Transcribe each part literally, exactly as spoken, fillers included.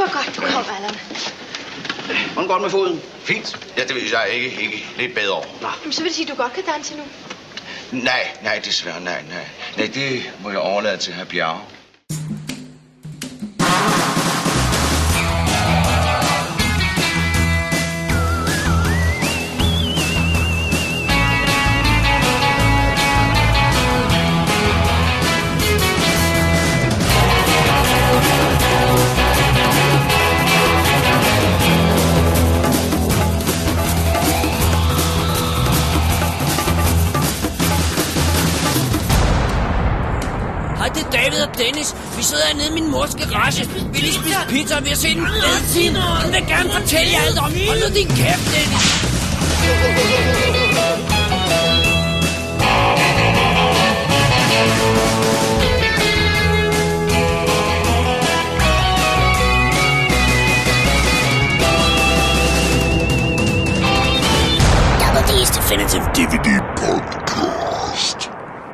var godt, du kom, Allan. Hvordan går det med foden? Fint. Ja, det vil jeg ikke. Ikke lidt bedre. Nå. Jamen, så vil det sige, at du godt kan danse nu. Nej, nej, desværre, nej, nej. Nej, det må jeg overlade til herr Bjerre. Det er David og Dennis. Vi sidder hernede i min mors garage. Vi lige spise pizza, og vi har set en fed film. Hun vil gerne fortælle jer alt om. Hold nu din kæft, Dennis. Double D's Definitive D V D Podcast.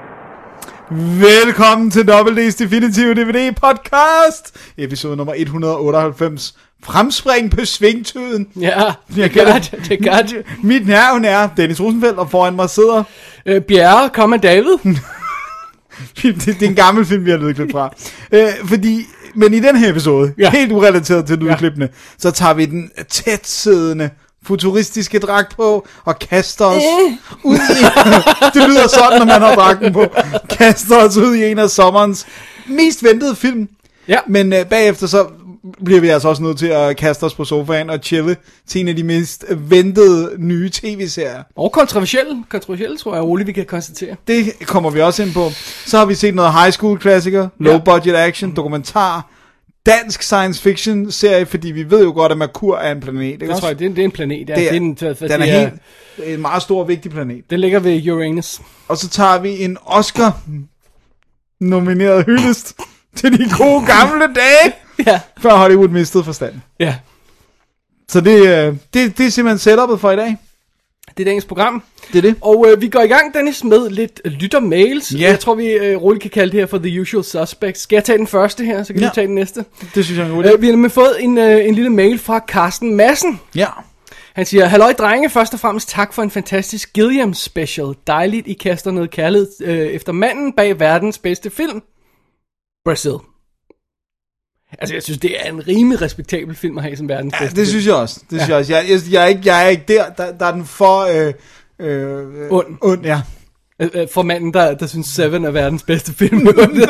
Velkommen til Double D's Definitive D V D Podcast, episode nummer et hundrede otteoghalvfems. Fremspring på svingtøden. Ja, det er godt, det er godt. Mit navn er Dennis Rosenfeldt, og foran mig sidder øh, Bjerre, kom med David. det, det er en gammel film, vi har lydklip fra. øh, Fordi, men i den her episode, ja. helt urelateret til lydklippene, ja. så tager vi den tætsiddende futuristiske dragt på og kaster os øh. ud i det lyder sådan, når man har dragten på. Kaster os ud i en af sommerens mest ventede film. Ja. Men øh, bagefter så bliver vi altså også nødt til at kaste os på sofaen og chille til en af de mest ventede nye tv-serier. Og kontroversielle, kontroversielle tror jeg roligt vi kan konstatere. Det kommer vi også ind på. Så har vi set noget high school klassiker, low ja. budget action, dokumentar, dansk science fiction serie, fordi vi ved jo godt, at Merkur er en planet. Ikke det også? tror jeg, det er, det er en planet. Ja. Det er, det er en, den det er, er helt, en meget stor og vigtig planet. Den ligger ved Uranus. Og så tager vi en Oscar-nomineret hyldest til de gode gamle dage, ja. før Hollywood mistede forstanden. Ja. Så det, det, det er simpelthen setupet for i dag. Det er dagens program. Det er det. Og øh, vi går i gang, Dennis, med lidt lyttermails. Ja. Jeg tror, vi øh, roligt kan kalde det her for The Usual Suspects. Skal jeg tage den første her, så kan ja. du tage den næste? Det synes jeg er en god idé. øh, Vi har nemlig fået en, øh, en lille mail fra Carsten Madsen. Ja. Han siger, halløj drenge, først og fremmest tak for en fantastisk Gilliam special. Dejligt, I kaster noget kærlighed øh, efter manden bag verdens bedste film. Brazil. Altså, jeg synes, det er en rimelig respektabel film at have som verdens ja, bedste det film. synes jeg også. Det synes ja. jeg også. Jeg, jeg, jeg, er ikke, jeg er ikke der. Der, der er den for... Øh, øh, ond. ond, ja. For manden, der, der synes Seven er verdens bedste film.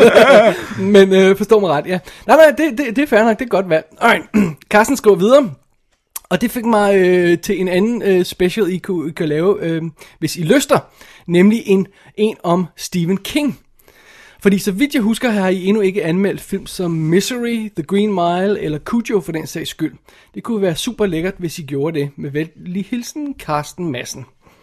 Men øh, forstå mig ret, ja. Nej, nej, det, det, det er fair nok, det er godt valg. Alright, Carsten skriver videre. Og det fik mig øh, til en anden øh, special, I kunne, I kunne lave, øh, hvis I lyster. Nemlig en, en om Stephen King. Fordi så vidt jeg husker, har I endnu ikke anmeldt film som Misery, The Green Mile eller Cujo for den sags skyld. Det kunne være super lækkert, hvis I gjorde det. Med venlig hilsen, Carsten Madsen.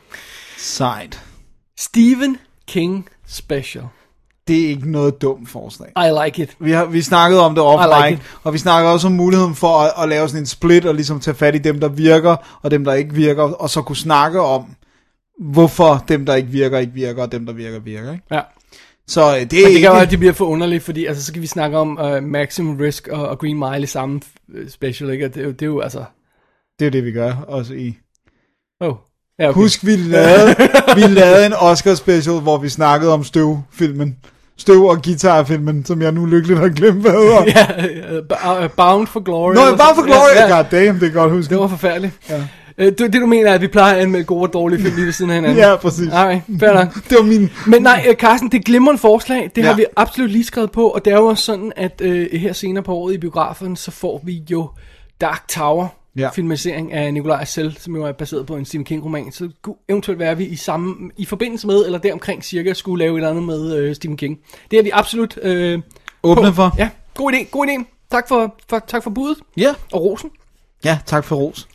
Sejt. Stephen King special. Det er ikke noget dumt forslag. I like it. Vi har vi snakkede om det off like mic, og vi snakker også om muligheden for at, at lave sådan en split og ligesom tage fat i dem der virker og dem der ikke virker, og så kunne snakke om hvorfor dem der ikke virker ikke virker og dem der virker virker, ikke? Ja. Så det er Men det ikke... kan jo, at det bliver for underligt, fordi altså så skal vi snakke om uh, Maximum Risk og, og Green Mile i samme special, ikke? Og det, det er jo altså. Det er det vi gør også i. Oh. Ja, okay. Husk vi lavede vi lavede en Oscar special, hvor vi snakkede om støvfilmen. Støv- og guitarfilmen, som jeg nu lykkeligt har glemt, hvad hedder. Ja, uh, Bound for Glory. Nå, Bound for Glory, ja, ja. God damn, det er godt huske. Det var forfærdeligt. Ja. Uh, det, det du mener er, at vi plejer at anmelde gode og dårlige film lige ved siden af hinanden. Ja, præcis. Nej, fair nok. Det var min... Men nej, uh, Carsten, det er glimrende forslag. Det ja. har vi absolut lige skrevet på, og det er jo også sådan, at uh, her senere på året i biografen, så får vi jo Dark Tower. Ja. Filmatisering af Nikolaj Assel, som jo er baseret på en Stephen King roman. Så eventuelt være vi i samme i forbindelse med eller deromkring cirka skulle lave et eller andet med øh, Stephen King. Det er vi absolut øh, åbne for. Ja, god idé, god idé. Tak for, for tak for budet. Ja. Og rosen. Ja, tak for ros.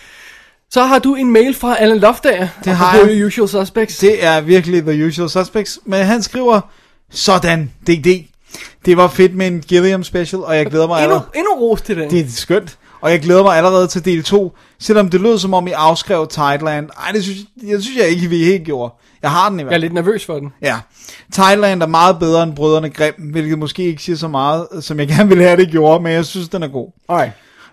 Så har du en mail fra Allan Loftager. Det har jeg. The Usual Suspects. Det er virkelig The Usual Suspects, men han skriver sådan D D. Det var fedt med en Gilliam special, og jeg glæder mig endnu, allerede. Endnu ros til det. Det er skønt. Og jeg glæder mig allerede til del to, selvom det lød som om I afskrev Tideland. Ej, det synes jeg, jeg synes jeg ikke, vi helt gjorde. Jeg har den i hvert fald. Jeg er lidt nervøs for den. Ja. Tideland er meget bedre end Brødrene Grimm, hvilket måske ikke siger så meget, som jeg gerne ville have det gjorde, men jeg synes, den er god. Alright.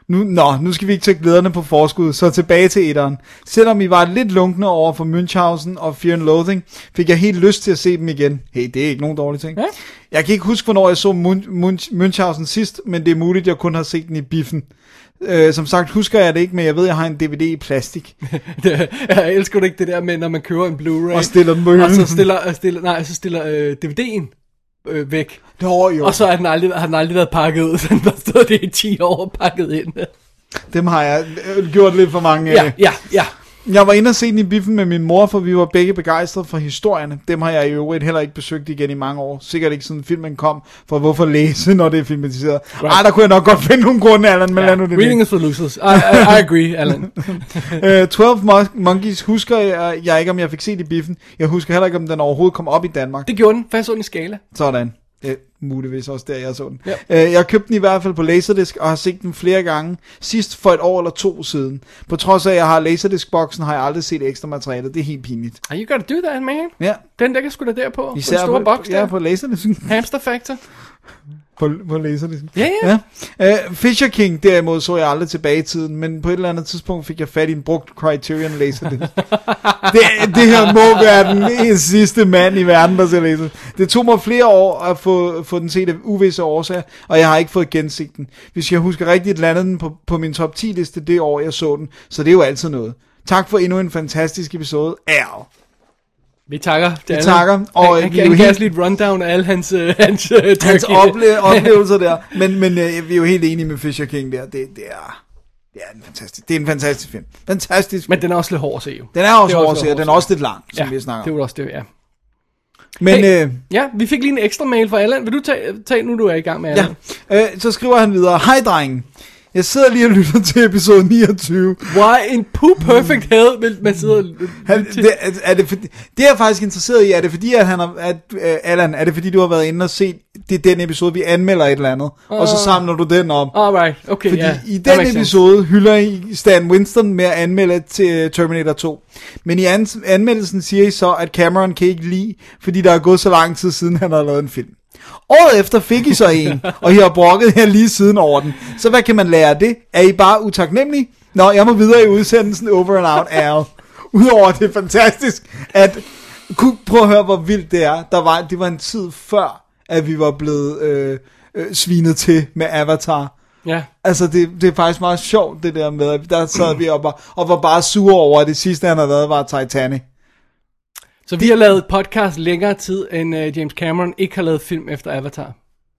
Nu, nå, nu skal vi ikke tage glæderne på forskud, så tilbage til etteren. Selvom I var lidt lunkne over for Münchhausen og Fear and Loathing, fik jeg helt lyst til at se dem igen. Hey, det er ikke nogen dårlig ting. Ja? Jeg kan ikke huske, hvornår jeg så Mun- Mun- Münchhausen sidst, men det er muligt, jeg kun har set den i biffen. Øh, som sagt husker jeg det ikke, men jeg ved, jeg har en D V D i plastik. Jeg elsker ikke det der med, når man køber en Blu-ray og stiller den på og så stiller, stiller, nej, så stiller øh, D V D'en øh, væk. Nå, jo. Og så er den aldrig, har den aldrig været pakket ud, så den har stået det i ti år pakket ind. Dem har jeg gjort lidt for mange. Ja, ja, ja. Jeg var inde og se den i biffen med min mor, for vi var begge begejstrede for historierne. Dem har jeg i øvrigt heller ikke besøgt igen i mange år. Sikkert ikke siden filmen kom, for hvorfor læse, når det er filmatiseret. Right. Ej, der kunne jeg nok godt finde nogle grunde, Allan, men yeah. lad nu det. Reading is for losers. I, I, I agree, Allan. uh, tolv Monkeys husker jeg, jeg ikke, om jeg fik set i biffen. Jeg husker heller ikke, om den overhovedet kom op i Danmark. Det gjorde den, for jeg så den i Skala. Sådan. Det er muligvis også der, jeg så den. Ja. Uh, jeg købte den i hvert fald på Laserdisc, og har set den flere gange. Sidst for et år eller to siden. På trods af, at jeg har Laserdisc-boksen, har jeg aldrig set ekstra materiale. Det er helt pinligt. Are you gotta do that, man? Ja. Den der kan sgu da der på. Især på den store på, boks der. Ja, på Laserdisc. Hamster Factor. På, på Laserdisc. Ja, ja. ja. Uh, Fisher King, derimod, så jeg aldrig tilbage i tiden, men på et eller andet tidspunkt fik jeg fat i en brugt Criterion Laserdisc. det, det her må være den sidste mand i verden, der ser Laserdisc. Det tog mig flere år at få, få den set af uvisse årsager, og jeg har ikke fået genset den. Hvis jeg husker rigtigt, landede den på, på min top ti liste det år, jeg så den, så det er jo altid noget. Tak for endnu en fantastisk episode. Al. Vi takker. Vi takker. Og han, han, vi han gav os lidt rundown af alle hans, uh, hans, uh, hans ople- oplevelser der. Men, men uh, vi er jo helt enige med Fisher King der. Det, det, er, det, er en fantastisk, det er en fantastisk film. Fantastisk. Men den er også lidt hård at se jo. Den er også hård at se, og den er også lidt lang, som ja, vi snakker om. det er også det, ja. Men, hey, øh, ja, vi fik lige en ekstra mail fra Allan. Vil du tage, tage nu du er i gang med Allan? Ja, øh, så skriver han videre. Hej drengen. Jeg sidder lige og lytter til episode niogtyve. Why in poo perfect hell vil man sidde og han, det, er, er det, for, det er jeg faktisk interesseret i. Er det fordi, at han har, at, uh, Allan, er det fordi, du har været inde og set, det er den episode, vi anmelder et eller andet, uh, og så samler du den op? Alright, okay, fordi yeah, i den episode sense. hylder I Stan Winston med at anmelde til Terminator to. Men i an, anmeldelsen siger I så, at Cameron kan ikke lide, fordi der er gået så lang tid siden, han har lavet en film. Året efter fik I så en, og I har brokket her lige siden over den. Så hvad kan man lære af det? Er I bare utaknemmelige? Nå, jeg må videre i udsendelsen Over and Out, Al. Udover det er fantastisk, at... Prøv at høre, hvor vildt det er. Der var, det var en tid før, at vi var blevet øh, øh, svinet til med Avatar. Ja. Altså, det, det er faktisk meget sjovt, det der med, at der sad vi og var, og var bare sure over, at det sidste, han havde lavet, var Titanic. Så vi har lavet podcast længere tid, end uh, James Cameron ikke har lavet film efter Avatar.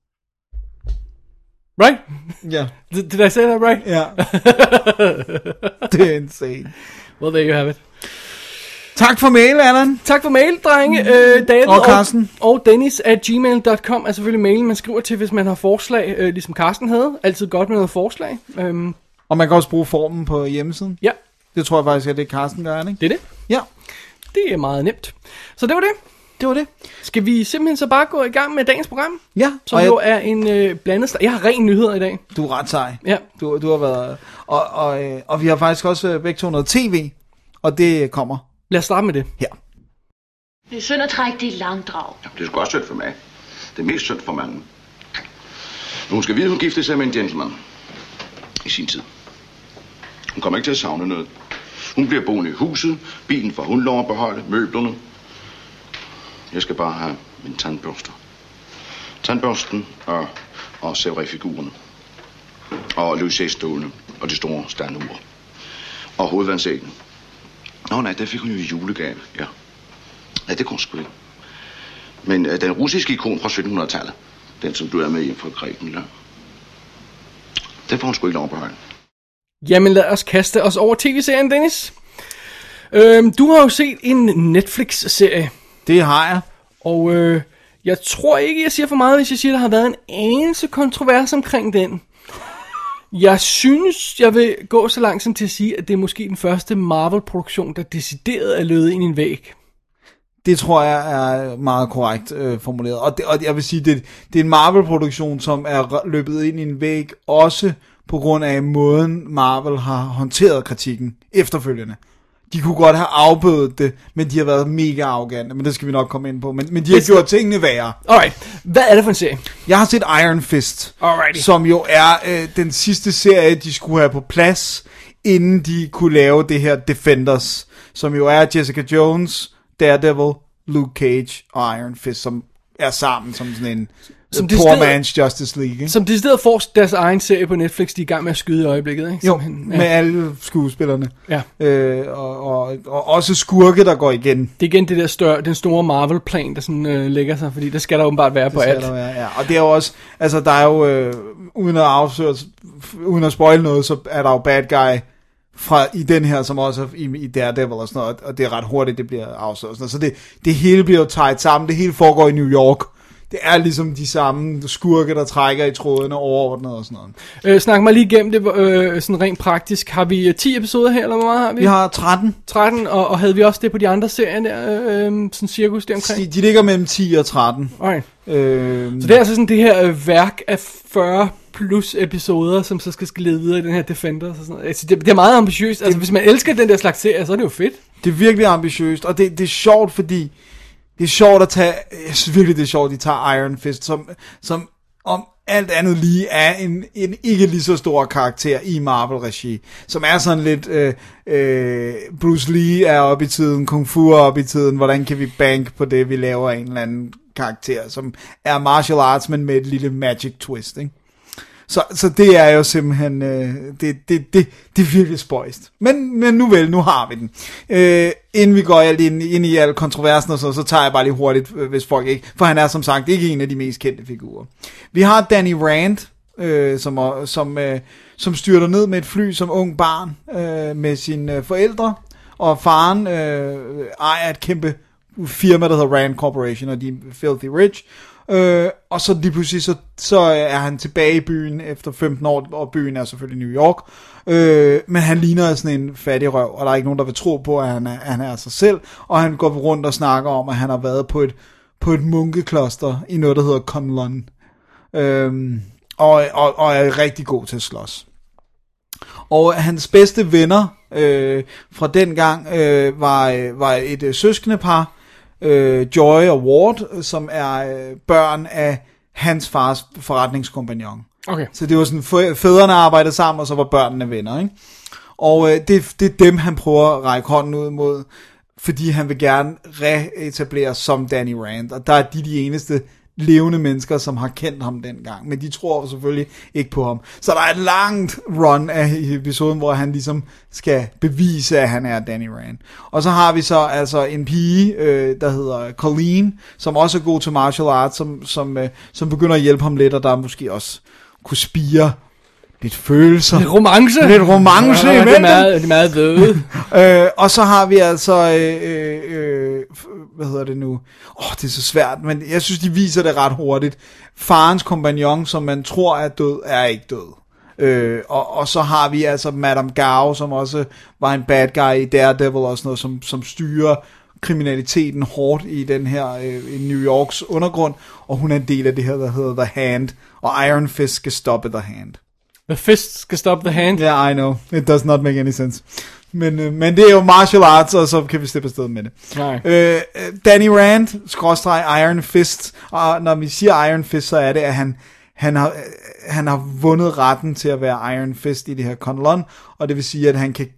Right? Ja. Did, did I say that right? Ja. Det er insane. Well, there you have it. Tak for mail, Allan. Tak for mail, drenge. Øh, David og Carsten. Og, og Dennis at gmail punktum com er selvfølgelig mailen, man skriver til, hvis man har forslag, øh, ligesom Carsten havde. Altid godt med noget forslag. Øhm. Og man kan også bruge formen på hjemmesiden. Ja. Det tror jeg faktisk, at det er Carsten gør, ikke? Det er det? Ja. Det er meget nemt. Så det var det. Det var det. Skal vi simpelthen så bare gå i gang med dagens program? Ja. Som jo jeg... er en øh, blandet start. Jeg har ren nyheder i dag. Du er ret sej. Ja. Du, du har været... Og, og, og, og vi har faktisk også begge to noget tv, og det kommer. Lad os starte med det. Her. Det er synd at trække det langdrag. Ja, det er sgu også synd for mig. Det er mest synd for manden. Hun skal vide, hun giftede sig med en gentleman. I sin tid. Hun kommer ikke til at savne noget. Hun bliver boende i huset. Bilen får hun lov at beholde. Møblerne. Jeg skal bare have min tandbørster. Tandbørsten og, og sævrefigurerne. Og løsæstålene. Og de store standure. Og hovedvandsæggen. Nå nej, det fik hun jo i julegave, ja. Ja, det går sgu ikke. Men uh, den russiske ikon fra sytten hundrede-tallet, den som du er med hjem fra Grækenland, den får hun sgu ikke lov at beholde. Jamen lad os kaste os over tv-serien, Dennis. Øhm, du har jo set en Netflix-serie. Det har jeg. Og øh, jeg tror ikke, jeg siger for meget, hvis jeg siger, at der har været en anelse kontrovers omkring den. Jeg synes, jeg vil gå så langt som til at sige, at det er måske den første Marvel-produktion, der decideret er løbet ind i en væg. Det tror jeg er meget korrekt øh, formuleret. Og, det, og jeg vil sige, det, det er en Marvel-produktion, som er løbet ind i en væg, også på grund af måden Marvel har håndteret kritikken efterfølgende. de kunne godt have afbødet det, men de har været mega arrogante, men det skal vi nok komme ind på. Men, men de har gjort tingene værre. Alright, hvad er det for en serie? Jeg har set Iron Fist, Alrighty. som jo er øh, den sidste serie, de skulle have på plads, inden de kunne lave det her Defenders, som jo er Jessica Jones, Daredevil, Luke Cage og Iron Fist, som er sammen som sådan en som poor man's Justice League. Ikke? Som de stedet får deres egen serie på Netflix, de er i gang med at skyde i øjeblikket. Ikke? Jo, Som, ja. Med alle skuespillerne. Ja. Øh, og, og, og også skurke, der går igen. Det er igen det der større, den store Marvel-plan, der sådan øh, lægger sig, fordi der skal der åbenbart være det på alt. Være, ja. Og det er jo også, altså der er jo, øh, uden at afsløre, uden at spoil noget, så er der jo bad guy fra i den her, som også er i, i Daredevil og sådan noget, og det er ret hurtigt, det bliver afsløret. Så det, det hele bliver jo tight sammen, det hele foregår i New York. Det er ligesom de samme skurke, der trækker i trådene overordnet og sådan noget. Øh, snak mig lige igennem det, øh, sådan rent praktisk. Har vi ti episoder her, eller hvor meget har vi? Vi har tretten. tretten, og, og havde vi også det på de andre serier der, øh, sådan cirkus deromkring? De, de ligger mellem ti og tretten. Okay. Øh, så det er altså sådan det her øh, værk af fyrre plus episoder, som så skal lede videre i den her Defenders og sådan noget. Altså, det, det er meget ambitiøst. Altså, hvis man elsker den der slags serie, så er det jo fedt. Det er virkelig ambitiøst, og det, det er sjovt, fordi det er sjovt at tage, jeg synes virkelig det er sjovt, de tager Iron Fist, som, som om alt andet lige er en, en ikke lige så stor karakter i Marvel-regi, som er sådan lidt, øh, øh, Bruce Lee er oppe i tiden, Kung Fu er oppe i tiden, hvordan kan vi bank på det, vi laver en eller anden karakter, som er martial arts, men med et lille magic twist, ikke? Så, så det er jo simpelthen, øh, det, det, det, det er virkelig spøjst. Men, men nu vel, nu har vi den. Øh, inden vi går alt ind, ind i al kontroversen og så, så tager jeg bare lige hurtigt, hvis folk ikke, for han er som sagt ikke en af de mest kendte figurer. Vi har Danny Rand, øh, som, som, øh, som styrter ned med et fly som ung barn øh, med sine forældre, og faren øh, ejer et kæmpe firma, der hedder Rand Corporation, og de er filthy rich. Øh, og så lige pludselig så, så er han tilbage i byen efter femten år, og byen er selvfølgelig New York, øh, men han ligner sådan en fattig røv, og der er ikke nogen der vil tro på at han er, han er sig selv, og han går rundt og snakker om at han har været på et, på et munkekloster i noget der hedder Kunlun, øh, og, og, og er rigtig god til at slås. Og hans bedste venner øh, fra den gang øh, var, var et øh, søskendepar, Øh, Joy og Ward, som er øh, børn af hans fars forretningskompagnon. Okay. Så det var sådan, fædrene arbejdede sammen, og så var børnene venner, ikke? Og øh, det, det er dem, han prøver at række hånden ud mod, fordi han vil gerne reetablere som Danny Rand, og der er de de eneste levende mennesker, som har kendt ham dengang, men de tror selvfølgelig ikke på ham. Så der er et langt run af episoden, hvor han ligesom skal bevise, at han er Danny Rand. Og så har vi så altså en pige, øh, der hedder Colleen, som også er god til martial arts, som, som, øh, som begynder at hjælpe ham lidt, og der måske også kunne spire lidt følelser. Lidt romance. Lidt romance ja, imellem. Det er meget, det er meget døde. øh, og så har vi altså, øh, øh, hvad hedder det nu? Åh, oh, det er så svært, men jeg synes, de viser det ret hurtigt. Farens kompagnon, som man tror er død, er ikke død. Øh, og, og så har vi altså Madame Gao, som også var en bad guy i Daredevil og sådan noget, som, som styrer kriminaliteten hårdt i den her øh, i New Yorks undergrund, og hun er en del af det her, der hedder The Hand, og Iron Fist skal stoppe The Hand. The Fist skal stop the hand. Yeah, I know. It does not make any sense. Men, øh, men det er jo martial arts, og så kan vi slippe afsted med det. Nej. Øh, Danny Rand, skråstreg Iron Fist, og når vi siger Iron Fist, så er det, at han, han, har, han har vundet retten til at være Iron Fist i det her Kunlun, og det vil sige, at han kan,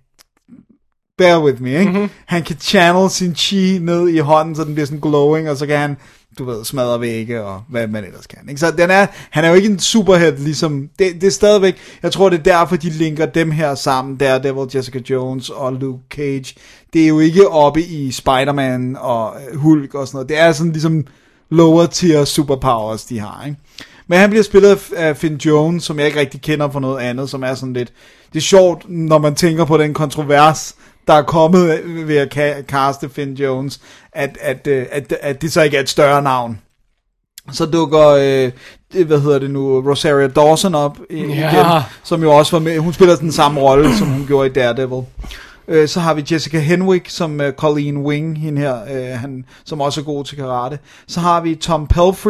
bear with me, ikke? Mm-hmm. Han kan channel sin chi ned i hånden, så den bliver sådan glowing, og så kan han, du ved, smadre vægge og hvad man ellers kan. Ikke? Så den er, han er jo ikke en superhelt, ligesom, det, det er stadigvæk, jeg tror det er derfor, de linker dem her sammen, Daredevil, Jessica Jones og Luke Cage. Det er jo ikke oppe i Spider-Man og Hulk og sådan noget. Det er sådan ligesom lower tier superpowers, de har, ikke? Men han bliver spillet af Finn Jones, som jeg ikke rigtig kender for noget andet, som er sådan lidt, det er sjovt, når man tænker på den kontrovers, der er kommet ved at caste Finn Jones, at, at, at, at det så ikke er et større navn. Så dukker, øh, hvad hedder det nu, Rosario Dawson op igen, ja. Som jo også var med, hun spiller den samme rolle, som hun gjorde i Daredevil. Øh, så har vi Jessica Henwick som øh, Colleen Wing, hende her, øh, han, som også er god til karate. Så har vi Tom Pelphrey,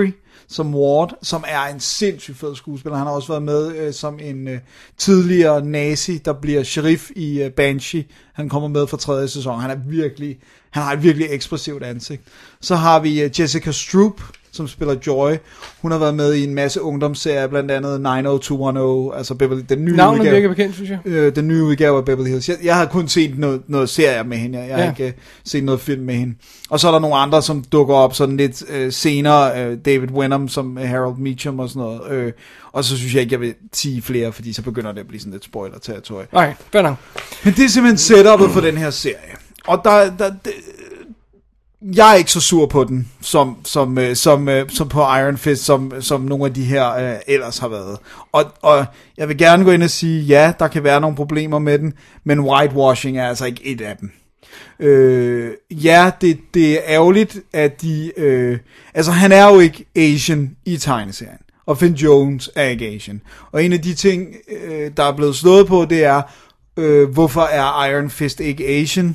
som Ward, som er en sindssygt fed skuespiller. Han har også været med øh, som en øh, tidligere nazi, der bliver sheriff i øh, Banshee. Han kommer med fra tredje sæson. Han er virkelig, han har et virkelig ekspressivt ansigt. Så har vi øh, Jessica Stroup, som spiller Joy. Hun har været med i en masse ungdomsserier, blandt andet nine oh two one oh, altså Beverly, den nye Navnet udgave. virker bekendt, synes jeg. Øh, den nye udgave af Beverly Hills. Jeg, jeg har kun set noget, noget serier med hende. Jeg har Ja. ikke uh, set noget film med hende. Og så er der nogle andre, som dukker op sådan lidt uh, senere. Uh, David Wenham som Harold Meacham og sådan noget. Uh, og så synes jeg ikke, jeg vil sige flere, fordi så begynder det at blive sådan lidt spoiler-territorie. Okay, fair nok. Men det er simpelthen setupet for den her serie. Og der... der det, jeg er ikke så sur på den, som, som, øh, som, øh, som på Iron Fist, som, som nogle af de her øh, ellers har været. Og, og jeg vil gerne gå ind og sige, ja, der kan være nogle problemer med den, men whitewashing er altså ikke et af dem. Øh, ja, det, det er ærgerligt, at de... Øh, altså, han er jo ikke Asian i tegneserien, og Finn Jones er ikke Asian. Og en af de ting, øh, der er blevet slået på, det er, øh, hvorfor er Iron Fist ikke Asian?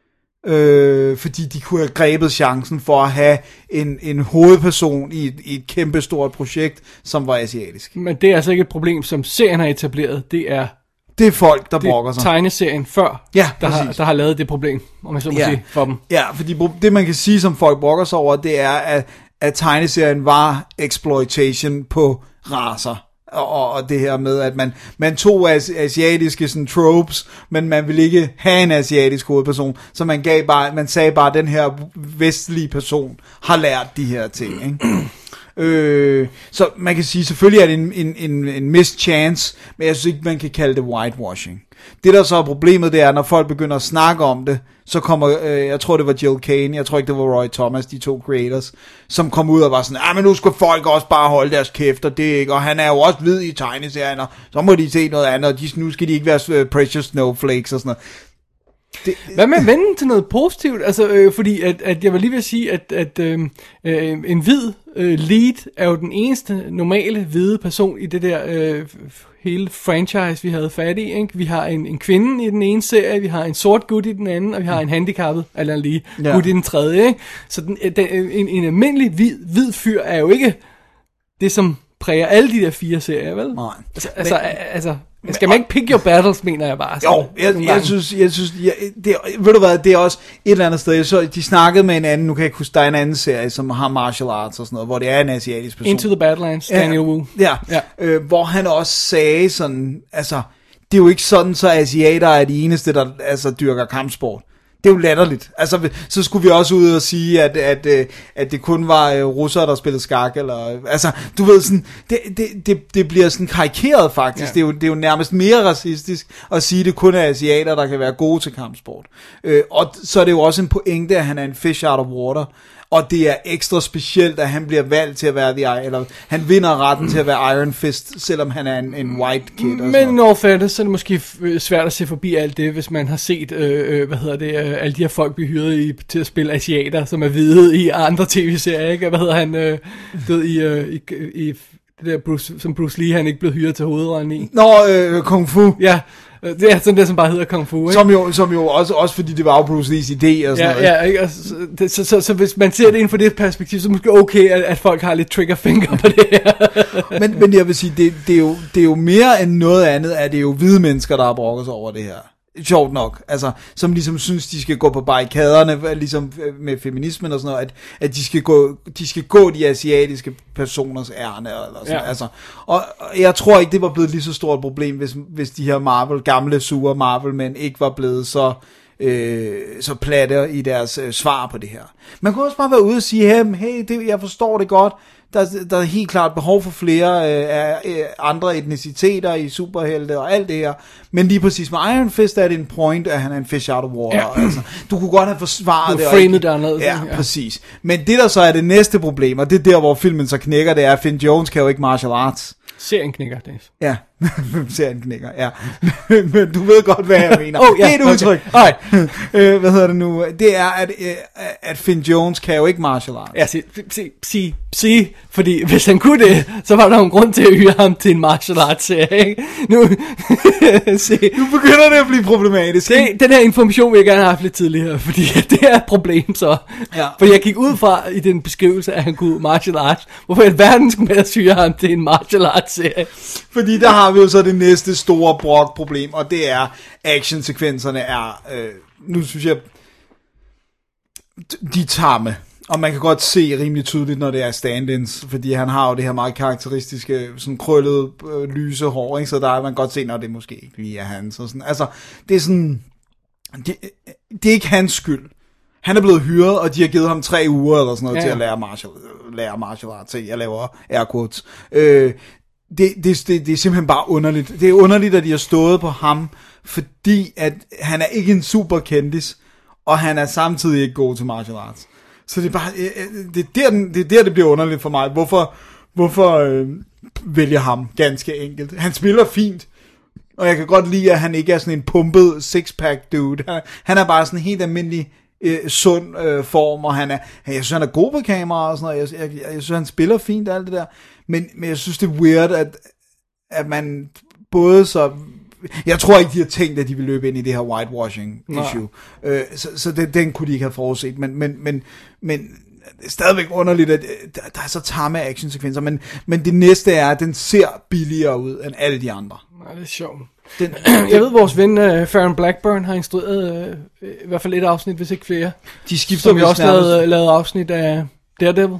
Øh, fordi de kunne have grebet chancen for at have en, en hovedperson i et, i et kæmpestort projekt, som var asiatisk. Men det er altså ikke et problem, som serien har etableret. Det er, Det er folk, der det brokker sig. er tegneserien før, Ja, der, har, præcis. der har lavet det problem, om jeg så må Ja. sige, for dem. Ja, fordi det man kan sige, som folk brokker sig over, det er, at, at tegneserien var exploitation på racer. Og, og det her med, at man, man tog as, asiatiske sådan, tropes, men man ville ikke have en asiatisk hovedperson, så man, gav bare, man sagde bare, at den her vestlige person har lært de her ting. Ikke? øh, så man kan sige, selvfølgelig er det en, en, en, en missed chance, men jeg synes ikke, man kan kalde det whitewashing. Det der så er problemet, det er, når folk begynder at snakke om det, så kommer, øh, jeg tror det var Jill Kane, jeg tror ikke det var Roy Thomas, de to creators, som kom ud og var sådan, ah, men nu skal folk også bare holde deres kæft, og det ikke, og han er jo også hvid i tegneserien, og så må de se noget andet, og de, nu skal de ikke være uh, precious snowflakes og sådan noget. Det, Hvad med at vende til noget positivt? Altså, øh, fordi at, at jeg var lige ved at sige, at, at øh, øh, en hvid øh, lead er jo den eneste normale hvide person i det der øh, hele franchise, vi havde fat i. Ikke? Vi har en, en kvinde i den ene serie, vi har en sort gut i den anden, og vi har en handicappet, eller lige, Ja. gut i den tredje. Ikke? Så den, den, en, en almindelig hvid, hvid fyr er jo ikke det, som præger alle de der fire serier, vel? Nej. Altså, altså, altså skal man ikke pick your battles, mener jeg bare. Jo, jeg, jeg, jeg synes, jeg synes jeg, det, ved du hvad, det er også et eller andet sted, jeg så, de snakkede med en anden, nu kan jeg ikke huske, der er en anden serie, som har martial arts og sådan noget, hvor det er en asiatisk person. Into the Badlands, Daniel Wu. Ja, Ja. ja. Øh, hvor han også sagde sådan, altså, det er jo ikke sådan, så asiater er de eneste, der altså, dyrker kampsport. Det er jo latterligt. Altså, så skulle vi også ud og sige, at, at, at det kun var russere, der spillede skak, eller, altså, du ved sådan, det, det, det, det bliver sådan karikeret faktisk. Ja. Det, er jo, det er jo nærmest mere racistisk at sige, at det kun er asiater, der kan være gode til kampsport. Øh, og så er det jo også en pointe, at han er en fish out of water. Og det er ekstra specielt, at han bliver valgt til at være the, eller han vinder retten til at være Iron Fist, selvom han er en, en white kid. Og Men sådan i North Fairness, så er det måske f- svært at se forbi alt det, hvis man har set, øh, øh, hvad hedder det, øh, alle de her folk blive hyret i, til at spille asiater, som er hvide i andre tv-serier, ikke? Hvad hedder han, øh, ved, i, øh, i, i det der Bruce, som Bruce Lee, han ikke blev hyret til hovedrollen i. Nå, øh, Kung Fu. Ja, øh, det er sådan der, som bare hedder Kung Fu, ikke? Som jo, som jo også, også fordi det var jo Bruce Lees idé og sådan Ja, noget. ja, ikke? Altså, så, det, så, så, så hvis man ser det inden for det perspektiv, så er det måske okay, at, at folk har lidt trigger finger på det her. men, men jeg vil sige, det, det, er jo, det er jo mere end noget andet, at det er jo hvide mennesker, der har brokket sig over det her. Sjovt nok, altså, som ligesom synes, de skal gå på barrikaderne, ligesom med feminismen og sådan noget, at, at de, skal gå, de skal gå de asiatiske personers ærne, eller sådan, Ja. altså. Og, og jeg tror ikke, det var blevet lige så stort et problem, hvis, hvis de her Marvel, gamle, sure Marvel-mænd ikke var blevet så, øh, så platte i deres øh, svar på det her. Man kunne også bare være ude og sige, hey, hey det, jeg forstår det godt, Der, der er helt klart behov for flere øh, øh, andre etniciteter i superhelte og alt det her. Men lige præcis med Iron Fist er det en point, at han er en fish out of water. Ja. Altså, du kunne godt have forsvaret Du det. og framed ikke- det anderledes, Ja, ja. præcis. Men det der så er det næste problem, og det er der, hvor filmen så knækker, det er, at Finn Jones kan jo ikke martial arts. Serien knækker, Dennis. Ja, Serien knækker, ja. Men du ved godt, hvad jeg mener. Oh, ja, det er et udtryk. Okay. øh, hvad hedder det nu? Det er, at, at Finn Jones kan jo ikke martial arts. Ja, sig, sig, sig, sig, fordi hvis han kunne det, så var der jo en grund til at hyre ham til en martial arts serie, ikke? Nu, se. Nu begynder det at blive problematisk. Det, den her information vil jeg gerne have haft lidt tidligere, fordi det er et problem så. Ja. For jeg gik ud fra i den beskrivelse, at han kunne martial arts. Hvorfor i verden skulle man hyre ham til en martial arts serie? Fordi der har vi jo så det næste store brok problem, og det er, actionsekvenserne er, øh, nu synes jeg, de tamme. Og man kan godt se rimelig tydeligt, når det er stand-ins, fordi han har jo det her meget karakteristiske, sådan krøllede, øh, lyse hår, ikke? Så der er man kan godt se, når det måske ikke lige er hans. Og sådan. Altså, det er sådan, det, det er ikke hans skyld. Han er blevet hyret, og de har givet ham tre uger eller sådan noget, ja, til at lære martial, lære martial arts. Jeg laver air quotes. Øh, Det, det, det, det er simpelthen bare underligt. Det er underligt, at de har stået på ham, fordi at han er ikke en super kendis, og han er samtidig ikke god til martial arts. Så det er bare, det er der, det, er der, det bliver underligt for mig. Hvorfor, hvorfor øh, vælger ham ganske enkelt? Han spiller fint, og jeg kan godt lide, at han ikke er sådan en pumpet six-pack dude. Han, han er bare sådan en helt almindelig øh, sund øh, form, og han er, jeg synes, han er god på kamera og sådan noget. Jeg, jeg, jeg, jeg synes, han spiller fint og alt det der. Men, men jeg synes, det er weird, at, at man både så... Jeg tror ikke, de har tænkt, at de vil løbe ind i det her whitewashing issue. Øh, så så det, den kunne de ikke have forudset. Men, men, men, men det er stadigvæk underligt, at der, der er så tamme actionsekvenser. Men, men det næste er, at den ser billigere ud end alle de andre. Nej, det er sjovt. Den, jeg ved, vores ven uh, Farron Blackburn har instrueret uh, i hvert fald et afsnit, hvis ikke flere. De skifter som vi også lavede, lavede afsnit af Daredevil.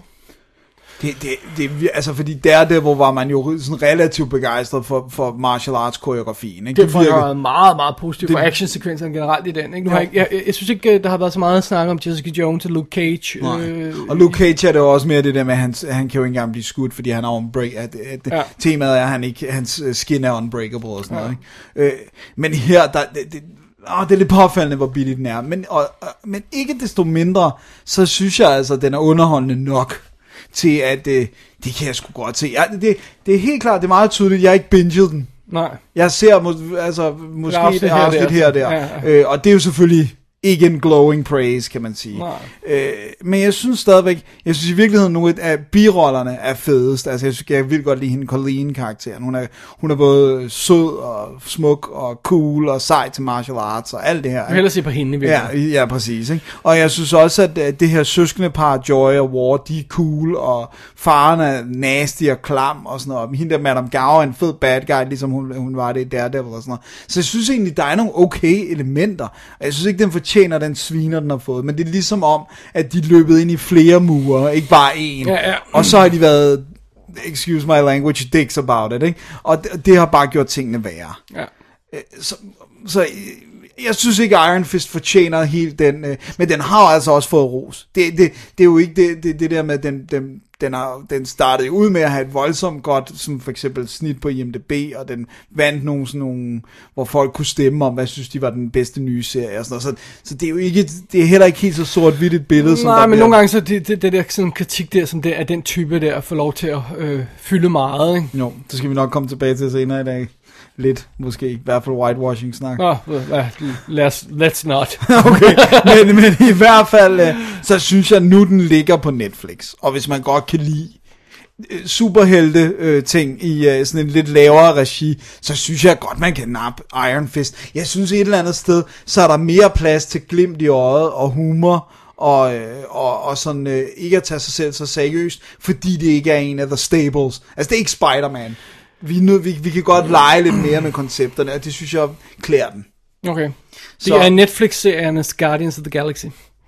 Det, det, det, altså fordi Daredevil var man jo sådan relativt begejstret for, for martial arts koreografien, ikke? Det var meget, meget positivt for actionsekvenserne generelt i den, ikke? Nu har jeg, jeg, jeg synes ikke, der har været så meget snak om Jessica Jones og Luke Cage. Øh, og Luke Cage er det jo også mere det der med, at han, han kan jo ikke engang blive skudt, fordi han er unbreak. At, at ja. Temaet er, at han ikke, hans skin er unbreakable og sådan ja. noget, ikke? Øh, men her, der... Det, det, Åh, det er lidt påfaldende, hvor billigt den er. Men, og, men ikke desto mindre, så synes jeg altså, at den er underholdende nok til at, øh, det kan jeg sgu godt se. Ja, det, det er helt klart, det er meget tydeligt, jeg har ikke binget den. Nej. Jeg ser mås- altså, måske afsnit et afsnit her, her og der. Ja, ja. Øh, og det er jo selvfølgelig ikke en glowing praise, kan man sige. Øh, men jeg synes stadigvæk, jeg synes i virkeligheden nogle af birollerne er fedest. Altså jeg synes, jeg vil godt lide hende Colleen-karakteren. Hun er, hun er både sød og smuk og cool og sej til martial arts og alt det her. Jeg vil hellere se på hende i virkeligheden. Ja, ja, præcis. Ikke? Og jeg synes også, at, at det her søskende par, Joy og Ward, de er cool, og faren er nasty og klam og sådan noget. Hende der Madame Gao er en fed bad guy, ligesom hun, hun var det i Daredevil og sådan noget. Så jeg synes egentlig, der er nogle okay elementer. Jeg synes ikke, den fortjener den sviner, den har fået. Men det er ligesom om, at de løbet ind i flere mure, ikke bare én. Ja, ja. Og så har de været, excuse my language, dicks about it, ikke? Og det, det har bare gjort tingene værre. Ja. Så, så jeg synes ikke, Iron Fist fortjener helt den, men den har altså også fået ros. Det, det, det er jo ikke det, det, det der med, den, den, den, har, den startede ud med at have et voldsomt godt, som for eksempel snit på I M D B, og den vandt nogle sådan nogle, hvor folk kunne stemme om, hvad synes de var den bedste nye serie og sådan noget. Så, så det er jo ikke, det er heller ikke helt så sort-hvidt et billede, som Nej, der men bliver. nogle gange så det, det, det der sådan kritik der, som det er den type der, får lov til at øh, fylde meget, ikke? Jo, det skal vi nok komme tilbage til senere i dag. Lidt, måske. I hvert fald whitewashing-snak. Nå, let's, let's not. Okay, men, men i hvert fald, øh, så synes jeg, nu den ligger på Netflix. Og hvis man godt kan lide øh, superhelte øh, ting i øh, sådan en lidt lavere regi, så synes jeg godt, man kan nappe Iron Fist. Jeg synes et eller andet sted, så er der mere plads til glimt i øjet og humor, og, øh, og, og sådan øh, ikke at tage sig selv så seriøst, fordi det ikke er en af the staples. Altså det er ikke Spider-Man. Vi, nu, vi, vi kan godt lege lidt mere med koncepterne, og det synes jeg klæder den. Okay. Det er Netflix-seriernes Guardians of the Galaxy.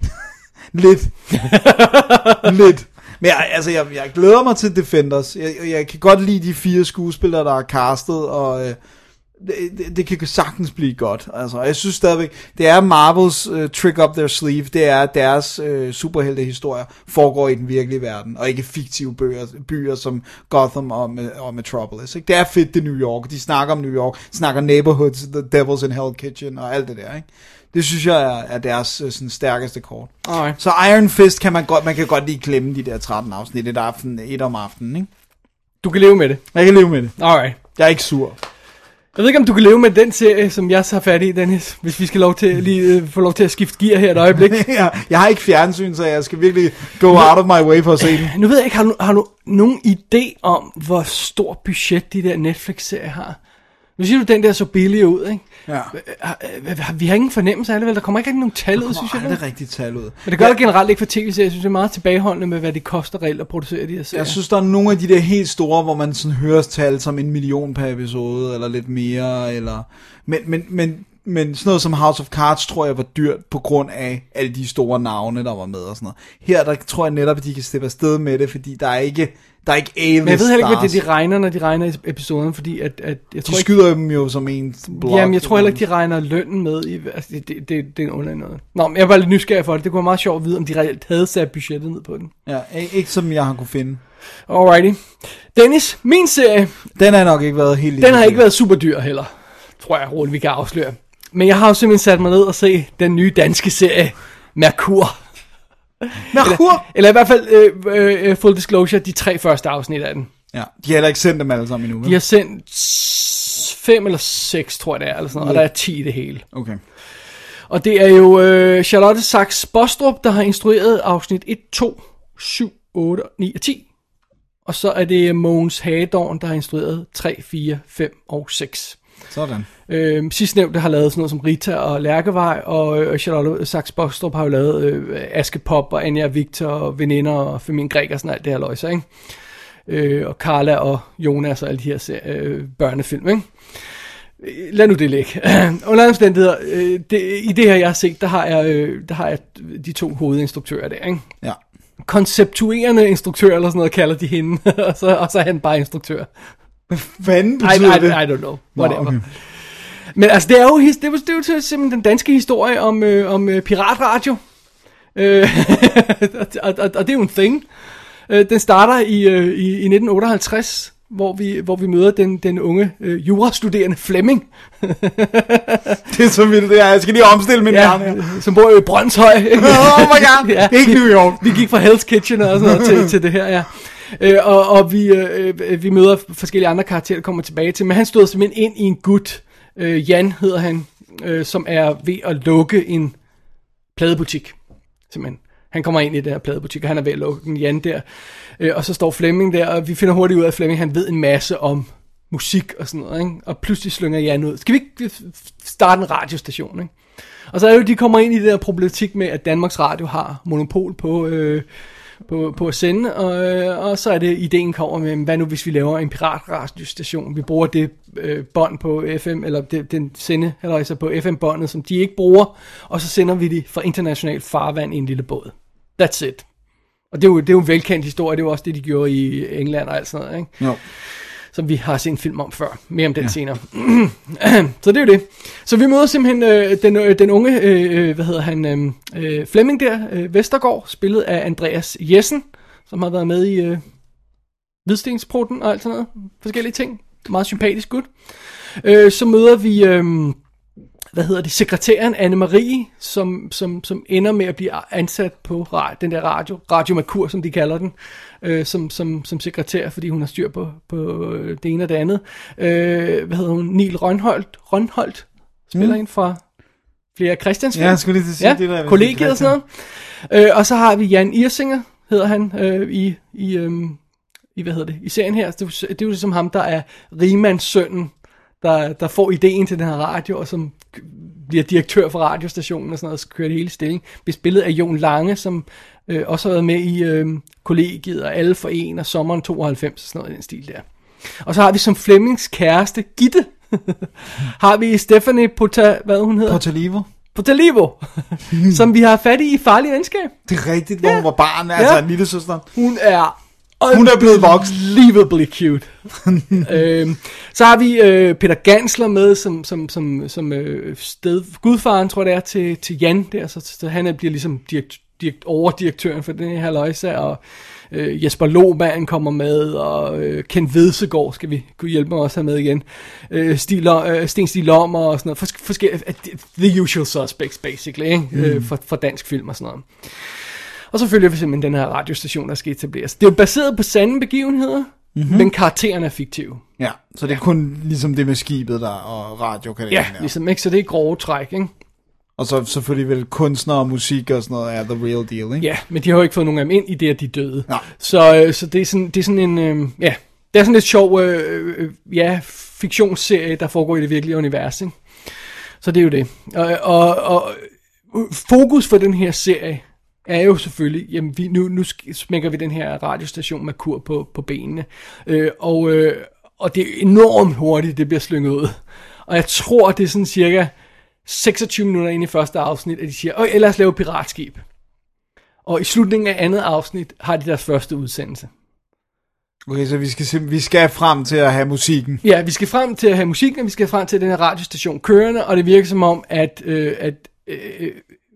Lidt. Lidt. Men jeg, altså, jeg, jeg glæder mig til Defenders. Jeg, jeg kan godt lide de fire skuespillere, der er castet, og øh, det, det, det kan sagtens blive godt. Altså, jeg synes stadigvæk, det er Marvels uh, trick up their sleeve, det er deres uh, superheltehistorier foregår i den virkelige verden, og ikke fiktive bøger, byer som Gotham og, og Metropolis. Ikke? Det er fedt, det New York. De snakker om New York, snakker neighborhoods, The Devil's in Hell Kitchen og alt det der, ikke? Det synes jeg er, er deres sådan, stærkeste kort. Okay. Så Iron Fist kan man godt, man kan godt lige klemme de der tretten afsnit et, aften, et om aftenen, ikke? Du kan leve med det. Jeg kan leve med det. Alright. Jeg er ikke sur. Jeg ved ikke, om du kan leve med den serie, som jeg så har fat i, Dennis, hvis vi skal lov til, lige uh, få lov til at skifte gear her et øjeblik. ja, jeg har ikke fjernsyn, så jeg skal virkelig go out of my way for at se den. Nu ved jeg ikke, har du, har du nogen idé om, hvor stort budget de der Netflix-serier har? Nu siger du, den der så billig ud, ikke? Ja. Vi har ingen fornemmelse af det, vel? Der kommer ikke rigtig nogen tal ud, synes jeg. Der kommer aldrig rigtigt tal ud. Men det gør ja. det generelt ikke for tv-serier. Jeg synes, det er meget tilbageholdende med, hvad det koster reelt at producere de her serier. Jeg synes, der er nogle af de der helt store, hvor man sådan hører tal som en million per episode, eller lidt mere, eller... Men, men, men, men sådan noget som House of Cards, tror jeg var dyrt på grund af alle de store navne, der var med og sådan noget. Her, der tror jeg netop, at de kan slippe afsted med det, fordi der er ikke... Der er ikke A-list. Men jeg ved heller ikke, hvad det de regner, når de regner episoden, fordi at, at jeg tror de ikke, skyder dem jo som en blok. Jamen, jeg tror heller ikke, de regner lønnen med i, altså, det, det, det, det er underligt noget. Nå, men jeg var lidt nysgerrig for det. Det kunne være meget sjovt at vide, om de reelt havde sat budgettet ned på den. Ja, ikke som jeg har kunne finde. Alrighty. Dennis, min serie. Den har nok ikke været helt... Den har ikke været super dyr heller, tror jeg roligt, vi kan afsløre. Men jeg har jo simpelthen sat mig ned og se den nye danske serie, Merkur. Merkur? Eller, eller i hvert fald, øh, øh, full disclosure, de tre første afsnit af den. Ja, de har heller ikke sendt dem alle sammen endnu. De har sendt fem eller seks, tror jeg det er, eller sådan noget, og der er ti i det hele. Okay. Og det er jo øh, Charlotte Sachs Bostrup, der har instrueret afsnit et, to, syv, otte, ni og ti. Og så er det Mogens Hagedorn, der har instrueret tre, fire, fem og seks. Sådan. Øh, sidstnævnte har lavet sådan noget som Rita og Lærkevej, og øh, Charlotte Sachs Bostrup har jo lavet øh, Askepop og Anja og Victor og Veninder og Familien Greg og sådan alt det her løjse, ikke? Øh, og Carla og Jonas og alle de her øh, børnefilm, ikke? Lad nu det ligge. Under omstændigheder, øh, det, i det her jeg har set, der har jeg, øh, der har jeg de to hovedinstruktører der, ikke? Ja. Konceptuerende instruktør eller sådan noget kalder de hende, og, så, og så er han bare instruktør. Hvad fanden betyder I, I, det? I don't know. Whatever. Nå, okay. Men altså, det er jo, det er jo, det er jo simpelthen den danske historie om, øh, om øh, piratradio. Øh, og, og, og det er jo en thing. Øh, den starter i, øh, i, i nitten otteoghalvtreds, hvor vi, hvor vi møder den, den unge øh, jurastuderende Flemming. Det er så vildt, det er. Jeg skal lige omstille min ja, hjerne her. Som bor i Brøndshøj. Oh my god, ja, ikke New York. Vi gik fra Hell's Kitchen og sådan noget til, til det her, ja. Øh, og og vi, øh, vi møder forskellige andre karakterer, der kommer tilbage til. Men han stod simpelthen ind i en gut. Øh, Jan hedder han, øh, som er ved at lukke en pladebutik. Simpelthen. Han kommer ind i den her pladebutik, og han er ved at lukke den, Jan der. Øh, og så står Flemming der, og vi finder hurtigt ud af, at Flemming han ved en masse om musik og sådan noget, ikke? Og pludselig slynger Jan ud. Skal vi ikke starte en radiostation, ikke? Og så er det jo, de kommer ind i den der problematik med, at Danmarks Radio har monopol på... Øh, På, på at sende, og, og så er det ideen kommer med, hvad nu hvis vi laver en piratradiostation, vi bruger det øh, bånd på F M, eller det, den sende, eller altså på F M-båndet, som de ikke bruger, og så sender vi det fra international farvand i en lille båd. That's it. Og det er jo, det er jo en velkendt historie, det er jo også det, de gjorde i England og alt sådan noget, ikke? Jo. Som vi har set en film om før. Mere om den ja. senere. Så det er jo det. Så vi møder simpelthen øh, den, øh, den unge, øh, hvad hedder han, øh, Flemming der, øh, Vestergaard, spillet af Andreas Jessen, som har været med i øh, Hvidstensprutten og alt sådan noget. Forskellige ting. Meget sympatisk gut. Øh, så møder vi... Øh, hvad hedder det, sekretæren Anne-Marie, som, som, som ender med at blive ansat på radio, den der radio, Radio Merkur, som de kalder den, øh, som, som, som sekretær, fordi hun har styr på, på det ene og det andet. Øh, hvad hedder hun? Neil Rønholdt, Rønholdt spiller mm. en fra flere Christians film. Ja, jeg skulle lige sige ja, det der. Kollegiet og sådan noget. Øh, og så har vi Jan Irsinger, hedder han, øh, i, i, øh, i, hvad hedder det, i serien her. Det, det er jo ligesom ham, der er rigmandssønnen, der, der får ideen til den her radio, og som bliver direktør for radiostationen og sådan noget, og skal køre det hele stilling. Bliver spillet af Jon Lange, som øh, også har været med i øh, Kollegiet og Alle for en og Sommeren tooghalvfems og sådan noget i den stil der. Og så har vi som Flemmings kæreste, Gitte, har vi Stephanie Pota, hvad hun hedder? Potalivo. Potalivo, som vi har fat i i Farlig Venskab. Det er rigtigt, hvor ja. hun var barn, altså ja. en lille søster. Hun er... Hun er blevet voksen. Unbelievably cute. øhm, så har vi øh, Peter Gansler med som, som, som, som øh, sted, gudfaren, tror jeg det er, til, til Jan der. Så, så han bliver ligesom direkt, direkt, overdirektøren for den her løjse, og øh, Jesper Lohmann kommer med, og øh, Ken Vedsegaard skal vi kunne hjælpe mig også have med igen. Øh, Stil, øh, Sten Stig Lommer og sådan noget. Fors- forskellige, the usual suspects basically, ikke? Mm. Øh, for, for dansk film og sådan noget. Og så følger vi simpelthen den her radiostation, der skal etableres. Det er jo baseret på sande begivenheder. mm-hmm. men karaktererne er fiktive. Ja, så det er kun ligesom det med skibet der, og radiokanalen Ja, ligesom, ikke? Så det er grove træk, ikke? Og så selvfølgelig vel kunstner og musik og sådan noget er the real deal, ikke? Ja, men de har jo ikke fået nogen af dem ind i det, at de er døde. Ja. Så, øh, så det, er sådan, det er sådan en, øh, ja, det er sådan lidt sjov, øh, øh, ja, fiktionsserie, der foregår i det virkelige univers, ikke? Så det er jo det. Og, og, og fokus for den her serie er jo selvfølgelig, jamen vi, nu, nu smækker vi den her radiostation Merkur på, på benene. Øh, og, øh, og det er enormt hurtigt, det bliver slynget ud. Og jeg tror, det er sådan cirka seksogtyve minutter inde i første afsnit, at de siger, åh, lad os lave et piratskib. Og i slutningen af andet afsnit har de deres første udsendelse. Okay, så vi skal, vi skal frem til at have musikken. Ja, vi skal frem til at have musikken, og vi skal frem til at den her radiostation kørende, og det virker som om, at, øh, at øh,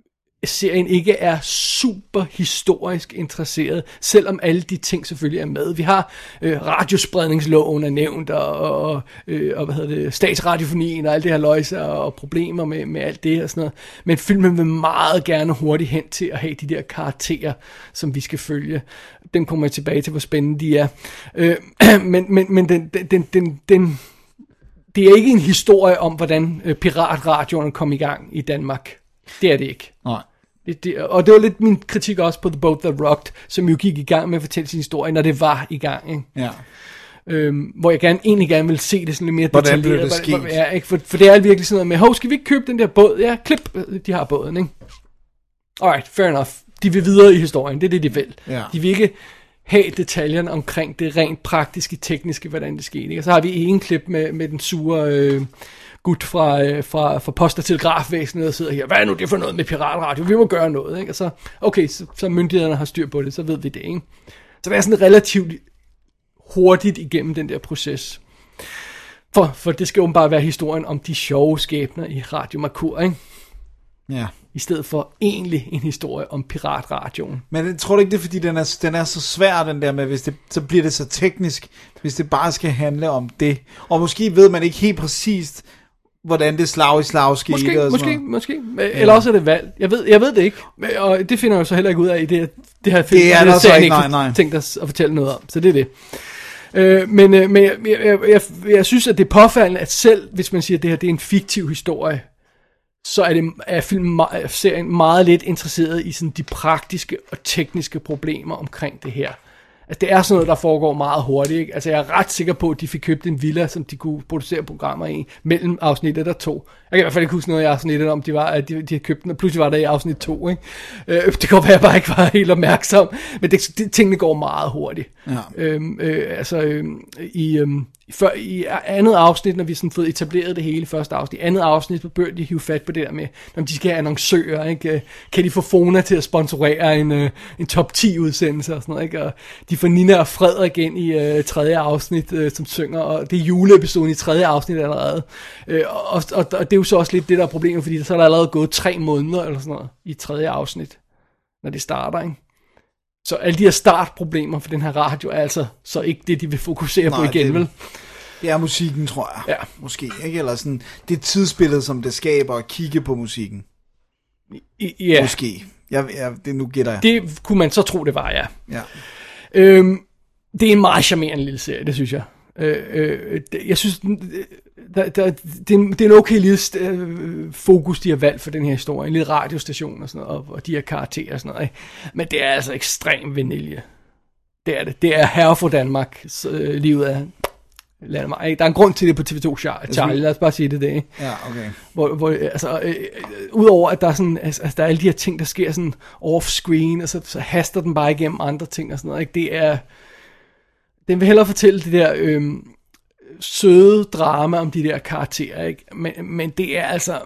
serien ikke er super historisk interesseret, selvom alle de ting selvfølgelig er med. Vi har øh, radiospredningsloven er nævnt, og, og, øh, og hvad hedder det, statsradiofonien og alt det her løjse og, og problemer med, med alt det og sådan noget. Men filmen vil meget gerne hurtigt hen til at have de der karakterer, som vi skal følge. Den kommer jeg tilbage til, hvor spændende de er. Øh, men men, men den, den, den, den, det er ikke en historie om, hvordan øh, piratradioerne kom i gang i Danmark. Det er det ikke. Nej. Det, det, og det var lidt min kritik også på The Boat That Rocked, som jo gik i gang med at fortælle sin historie, når det var i gang, ikke? Ja. Øhm, hvor jeg gerne, egentlig gerne vil se det sådan lidt mere hvordan detaljeret. Hvordan blev det sket? Ja, ikke? For, for det er virkelig sådan noget med, hov, skal vi ikke købe den der båd? Ja, klip, de har båden, ikke? Alright, fair enough. De vil videre i historien, det er det, de vil. Ja. De vil ikke have detaljerne omkring det rent praktiske, tekniske, hvordan det skete, ikke? Og så har vi en klip med, med den sure øh, gut fra, øh, fra, fra Post- og Telegrafvæsenet, der sidder her, hvad er nu det for noget med piratradio? Vi må gøre noget, ikke? Og så, okay, så, så myndighederne har styr på det, så ved vi det, ikke? Så det er sådan relativt hurtigt igennem den der proces. For, for det skal jo bare være historien om de sjove skæbner i Radio Merkur, ikke? Ja. I stedet for egentlig en historie om piratradioen. Men jeg tror du ikke, det er fordi, den er, den er så svær, den der med, hvis det, så bliver det så teknisk, hvis det bare skal handle om det. Og måske ved man ikke helt præcist, hvordan det slag i slag skete. Måske, og måske, sådan måske. Eller også er det valgt. Jeg ved, jeg ved det ikke. Og det finder jeg jo så heller ikke ud af i det, det her film. Det er der så ikke, nej, nej. Tænkt os at fortælle noget om. Så det er det. Øh, men øh, men jeg, jeg, jeg, jeg synes, at det er påfaldende, at selv hvis man siger, at det her det er en fiktiv historie, så er, det, er filmen, serien meget lidt interesseret i sådan de praktiske og tekniske problemer omkring det her. Altså, det er sådan noget, der foregår meget hurtigt, ikke? Altså, jeg er ret sikker på, at de fik købt en villa, som de kunne producere programmer i, mellem afsnit et og to. Jeg kan i hvert fald ikke huske noget i afsnit et, om de, var, at de, de havde købt den, og pludselig var der i afsnit to, ikke? Øh, det kan være, at jeg bare ikke var helt opmærksom, men det, det, tingene går meget hurtigt. Ja. Øhm, øh, altså, øh, i... Øh, Før, i andet afsnit, når vi sådan fået etableret det hele i første afsnit, i andet afsnit, så bør de hive fat på det der med, når de skal have annoncører, ikke? Kan de få Fona til at sponsorere en, en top ti udsendelse og sådan noget, ikke? Og de får Nina og Frederik ind i uh, tredje afsnit, uh, som synger, og det er juleepisoden i tredje afsnit allerede. Uh, og, og, og det er jo så også lidt det, der er problemet, fordi så er der allerede gået tre måneder eller sådan noget i tredje afsnit, når det starter, ikke? Så alle de her startproblemer for den her radio er altså så ikke det, de vil fokusere Nej, på igen, det, vel? Det er musikken, tror jeg. Ja. Måske, ikke? Eller sådan, det tidsbillede, som det skaber at kigge på musikken. I, ja. Måske. Jeg, jeg, det, nu gætter jeg. Det kunne man så tro, det var, ja. Ja. Øhm, det er en meget charmerende lille serie, det synes jeg. Øh, øh, det, jeg synes, der, der, det, det er en okay lille øh, fokus, de har valgt for den her historie. En lille radiostation og sådan noget, og, og de her karakterer og sådan noget. Ikke? Men det er altså ekstrem vanilje. Det er det. Det er herre for Danmark. Så, øh, livet er... Lad mig, ikke? Der er en grund til det på T V to, Charlie. Lad os bare sige det, det. Ikke? Ja, okay. Hvor, hvor, altså, øh, øh, udover at der er sådan, altså, der er alle de her ting, der sker sådan off-screen, og så, så haster den bare igennem andre ting og sådan noget. Ikke? Det er... Den vil hellere fortælle det der øh, søde drama om de der karakterer, ikke? Men, men det er altså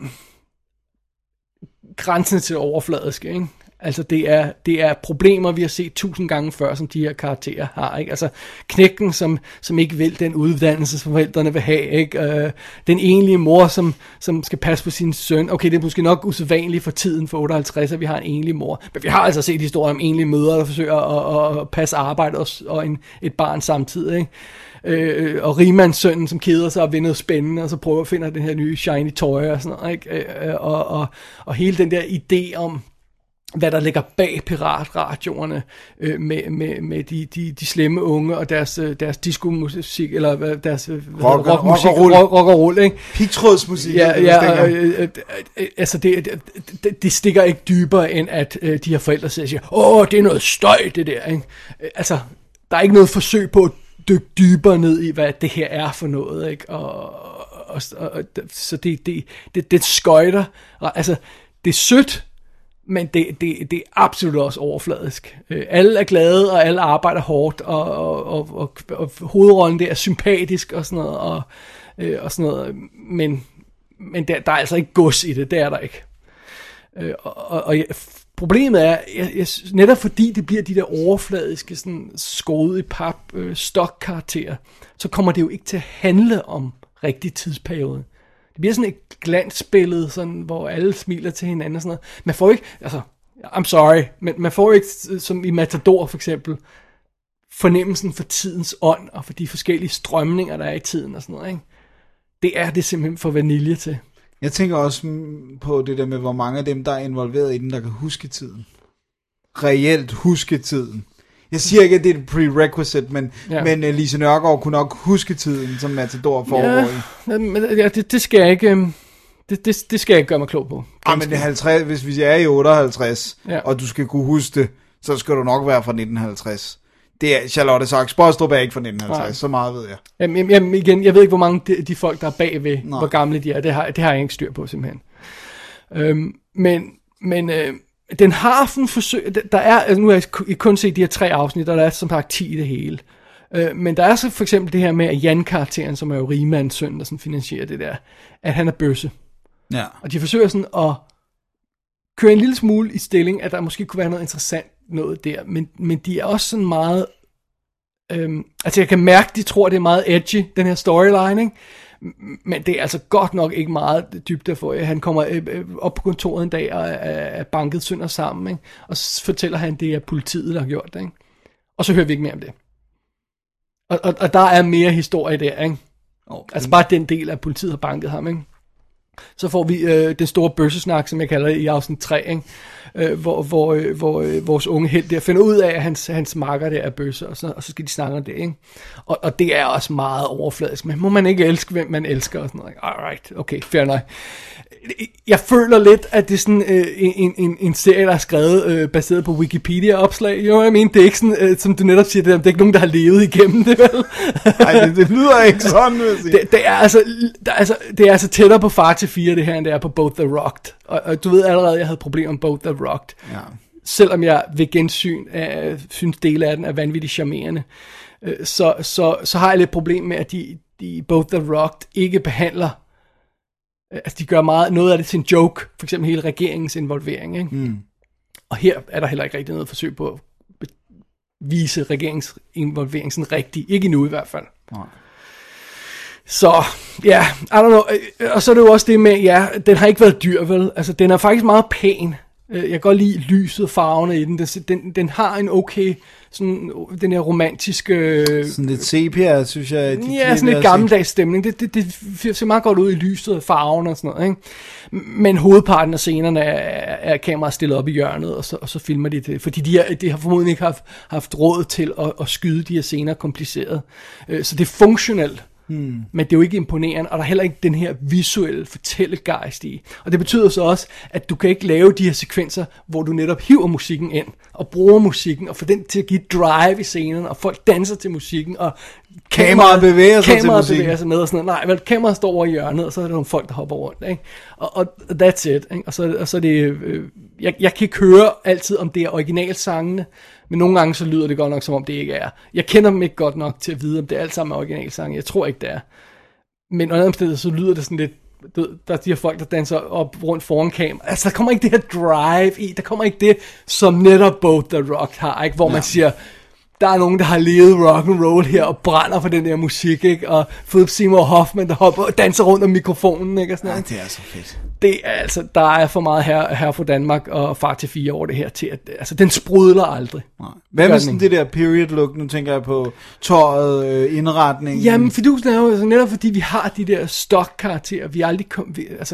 grænsen til det overfladiske, ikke? Altså det er, det er problemer, vi har set tusind gange før, som de her karakterer har, ikke? Altså knækken, som, som ikke vil den uddannelse, som forældrene vil have, ikke? Øh, den enlige mor, som, som skal passe på sin søn. Okay, det er måske nok usædvanligt for tiden for otteoghalvtreds, at vi har en enlig mor. Men vi har altså set historier om enlige mødre, der forsøger at, at passe arbejde og, og en, et barn samtidig, ikke? Øh, og rigmandssønnen, som keder sig og vinder spændende, og så prøver at finde den her nye shiny tøj og sådan noget, ikke? Øh, og, og, og hele den der idé om hvad der ligger bag piratradioerne, øh, med, med, med de, de, de slemme unge og deres, deres disco-musik, eller hvad, deres rock, rockmusik, rock og roll, rock, rock og roll, ikke? Pigtrådsmusik. Ja, ja, og, øh, øh, øh, altså det, det, det stikker ikke dybere, end at øh, de her forældre sidder og siger, åh, det er noget støj, det der, ikke? Altså, der er ikke noget forsøg på at dykke dybere ned i, hvad det her er for noget, ikke? Og, og, og, og så det, det, det, det skøjter, altså, det er sødt, men det, det, det er absolut også overfladisk. Øh, alle er glade, og alle arbejder hårdt, og, og, og, og, og hovedrollen der er sympatisk, og sådan noget, og, øh, og sådan noget, men, men der, der er altså ikke gods i det, det er der ikke. Øh, og, og, og problemet er, jeg, jeg, netop fordi det bliver de der overfladiske, sådan skåret i pap, øh, stokkarakterer, så kommer det jo ikke til at handle om rigtig tidsperiode. Det bliver sådan et glansbillede, sådan, hvor alle smiler til hinanden og sådan noget. Man får ikke, altså, I'm sorry, men man får ikke, som i Matador for eksempel, fornemmelsen for tidens ånd, og for de forskellige strømninger, der er i tiden og sådan noget, ikke? Det er det simpelthen for vanilje til. Jeg tænker også på det der med, hvor mange af dem, der er involveret i den, der kan huske tiden. Reelt huske tiden. Jeg siger ikke, at det er et prerequisite, men, ja. men uh, Lise Nørgaard kunne nok huske tiden, som Matador foregår i. Ja, men, ja det, det skal jeg ikke... Det, det, det skal jeg ikke gøre mig klog på. Ah, men det er halvtreds, hvis vi er i otteoghalvtreds, ja. og du skal kunne huske det, så skal du nok være fra nitten halvtreds. Det er Charlotte Sachs Bostrup er ikke fra nitten halvtreds, nej. Så meget ved jeg. Jamen, jamen igen, jeg ved ikke, hvor mange de, de folk, der er bagved, nej. Hvor gamle de er. Det har, det har jeg ikke styr på, simpelthen. Øhm, men men øh, den har en forsøg... Der er, altså nu har jeg kun set de her tre afsnit, og der er som sagt ti i det hele. Øh, men der er så for eksempel det her med, at Jan-karakteren, som er jo rigmandens søn, der sådan finansierer det der, at han er bøsse. Ja. Og de forsøger sådan at køre en lille smule i stilling, at der måske kunne være noget interessant noget der, men, men de er også sådan meget, øhm, altså jeg kan mærke, de tror, det er meget edgy, den her storyline, ikke? Men det er altså godt nok ikke meget dybt derfor. Han kommer øh, op på kontoret en dag og er banket sønder sammen, ikke? Og så fortæller han, det er politiet, der har gjort det, ikke? Og så hører vi ikke mere om det. Og, og, og der er mere historie der, ikke? Okay. Altså bare den del af politiet har banket ham, ikke? Så får vi øh, den store bøssesnak, som jeg kalder det, i afsnit tre, ikke? Øh, hvor, hvor, øh, hvor øh, vores unge helt der finder ud af, at hans, hans makker der er bøsse, og så, og så skal de snakke om det, ikke? Og, og det er også meget overfladisk, men må man ikke elske, hvem man elsker, og sådan noget. Alright, okay, fair nok. Jeg føler lidt, at det er sådan øh, en, en, en serie, der er skrevet øh, baseret på Wikipedia-opslag. Jo, jeg mener, det er ikke sådan, øh, som du netop siger, det er, det er ikke nogen, der har levet igennem det, vel? Nej, det, det lyder ikke sådan, vil jeg sige. Det, det, er altså, der, altså, det er altså tættere på Far til fire, det her, end det er på Both the Rocked. Og, og du ved allerede, jeg havde problemer med Both the Rocked. Ja. Selvom jeg ved gensyn øh, synes, dele af den er vanvittigt charmerende. Øh, så, så, så har jeg lidt problem med, at de, de Both the Rocked ikke behandler. Altså, de gør meget, noget af det til en joke. For eksempel hele regeringens involvering, ikke? Mm. Og her er der heller ikke rigtig noget forsøg på at vise regeringens involvering sådan rigtig. Ikke endnu i hvert fald. Nej. Så, ja, yeah, I don't know. Og så er det jo også det med, ja, den har ikke været dyr, vel? Altså, den er faktisk meget pæn. Jeg kan godt lide lyset og farverne i den. Den, den har en okay, sådan, den her romantiske... Sådan lidt sepia, synes jeg. De ja, sådan lidt gammeldags stemning. Det, det, det ser meget godt ud i lyset og farverne og sådan noget, ikke? Men hovedparten af scenerne er, er kameraet stillet op i hjørnet, og så, og så filmer de det. Fordi de har, de har formodentlig ikke haft, haft råd til at, at skyde de her scener kompliceret. Så det er funktionelt. Hmm. Men det er jo ikke imponerende, og der er heller ikke den her visuelle fortællegejst i. Og det betyder så også, at du kan ikke lave de her sekvenser, hvor du netop hiver musikken ind, og bruger musikken, og får den til at give drive i scenen, og folk danser til musikken, og kameraet bevæger sig kameraet til bevæger sig med, og sådan noget. Nej, vel, kameraet står over i hjørnet, og så er der nogle folk, der hopper rundt, ikke? Og, og that's it, ikke? Og så, og så er det, øh, jeg, jeg kan ikke høre altid, om det er originalsangene, men nogle gange så lyder det godt nok, som om det ikke er. Jeg kender dem ikke godt nok til at vide, om det er alt sammen originalsange. Jeg tror ikke, det er. Men under andre så lyder det sådan lidt, der er de her folk, der danser op rundt foran kamera. Altså, der kommer ikke det her drive i. Der kommer ikke det, som netop Both the Rock har, ikke? Hvor ja. Man siger, der er nogen, der har levet rock and roll her, og brænder for den der musik, ikke? Og Philip Seymour Hoffman, der hopper og danser rundt om mikrofonen, ikke? Og sådan noget. Ja, det er så fedt. Det er altså, der er for meget her, her for Danmark og Far til fire over det her til, at altså, den sprudler aldrig. Nej. Hvad med sådan det der period look? Nu tænker jeg på tøjet, øh, indretningen. Jamen, fidusen er jo altså, netop fordi vi har de der stock-karakterer, vi aldrig kom, vi, altså,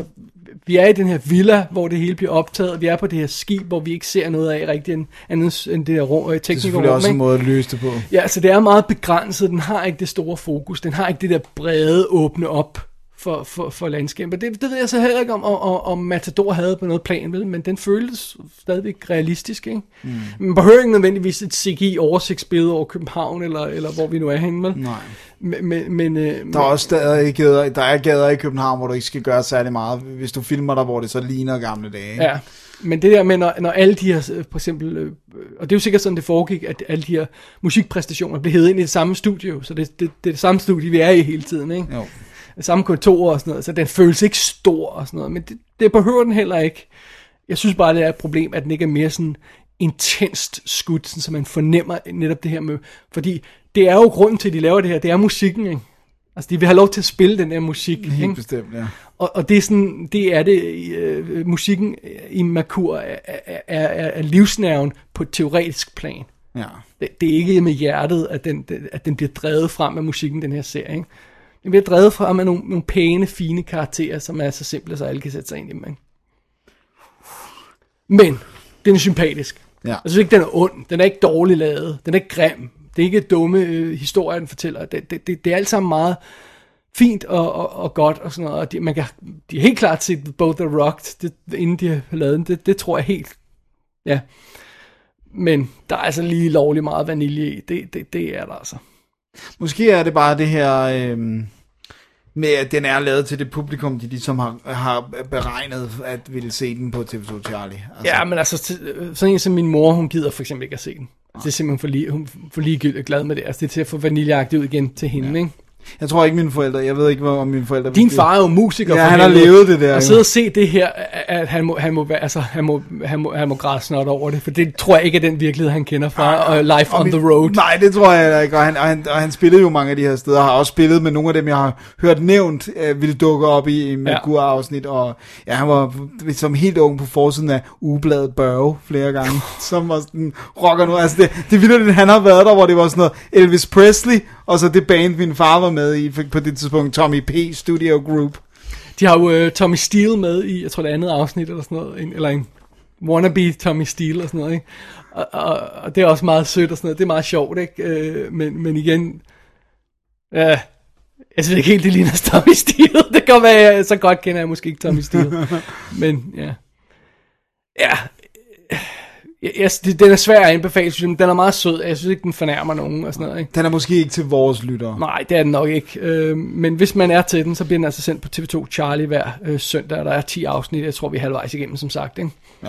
vi er i den her villa, hvor det hele bliver optaget, vi er på det her skib, hvor vi ikke ser noget af rigtig end, andet end det her rum, teknikerrum. Det er selvfølgelig også en måde at løse det på. Ja, så det er meget begrænset, den har ikke det store fokus, den har ikke det der brede åbne op for, for, for landskabet. Det, det ved jeg så heller ikke, om, om, om Matador havde på noget plan, vel? Men den føltes stadigvæk realistisk, ikke? Mm. Man behøver ikke nødvendigvis et C G I-oversigtsbillede over København, eller, eller hvor vi nu er henne, vel? Nej. Men, men, men, øh, der er også stadig gader, der er gader i København, hvor du ikke skal gøre særlig meget, hvis du filmer der, hvor det så ligner gamle dage. Ikke? Ja, men det der med, når, når alle de her, for eksempel, øh, og det er jo sikkert sådan, det foregik, at alle de her musikpræstationer blev hævet ind i det samme studie, så det, det, det er det samme studie, vi er i hele tiden, ikke? Jo. Samme kontor og sådan noget, så den føles ikke stor og sådan noget, men det, det behøver den heller ikke. Jeg synes bare, det er et problem, at den ikke er mere sådan intenst skudt, sådan, så man fornemmer netop det her med, fordi det er jo grunden til, at de laver det her, det er musikken, ikke? Altså, de vil have lov til at spille den der musik, helt ikke? Bestemt, ja. Og, og det er sådan, det er det, øh, musikken i Mercur er, er, er, er livsnerven på et teoretisk plan. Ja. Det, det er ikke med hjertet, at den, at den bliver drevet frem af musikken, den her serie, ikke? Den bliver drevet frem af nogle, nogle pæne, fine karakterer, som er så simple, så alle kan sætte sig ind i dem. Men, den er sympatisk. Ja. Jeg synes ikke, den er ond. Den er ikke dårligt lavet. Den er ikke grim. Det er ikke dumme øh, historier, den fortæller. Det, det, det, det er alt sammen meget fint og, og, og godt og sådan noget. Og de, man kan, de er helt klart set Both the Rocked, det, inden de har lavet den. Det, det tror jeg helt. Ja. Men der er altså lige lovligt meget vanilje i. Det, det, det er der altså. Måske er det bare det her øh, med, at den er lavet til det publikum, de ligesom har, har beregnet, at ville se den på T V to Charlie. Altså. Ja, men altså, sådan en som min mor, hun gider for eksempel ikke at se den. Det er simpelthen for, lige, hun for ligegyldigt glad med det. Altså, det er til at få vaniljeagtigt ud igen til hende, ja. Ikke? Jeg tror ikke mine forældre, jeg ved ikke, om mine forældre... Din far er jo musiker. Ja, han har levet det der. Og sidde og se det her, at han må, han må, altså, han må, han må, han må græde snot over det, for det tror jeg ikke er den virkelighed, han kender fra uh, Life on min, the Road. Nej, det tror jeg ikke, og han, og, han, og han spillede jo mange af de her steder, har også spillet med nogle af dem, jeg har hørt nævnt, øh, ville dukke op i, i Mercur-afsnit, og ja, han var som helt ung på forsiden af ugebladet Børge flere gange, som var sådan rocker nu. Altså det, det vildt, han har været der, hvor det var sådan noget Elvis Presley, og så det band, min far var med i på det tidspunkt, Tommy P. Studio Group. De har jo uh, Tommy Steele med i, jeg tror det andet afsnit, eller sådan noget, en, eller en wannabe Tommy Steele, og sådan noget, ikke? Og, og, og det er også meget sødt, og sådan noget, det er meget sjovt, ikke? Uh, men, men igen, uh, jeg synes ikke helt, det ligner Tommy Steele. Det kan være, så godt kender jeg måske ikke Tommy Steele. Men, ja. Ja, yes, den er svær at anbefale, synes den er meget sød, jeg synes ikke, den fornærmer nogen og sådan noget, ikke? Den er måske ikke til vores lyttere. Nej, det er den nok ikke, øh, men hvis man er til den, så bliver den altså sendt på T V to Charlie hver øh, søndag, og der er ti afsnit, jeg tror vi er halvvejs igennem, som sagt, ikke? Ja.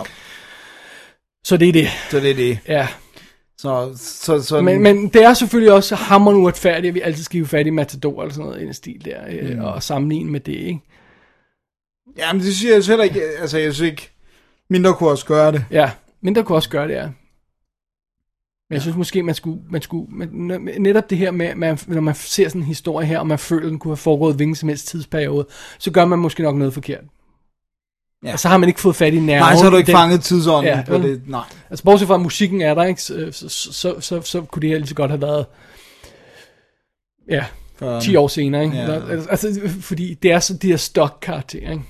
Så det er det. Så det er det. Ja. Så, så, så men, men det er selvfølgelig også hammerende uretfærdigt, at vi altid skal give fat i Matador, eller sådan noget, i en stil der, øh, mm. og sammenligne med det, ikke? Jamen, det synes jeg heller ikke, altså jeg synes ikke, mindre kunne også gøre det. Ja. Men der kunne også gøre det, ja. Men jeg synes måske, man skulle, man skulle man, netop det her med, man, når man ser sådan en historie her, og man føler, den kunne have foregået hvilken som helst tidsperiode, så gør man måske nok noget forkert. Ja. Og så har man ikke fået fat i nerven. Nej, så har du ikke den, fanget tidsånden ja, på det. Nej. Altså, bortset fra, at musikken er der, ikke? Så, så, så, så, så kunne det her lige så godt have været, ja, For, ti år senere, ikke? Ja. Altså, fordi det er så de her stock-karakterer, ikke?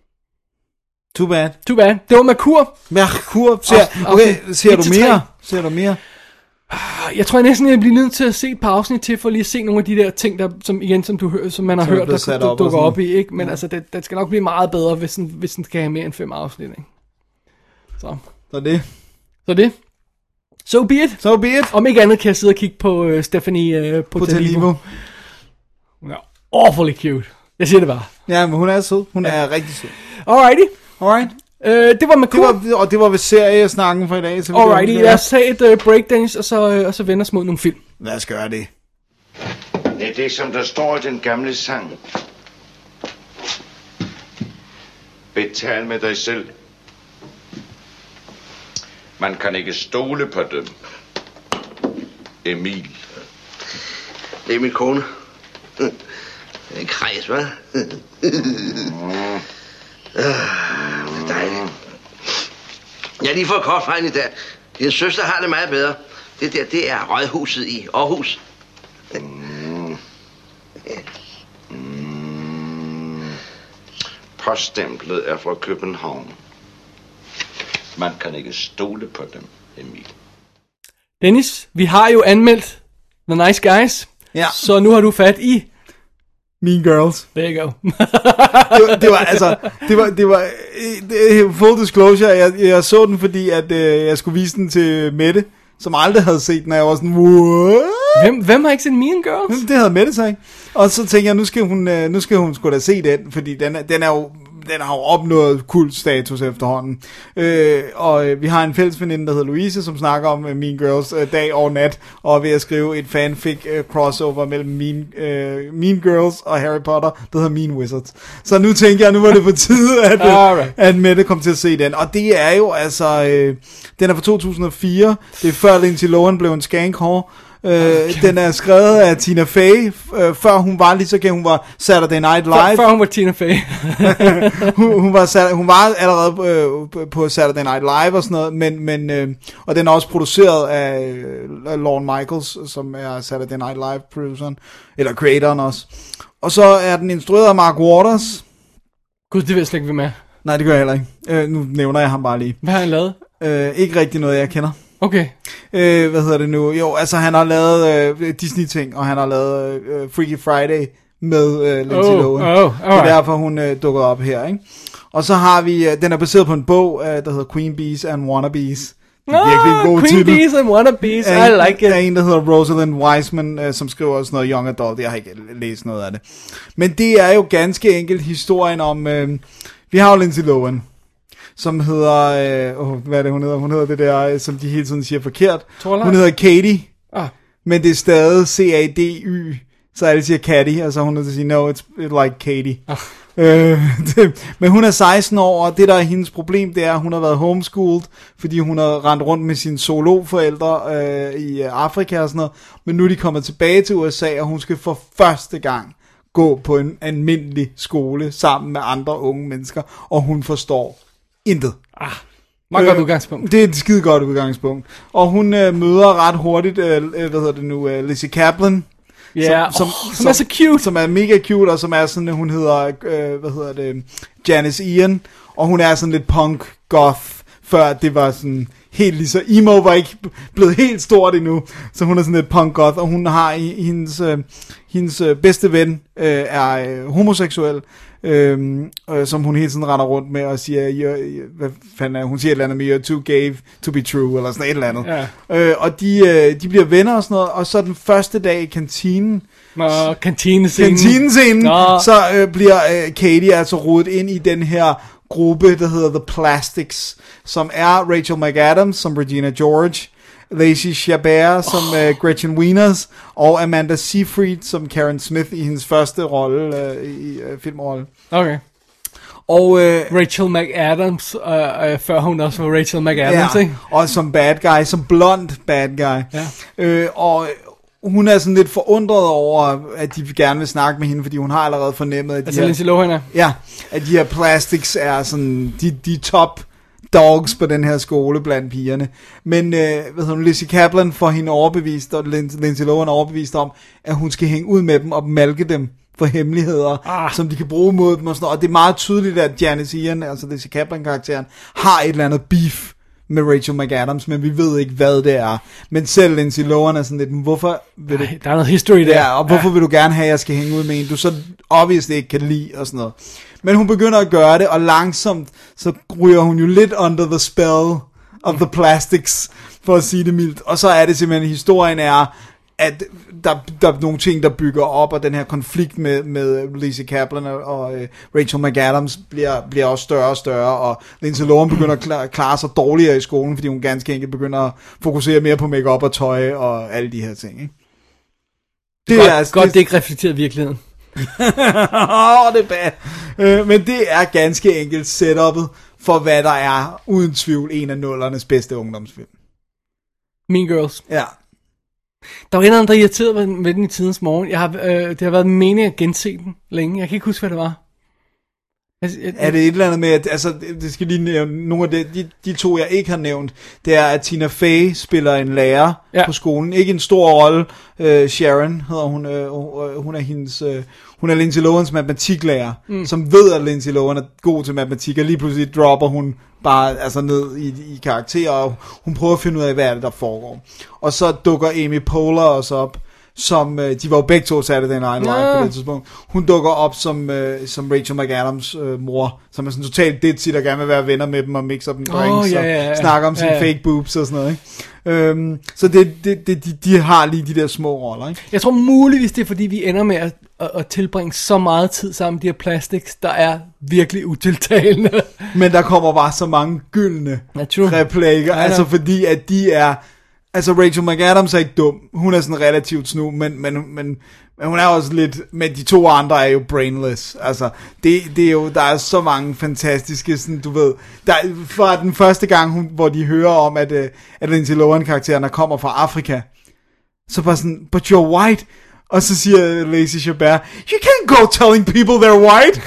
Too bad. Too bad. Det var Mercur. Mercur. Ser, okay, okay, ser du mere? Ser du mere? Jeg tror jeg næsten, jeg bliver nødt til at se et par afsnit til, for lige at se nogle af de der ting, der, som igen, som, du, som man har så hørt, der, der dukker op i, ikke? Men ja. Altså, det, det skal nok blive meget bedre, hvis den, hvis den skal have mere end fem afsnit, ikke? Så. Så det. Så det. So be it. So be it. Om ikke andet kan jeg sidde og kigge på uh, Stephanie uh, Potalivo. Hun er awfully cute. Jeg siger det bare. Ja, men hun er sød. Hun ja. er rigtig sød. Alrighty. Alright. Uh, det var med det var, og det var ved seriesnakken for i dag. Så alrighty, lad os tage et uh, break, Dennis, og så, uh, og så vende os mod nogle film. Lad os gøre det. Det er det, som der står i den gamle sang. Betal med dig selv. Man kan ikke stole på dem. Emil. Det er min kone. Det er en krejs, hva'? Ah, det er dejligt. Jeg har lige fået kort fra hende i dag. Din søster har det meget bedre. Det der, det er Rådhuset i Aarhus. Mm. Mm. poststemplet er fra København. Man kan ikke stole på dem, Emil. Dennis, vi har jo anmeldt The Nice Guys, ja. Så nu har du fat i Mean Girls. There you go. det, var, det var altså, det var, det var det, full disclosure, jeg, jeg så den, fordi at øh, jeg skulle vise den til Mette, som aldrig havde set den, og jeg var sådan, what? Hvem, hvem har ikke set Mean Girls? Det havde Mette sig ikke. Og så tænkte jeg, nu skal hun, øh, nu skal hun sgu da se den, fordi den er, den er jo, den har jo opnået kult status efterhånden. Øh, og øh, vi har en fælles veninde, der hedder Louise, som snakker om øh, Mean Girls øh, dag og nat, og er ved at skrive et fanfic øh, crossover mellem Mean, øh, Mean Girls og Harry Potter, der hedder Mean Wizards. Så nu tænker jeg, nu var det på tide, at, øh, at Mette kom til at se den. Og det er jo altså, øh, den er fra to tusind og fire, det er før Lindsay Lohan blev en skankhår. Øh, den er skrevet af Tina Fey, øh, før hun var lige så kendt, hun var Saturday Night Live. Før, før hun var Tina Fey. hun, hun, var, hun var allerede øh, på Saturday Night Live og sådan noget, men, men, øh, og den er også produceret af øh, Lorne Michaels, som er Saturday Night Live produceren, eller creatoren også. Og så er den instrueret af Mark Waters. Gud, det ved jeg slet ikke, hvem er. Nej, det gør jeg heller ikke. Øh, nu nævner jeg ham bare lige. Hvad har han lavet? Øh, ikke rigtig noget, jeg kender. Okay. Øh, hvad hedder det nu? Jo, altså han har lavet øh, Disney-ting, og han har lavet øh, Freaky Friday med øh, Lindsay oh, Lohan. Oh, det er derfor, hun øh, dukker op her, ikke? Og så har vi, øh, den er baseret på en bog, øh, der hedder Queen Bees and Wannabes. Det er virkelig en god Queen titel. Bees and Wannabes, I like it. Der er en, der hedder Rosalind Wiseman, øh, som skriver sådan noget young adult. Jeg har ikke læst noget af det. Men det er jo ganske enkelt historien om, øh, vi har jo Lindsay Lohan, som hedder, øh, oh, hvad er det hun hedder? Hun hedder det der, som de hele tiden siger forkert. Torleif? Hun hedder Katie, ah. men det er stadig C A D Y, så alle siger Katie, altså hun er til at sige, no, it's like Katie. Ah. Øh, det, men hun er seksten år, og det der er hendes problem, det er, at hun har været homeschooled, fordi hun har rendt rundt med sine zoologforældre øh, i Afrika og sådan noget, men nu er de kommet tilbage til U S A, og hun skal for første gang gå på en almindelig skole sammen med andre unge mennesker, og hun forstår intet. Ah, meget godt udgangspunkt. Det er et skide godt udgangspunkt. Og hun øh, møder ret hurtigt, øh, hvad hedder det nu, øh, Lizzie Kaplan. Yeah. Som, som, oh, som, som er så cute. Som er mega cute, og som er sådan, hun hedder, øh, hvad hedder det, Janice Ian. Og hun er sådan lidt punk-goth, før det var sådan helt lige så, emo var ikke blevet helt stort endnu. Så hun er sådan lidt punk-goth, og hun har i, hendes, øh, hendes bedste ven øh, er øh, homoseksuel. Øhm, øh, som hun hele tiden render rundt med og siger, hvad fanden er, hun siger et eller andet med, you're too gay to be true, eller sådan et eller andet. Ja. Øh, og de, øh, de bliver venner og sådan noget, og så den første dag i kantinen, Nå, kantinescenen, kantinescenen så øh, bliver øh, Katie altså rodet ind i den her gruppe, der hedder The Plastics, som er Rachel McAdams som Regina George, Lacey Chabert som oh. uh, Gretchen Wieners, og Amanda Seyfried som Karen Smith i hendes første rolle uh, i uh, filmrolle. Okay. Og uh, Rachel McAdams, uh, uh, før hun også var Rachel McAdams, ja, ikke? og som bad guy, som blond bad guy. Ja. Uh, og hun er sådan lidt forundret over, at de gerne vil snakke med hende, fordi hun har allerede fornemmet, at de altså her, Lindsay Lohan er. Ja, at de her plastics er sådan de, de top dogs på den her skole blandt pigerne. Men øh, hvad hedder hun, Lizzie Kaplan får hende overbevist, og Lindsay Lohan overbevist om, at hun skal hænge ud med dem og malke dem for hemmeligheder, ah. som de kan bruge mod dem og sådan noget. Og det er meget tydeligt, at Janice Ian, altså Lizzie Kaplan-karakteren, har et eller andet beef med Rachel McAdams, men vi ved ikke, hvad det er. Men selv Lindsay Lohan er sådan lidt, hvorfor vil du... Ej, der er noget history der. Ja, og hvorfor ja. vil du gerne have, at jeg skal hænge ud med en, du så obviously ikke kan lide, og sådan noget. Men hun begynder at gøre det, og langsomt, så ryger hun jo lidt under the spell of the plastics, for at sige det mildt. Og så er det simpelthen, historien er, at der, der er nogle ting, der bygger op, og den her konflikt med, med Lizzie Kaplan og, og uh, Rachel McAdams bliver, bliver også større og større, og Lindsay Lohan begynder at klare, klare sig dårligere i skolen, fordi hun ganske enkelt begynder at fokusere mere på make-up og tøj og alle de her ting, ikke? Det, det er godt, godt det, det ikke reflekteret virkeligheden. Åh, det er bad. Øh, men det er ganske enkelt setupet for, hvad der er, uden tvivl, en af nullernes bedste ungdomsfilm. Mean Girls. Ja. Der var en eller anden, der irriterede med den i tidens morgen. Jeg har, øh, det har været meningen at gense den længe. Jeg kan ikke huske, hvad det var. Altså, jeg, er det et eller andet med, at altså, det skal lige nævne, nogle af de, de, de to, jeg ikke har nævnt, det er, at Tina Fey spiller en lærer ja. på skolen. Ikke en stor rolle. Uh, Sharon hedder hun. Uh, hun er hendes... Uh, hun er Lindsay Lohans matematiklærer, mm. som ved, at Lindsay Lohan er god til matematik, og lige pludselig dropper hun bare altså ned i, i karakter, og hun prøver at finde ud af, hvad er det, der foregår. Og så dukker Amy Poehler også op, som, øh, de var jo begge to Saturday Night Live ja. på det tidspunkt. Hun dukker op som, øh, som Rachel McAdams øh, mor, som er sådan totalt ditzy, der gerne vil være venner med dem og mixe op en drinks, oh, ja, ja, ja. og snakke om sine ja, ja. fake boobs og sådan noget, ikke? Øhm, så det, det, det, de, de har lige de der små roller, ikke? Jeg tror muligvis det er fordi vi ender med at, at, at tilbringe så meget tid sammen de her plastics, der er virkelig utiltalende. Men der kommer bare så mange gyldne replikker, ja, altså fordi at de er, altså Rachel McAdams er ikke dum, hun er sådan relativt snu, men, men, men, men hun er også lidt, men de to andre er jo brainless, altså det, det er jo, der er så mange fantastiske, sådan du ved, der, fra den første gang, hun, hvor de hører om, at, at Lindsay Lohan-karaktererne kommer fra Afrika, så bare sådan, but you're white. Og så siger Lacey Chabert, you can't go telling people they're white.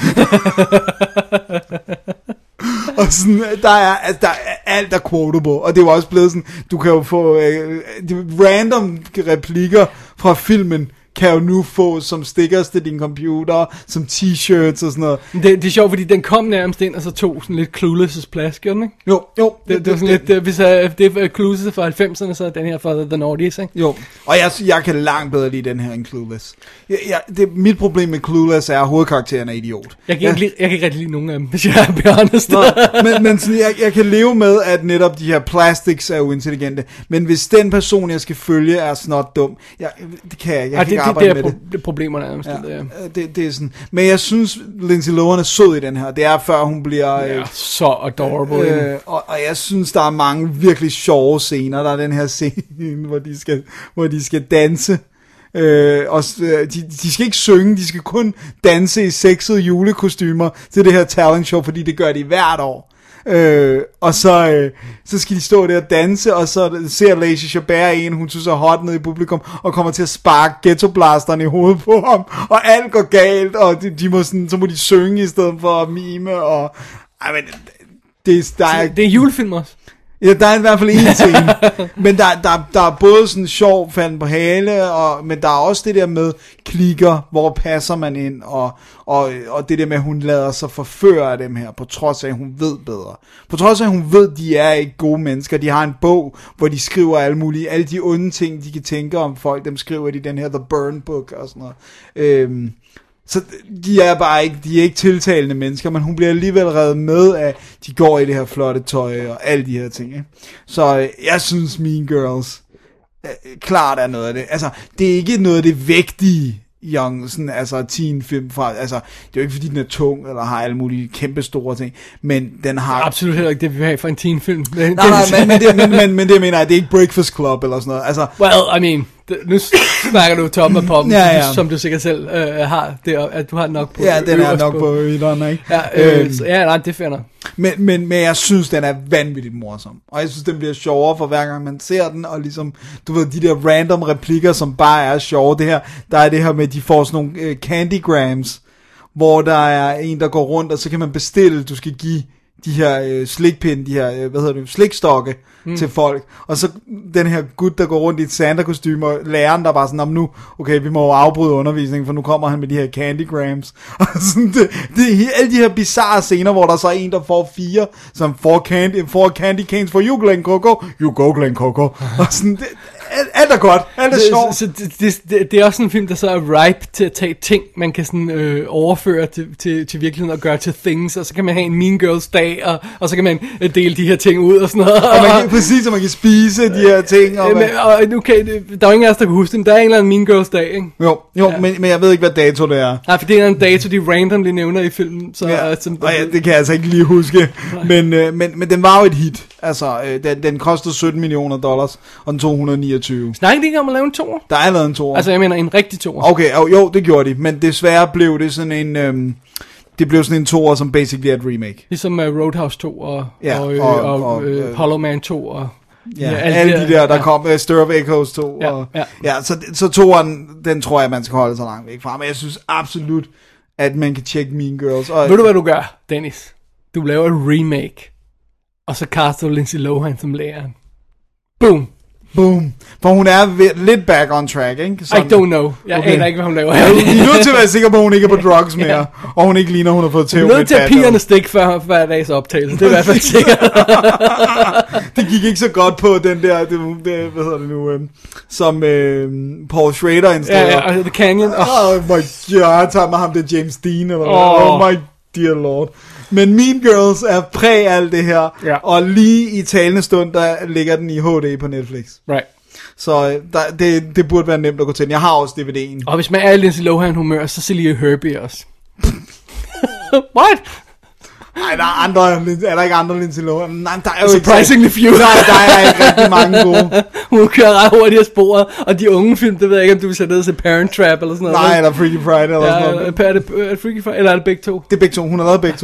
Og sådan, der er, altså, der er alt er quotable. Og det er jo også blevet sådan, du kan jo få øh, random replikker fra filmen, kan jo nu få som stickers til din computer, som t-shirts og sådan noget. Det, det er sjovt, fordi den kom nærmest ind, og så tog sådan lidt Clueless' plads, gjorde den, ikke? Jo, jo. Det, det, det er sådan det, lidt, hvis jeg, det er Clueless fra halvfemserne, så er den her fra The Naughties, ikke? Jo, og jeg, jeg kan langt bedre lide den her end Clueless. Jeg, jeg, det, mit problem med Clueless er, at hovedkarakteren er idiot. Jeg kan, jeg, ikke, jeg kan ikke rigtig lide nogen af dem, hvis jeg er bjørnest. men men sådan, jeg, jeg kan leve med, at netop de her plastics er uintelligente, men hvis den person, jeg skal følge, er snot dum, jeg, det kan jeg, jeg kan det, ikke det, arbejde det med pro- det. det er problemerne er måske, ja, ja. det, det er sådan. Men jeg synes, Lindsay Lohan er sød i den her. Det er før hun bliver... Ja, øh, så adorable. Øh, og, og jeg synes, der er mange virkelig sjove scener. Der er den her scene, hvor de skal, hvor de skal danse. Øh, og de, de skal ikke synge, de skal kun danse i sexede julekostymer til det her talent show, fordi det gør de hvert år. Øh, og så, øh, så skal de stå der og danse, og så ser Lacey Chabert en, hun synes er hot nede i publikum, og kommer til at sparke ghettoblasteren i hovedet på ham, og alt går galt, og de, de må sådan, så må de synge i stedet for at mime, og ej, men, det, der er, det er julefilm også. Ja, der er i hvert fald en scene, men der, der, der er både sådan sjov fanden på hale, og, men der er også det der med klikker, hvor passer man ind, og, og, og det der med, at hun lader sig forføre af dem her, på trods af, at hun ved bedre. På trods af, at hun ved, at de er ikke gode mennesker. De har en bog, hvor de skriver alle mulige, alle de onde ting, de kan tænke om folk, dem skriver de i den her The Burn Book og sådan noget. Øhm, Så de er bare ikke, de er ikke tiltalende mennesker, men hun bliver alligevel reddet med, at de går i det her flotte tøj og alle de her ting. Ikke? Så øh, jeg synes Mean Girls øh, klart er noget af det. Altså, det er ikke noget af det vægtige young, sådan, altså teen film fra, altså, det er jo ikke fordi den er tung, eller har alle mulige kæmpe store ting, men den har... Absolut heller ikke det, vi vil have for en teen film. Nej, nej, men, men, det, men, men, men det mener jeg, det er ikke Breakfast Club, eller sådan noget, altså... Well, I mean... Nu snakker du tom af poppen, ja, ja. som du sikkert selv øh, har, det, at du har nok på. Ja, den er nok på øjnerne, ikke? Ja, øh, øhm, så, ja, nej, det finder. Men, men, men jeg synes, den er vanvittigt morsom. Og jeg synes, den bliver sjovere for hver gang man ser den, og ligesom, du ved, de der random replikker, som bare er sjove. Det her, der er det her med, at de får sådan nogle øh, candygrams, hvor der er en, der går rundt, og så kan man bestille, du skal give de her øh, slikpinde, de her, øh, hvad hedder det, slikstokke mm. til folk. Og så den her gut, der går rundt i et Santa-kostyme, og læreren, der bare sådan, om nu, okay, vi må jo afbryde undervisningen, for nu kommer han med de her candygrams. Og sådan, det, det, alle de her bizarre scener, hvor der så er en, der får fire, som får candy, får candy canes for you, Glenn Coco. You go, Glenn Coco. Og sådan, det, alt er godt, alt er sjovt. Så, så det, det, det er også sådan en film, der så er ripe til at tage ting, man kan sådan øh, overføre til, til, til virkeligheden og gøre til things, og så kan man have en Mean Girls dag, og, og så kan man øh, dele de her ting ud og sådan noget. Og man kan, præcis, så man kan spise de her ting. Og, øh, men, og okay, der er jo ingen af os, der kan huske dem. Der er en eller anden Mean Girls dag, ikke? Jo, jo ja. men, men jeg ved ikke, hvad dato det er. Nej, for det er en dato, de randomly nævner i filmen. Så, ja. øh, som, og ja, det kan jeg altså ikke lige huske. Men, øh, men, men den var jo et hit. Altså, øh, den, den kostede sytten millioner dollars, og den to hundrede niogtyve. Snakker de ikke om at lave en toer? Der er lavet en toer. Altså, jeg mener en rigtig toer. Okay, jo, det gjorde de, men desværre blev det sådan en... Øhm, det blev sådan en toer, som basically er et remake. Ligesom uh, Roadhouse to og, ja, og, øh, og, og, og øh, uh, Hollow Man to og... Ja, ja alle de der, der ja. kom, uh, Stir of Echoes to. Ja, og, ja. ja så, så toeren, den tror jeg, man skal holde sig langt væk fra. Men jeg synes absolut, at man kan tjekke Mean Girls. Og ved du, hvad du gør, Dennis? Du laver et remake, og så caster du Lindsay Lohan som læreren. Boom. Boom. For hun er ved, lidt back on track, ikke? Sådan. I don't know. Jeg okay. aner ikke, hvad hun laver. Ja, vi er nødt til at være sikre på, at hun ikke er på drugs mere, ja. Og hun ikke ligner, hun har fået tæv med et nødt til at pigerne stik før hver dags optagelse. Det er i hvert fald sikkert. Det gik ikke så godt på den der, det, det, hvad hedder det nu, um, som øh, Paul Schrader instruerede. Ja, ja, The Canyon. Oh, oh my god, jeg tager med ham, det er James Dean, eller oh. oh my dear lord. Men Mean Girls er præg af alt det her, ja. Og lige i talende stund, der ligger den i H D på Netflix. Right. Så der, det, det burde være nemt at gå til den. Jeg har også D V D'en. Og hvis man er i Lindsay Lohan humør, så se lige Herbie også. What? Nej, der er andre, er der ikke andre Lindsay Lohan? Nej, der er jo surprisingly ikke, few. Nej, der er ikke rigtig mange gode. Hun kører ret hurtigt af sporet, og de unge film, det ved jeg ikke, om du vil sætte ned til Parent Trap eller sådan noget. Nej, eller Freaky Friday eller ja, sådan noget. Er det, er det Freaky Friday, eller er det begge to? Det er begge to, hun har lavet begge to.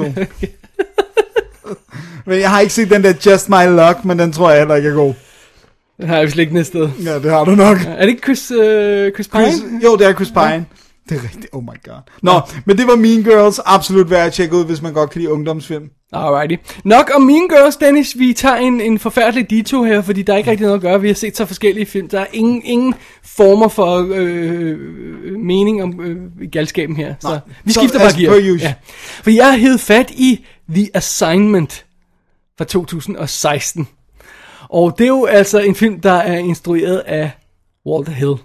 Men jeg har ikke set den der Just My Luck, men den tror jeg heller ikke er god. Den har jeg vist liggende et sted. Ja, det har du nok. Ja, er det ikke Chris, uh, Chris Pine? Chris, jo, det er Chris Pine. Ja. Det er rigtigt, oh my god. Nå, ja. Men det var Mean Girls, absolut værd at tjekke ud, hvis man godt kan lide ungdomsfilm. Alrighty. Nok om Mean Girls, Dennis. Vi tager en, en forfærdelig detour her, fordi der er ikke rigtig noget at gøre. Vi har set så forskellige film. Der er ingen, ingen former for øh, mening om øh, galskaben her. Så nej, vi skifter bare gear. Ja. For jeg har hævet fat i The Assignment fra to tusind og seksten. Og det er jo altså en film, der er instrueret af Walter Hill,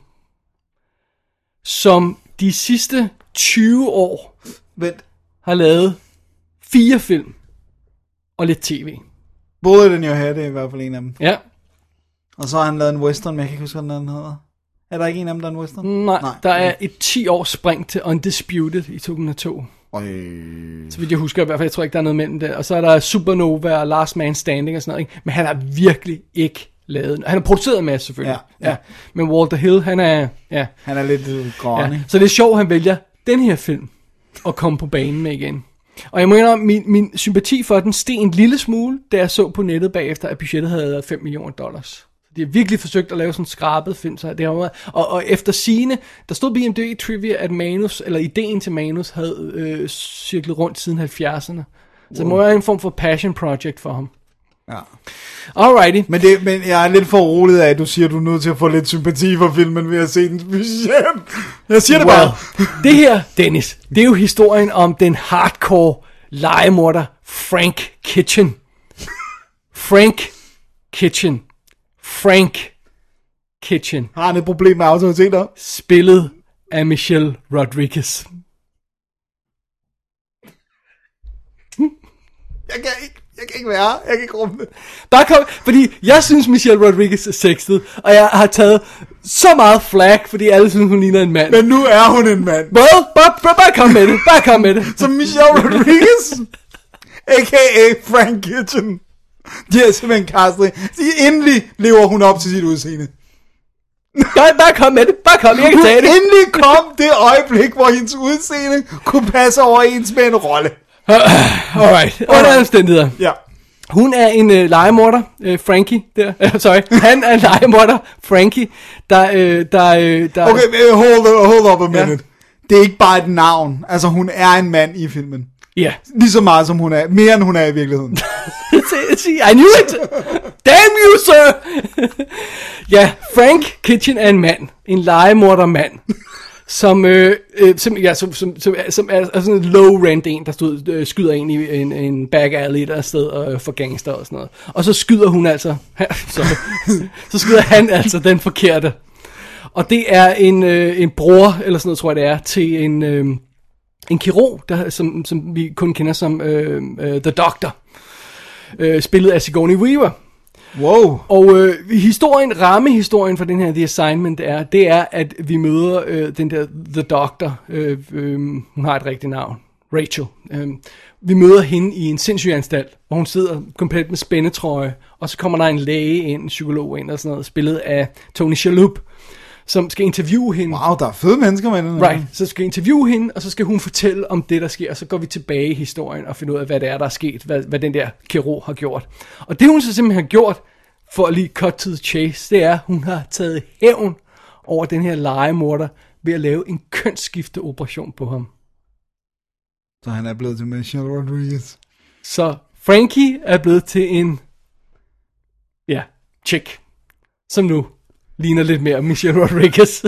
som de sidste tyve år Vent. har lavet fire film og lidt tv. Bullet in Your Head er i hvert fald en af dem. Ja. Og så har han lavet en western, men jeg kan ikke huske, hvad den anden hedder. Er der ikke en af dem, der er en western? Nej, Nej. Der er et ti års spring til Undisputed i to tusind og to. Øj. Så vidt jeg husker i hvert fald, jeg tror ikke, der er noget mellem det. Og så er der Supernova og Last Man Standing og sådan noget. Ikke? Men han har virkelig ikke lavet. Han har produceret en masse selvfølgelig. Ja, ja. Ja. Men Walter Hill, han er... Ja. Han er lidt øh, grøn, ja. Så det er sjovt, han vælger den her film og komme på banen med igen. Og jeg må indrømme, min, min sympati for den steg en lille smule, da jeg så på nettet bagefter, at budgettet havde været fem millioner dollars. De har virkelig forsøgt at lave sådan en skrabet film, så det har været, og, og efter sigende, der stod B M D trivia, at manus, eller ideen til manus, havde øh, cirklet rundt siden halvfjerdserne. Så det må være en form for passion project for ham. Ja. Alrighty. Men, det, men jeg er lidt for roligt af, at du siger, at du er nødt til at få lidt sympati for filmen ved at se den budget. Jeg siger det well, bare. Det her, Dennis, det er jo historien om den hardcore legemorder Frank Kitchen. Frank Kitchen. Frank Kitchen. Har han et problem med autoriteter? Spillet af Michelle Rodriguez. Jeg kan ikke, jeg kan ikke være, jeg kan ikke rumme det. Bare kom, fordi jeg synes Michelle Rodriguez er sexet, og jeg har taget så meget flag, fordi alle synes hun ligner en mand. Men nu er hun en mand. Well, bare, bare, bare kom med det, bare kom med det. Som Michelle Rodriguez, a k a. Frank Kitchen. De er simpelthen castet. Endelig lever hun op til sit udseende. Bare, bare kom med det, bare kom, jeg kan tage det. Endelig kom det øjeblik, hvor hendes udseende kunne passe overens med en rolle. Alright, under omstændigheder. Ja. Hun er en øh, legemorder, øh, Frankie, der, uh, sorry, han er en legemorder, Frankie, der, øh, der, øh, der... Okay, hold, hold up a minute. Ja. Det er ikke bare et navn, altså hun er en mand i filmen. Ja. Yeah. Lige så meget som hun er, mere end hun er i virkeligheden. I knew it! Damn you, sir! Ja, Frank Kitchen er en mand, en legemorder mand. Som, øh, øh, som, ja, som, som, som, som er, er sådan en low-rent en, der stod, øh, skyder ind i en, en back alley der sted og, øh, for gangster og sådan noget. Og så skyder hun altså, så, så skyder han altså den forkerte. Og det er en, øh, en bror, eller sådan noget tror jeg det er, til en, øh, en kirurg, der, som, som vi kun kender som øh, øh, The Doctor. Øh, spillet af Sigourney Weaver. Wow. Og øh, historien, rammehistorien for den her The Assignment er, det er, at vi møder øh, den der The Doctor, øh, øh, hun har et rigtigt navn, Rachel. Øh, vi møder hende i en sindssygeanstalt, hvor hun sidder komplet med spændetrøje, og så kommer der en læge ind, en psykolog ind og sådan noget, spillet af Tony Shalhoub, som skal interviewe hende. Wow, der er fede mennesker med den. Right, så skal interviewe hende, og så skal hun fortælle om det, der sker, og så går vi tilbage i historien og finder ud af, hvad det er, der er sket, hvad, hvad den der kirurg har gjort. Og det, hun så simpelthen har gjort, for at lige cut to the chase, det er, at hun har taget hævn over den her legemorder ved at lave en kønsskifteoperation på ham. Så han er blevet til Michelle Rodriguez. Så Frankie er blevet til en, ja, chick, som nu ligner lidt mere Michelle Rodriguez.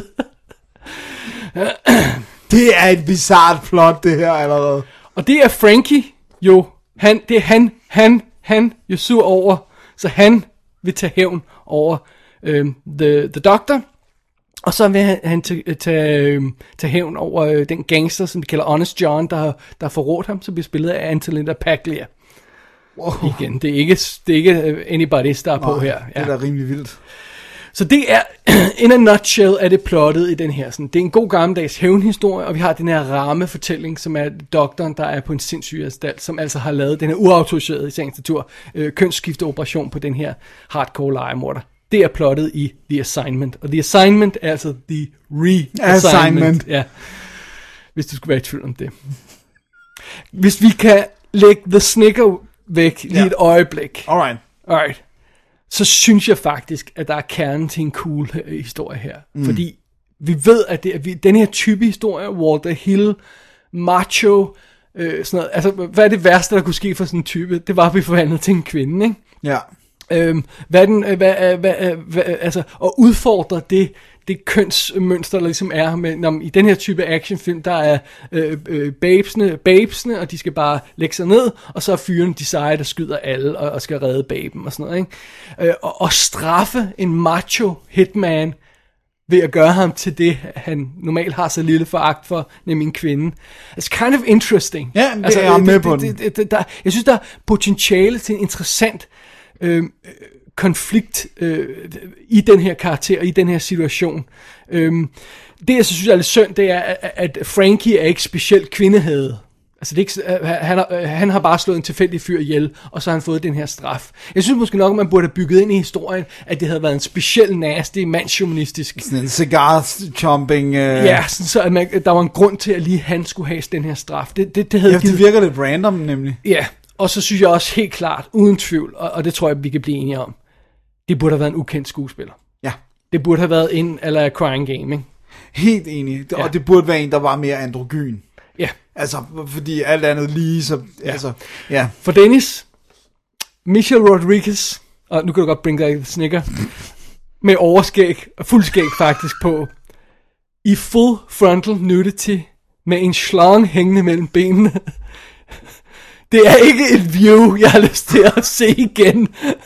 Det er et bizarrt plot, det her allerede. Og det er Frankie jo, han, det er han, han, han jo sur over, så han vil tage hævn over øhm, the, the Doctor, og så vil han, han tage, tage, øhm, tage hævn over øh, den gangster, som de kalder Honest John, der, der har forrådt ham, som bliver spillet af Antolinda Paglia. Wow. Igen, det er ikke, det er ikke anybody's, der er på her. Ja. Det er da rimelig vildt. Så det er, in a nutshell, er det plottet i den her. Sådan, det er en god gammeldags hævnhistorie, og vi har den her rammefortælling, som er doktoren, der er på en sindssygeanstalt, som altså har lavet den her uautoriserede i sagens natur øh, kønsskifteoperation på den her hardcore legemorder. Det er plottet i The Assignment, og The Assignment er altså The Re-Assignment. Ja, hvis du skulle være i tvivl om det. Hvis vi kan lægge The Snicker væk lige ja. et øjeblik. Alright. Alright. Så synes jeg faktisk, at der er kernen til en cool historie her. Mm. Fordi vi ved, at det er vi, den her type historie, Walter Hill, macho, øh, sådan noget. Altså, hvad er det værste, der kunne ske for sådan en type? Det var, at vi forvandlede til en kvinde, ikke? Ja. Øhm, hvad den, hvad, hvad, hvad, hvad, altså, og udfordre det, det kønsmønster, der ligesom er med, når, i den her type actionfilm, der er øh, øh, babesne, babesne, og de skal bare lægge sig ned, og så er fyren de seje, der skyder alle, og, og skal redde baben, og sådan noget, ikke? Øh, og, og straffe en macho hitman, ved at gøre ham til det, han normalt har så lille foragt for, nemlig en kvinde. It's kind of interesting. Ja, det altså, er jeg med på det, det, det, der, jeg synes, der er potentiale til en interessant øh, konflikt øh, i den her karakter, i den her situation. Øh, det, jeg så synes er lidt synd, det er, at Frankie er ikke specielt kvindehadet. Altså, det er ikke, han, har, han har bare slået en tilfældig fyr ihjel, og så har han fået den her straf. Jeg synes måske nok, at man burde have bygget ind i historien, at det havde været en speciel nasty, mandsjumanistisk... Sådan en cigar-chomping... Uh... Ja, sådan, så at man, der var en grund til, at lige han skulle have den her straf. Det, det, det, havde ja, givet... det virker lidt random, nemlig. Ja, og så synes jeg også helt klart, uden tvivl, og, og det tror jeg, vi kan blive enige om, det burde have været en ukendt skuespiller. Ja. Det burde have været en eller Crying Game, ikke? Helt enig. Ja. Og det burde være en, der var mere androgyn. Ja. Altså, fordi alt andet lige, så... Ja. Altså, ja. For Dennis, Michelle Rodriguez, og nu kan du godt bringe dig Snicker, med overskæg, og fuldskæg faktisk på, i full frontal nudity, med en slang hængende mellem benene. Det er ikke et view, jeg har lyst til at se igen.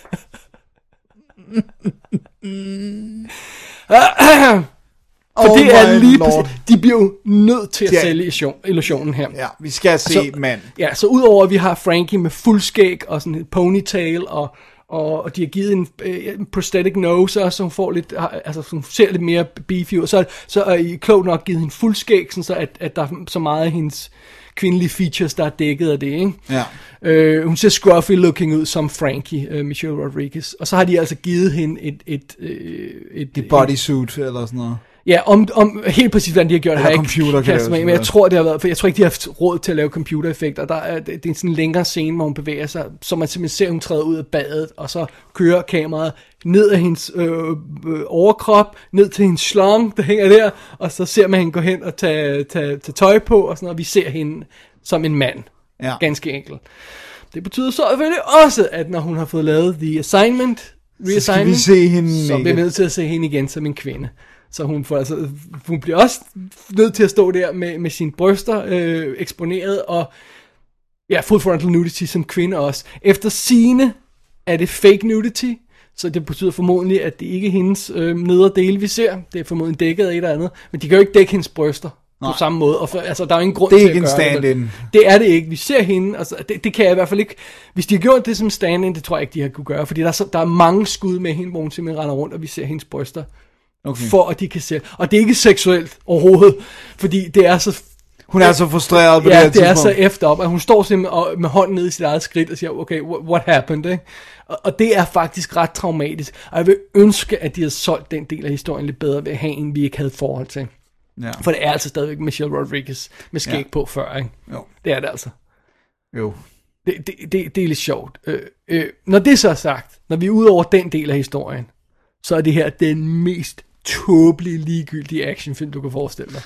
For oh det er lige præcis, de bliver jo nødt til at ja. sælge illusionen her. Ja, vi skal se så, mand. Ja, så udover at vi har Frankie med fuldskæg og sådan et ponytail, og, og, og de har givet en, en prosthetic nose også, så hun får lidt, altså hun ser lidt mere beefy ud. Så, så er I klogt nok givet hende fuldskæg, sådan så at, at der er så meget af hendes kvindelige features, der er dækket af det, ikke? Ja. Øh, hun ser scruffy looking ud som Frankie, øh, Michelle Rodriguez. Og så har de altså givet hende et... et, et, et, et bodysuit eller sådan noget. Ja, om, om helt præcis hvordan de har gjort, har jeg computer, ikke kastet mig, men jeg tror det har været, for jeg tror ikke de har haft råd til at lave computereffekter. Der er det, det er sådan en længere scene, hvor hun bevæger sig, så man simpelthen ser hun træder ud af badet, og så kører kameraet ned af hendes øh, øh, overkrop, ned til hendes slang, der hænger der, og så ser man hende gå hen og tage, tage, tage tøj på og sådan noget, og vi ser hende som en mand, ja. Ganske enkelt. Det betyder så selvfølgelig også, at når hun har fået lavet The Assignment, Re-assignment, så skal vi se hende, så bliver vi nødt til at se hende igen som en kvinde. Så hun, får altså, hun bliver også nødt til at stå der med, med sine bryster øh, eksponeret, og ja, full frontal nudity som kvinde også. Efter sigende er det fake nudity, så det betyder formodentlig, at det ikke er hendes øh, nedre dele, vi ser. Det er formodentlig dækket af et eller andet, men de kan jo ikke dække hendes bryster. Nej. På samme måde, og for, altså der er jo ingen grund til at gøre det. Det er ikke en stand-in. Det er det ikke, vi ser hende, altså det, det kan jeg i hvert fald ikke, hvis de har gjort det som stand-in, det tror jeg ikke, de har kunne gøre, fordi der er, så, der er mange skud med hende, hvor hun simpelthen render rundt, og vi ser hendes bryster. Okay. For at de kan se. Og det er ikke seksuelt overhovedet, fordi det er så... Hun er så frustreret på ja, det her det tidspunkt. er så efter op, at hun står simpelthen med hånden nede i sit eget skridt og siger, okay, what happened, ikke? Og, og det er faktisk ret traumatisk. Og jeg vil ønske, at de havde solgt den del af historien lidt bedre ved at have en, vi ikke havde forhold til. Ja. For det er altså stadigvæk Michelle Rodriguez med skæg ja. på før, ikke? Jo. Det er det altså. Jo. Det, det, det, det er lidt sjovt. Øh, øh, når det så er sagt, når vi er ude over den del af historien, så er det her den mest tåbelige, ligegyldige actionfilm, du kan forestille dig.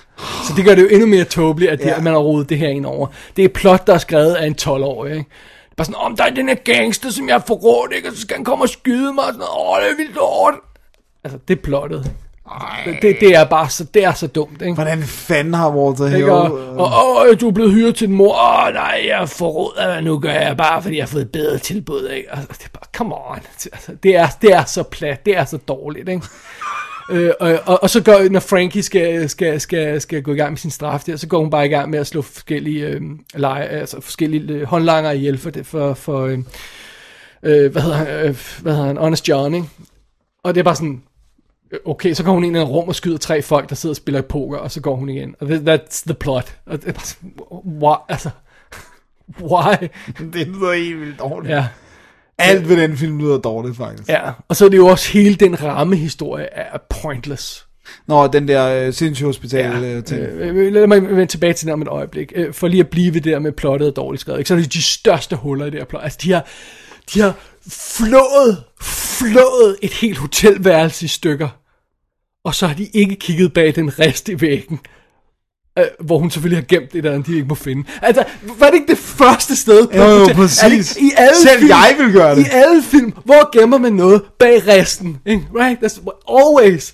Så det gør det jo endnu mere tåbeligt, at, det, Ja. at man har rodet det her ind over. Det er et plot, der er skrevet af en tolv-årig, ikke? Det er bare sådan, om der er den her gangster, som jeg har forrådt, ikke? Og så skal han komme og skyde mig, og sådan, åh, det er vildt hårdt. Altså, det er plottet. Det, det, det er bare så, det er så dumt, ikke? Hvordan fanden har Walter Hill... Ikke? Og, og, og du er blevet hyret til din mor. Åh nej, jeg er forrådet, hvad nu gør jeg bare, fordi jeg har fået et bedre tilbud, ikke? Altså, det er bare, come on. Altså, det, er, det er så plat, det er så dårligt, ikke? øh, og, og, og så går, når Frankie skal, skal, skal, skal gå i gang med sin straf der, så går hun bare i gang med at slå forskellige øh, lege, altså forskellige øh, håndlanger ihjel for, det, for, for øh, øh, hvad hedder han, øh, hvad hedder han, Honest John, ikke? Og det er bare sådan, okay, så går hun ind i en rum og skyder tre folk, der sidder og spiller poker, og så går hun igen. Og that's the plot. Og det er bare sådan, why? Altså, why? Det lyder helt vildt dårligt. Ja. Alt ved den film lyder dårligt, faktisk. Ja, og så er det jo også hele den rammehistorie er pointless. Nå, den der øh, sindssyge hospital Ja, øh, ting. øh, lad mig vende tilbage til den om et øjeblik. Øh, for lige at blive ved det der med plottet og dårligt skrevet. Ikke? Så er det de største huller i det her plot. Altså, de har, de har flået, flået et helt hotelværelse i stykker. Og så har de ikke kigget bag den rest i væggen. Øh, hvor hun selvfølgelig har gemt det, eller andet, de ikke må finde. Altså, var det ikke det første sted? På Jo, jo, hotel? præcis. Er det, i alle Selv film, jeg vil gøre det. I alle film, hvor gemmer man noget bag resten? Ikke? Right? That's always.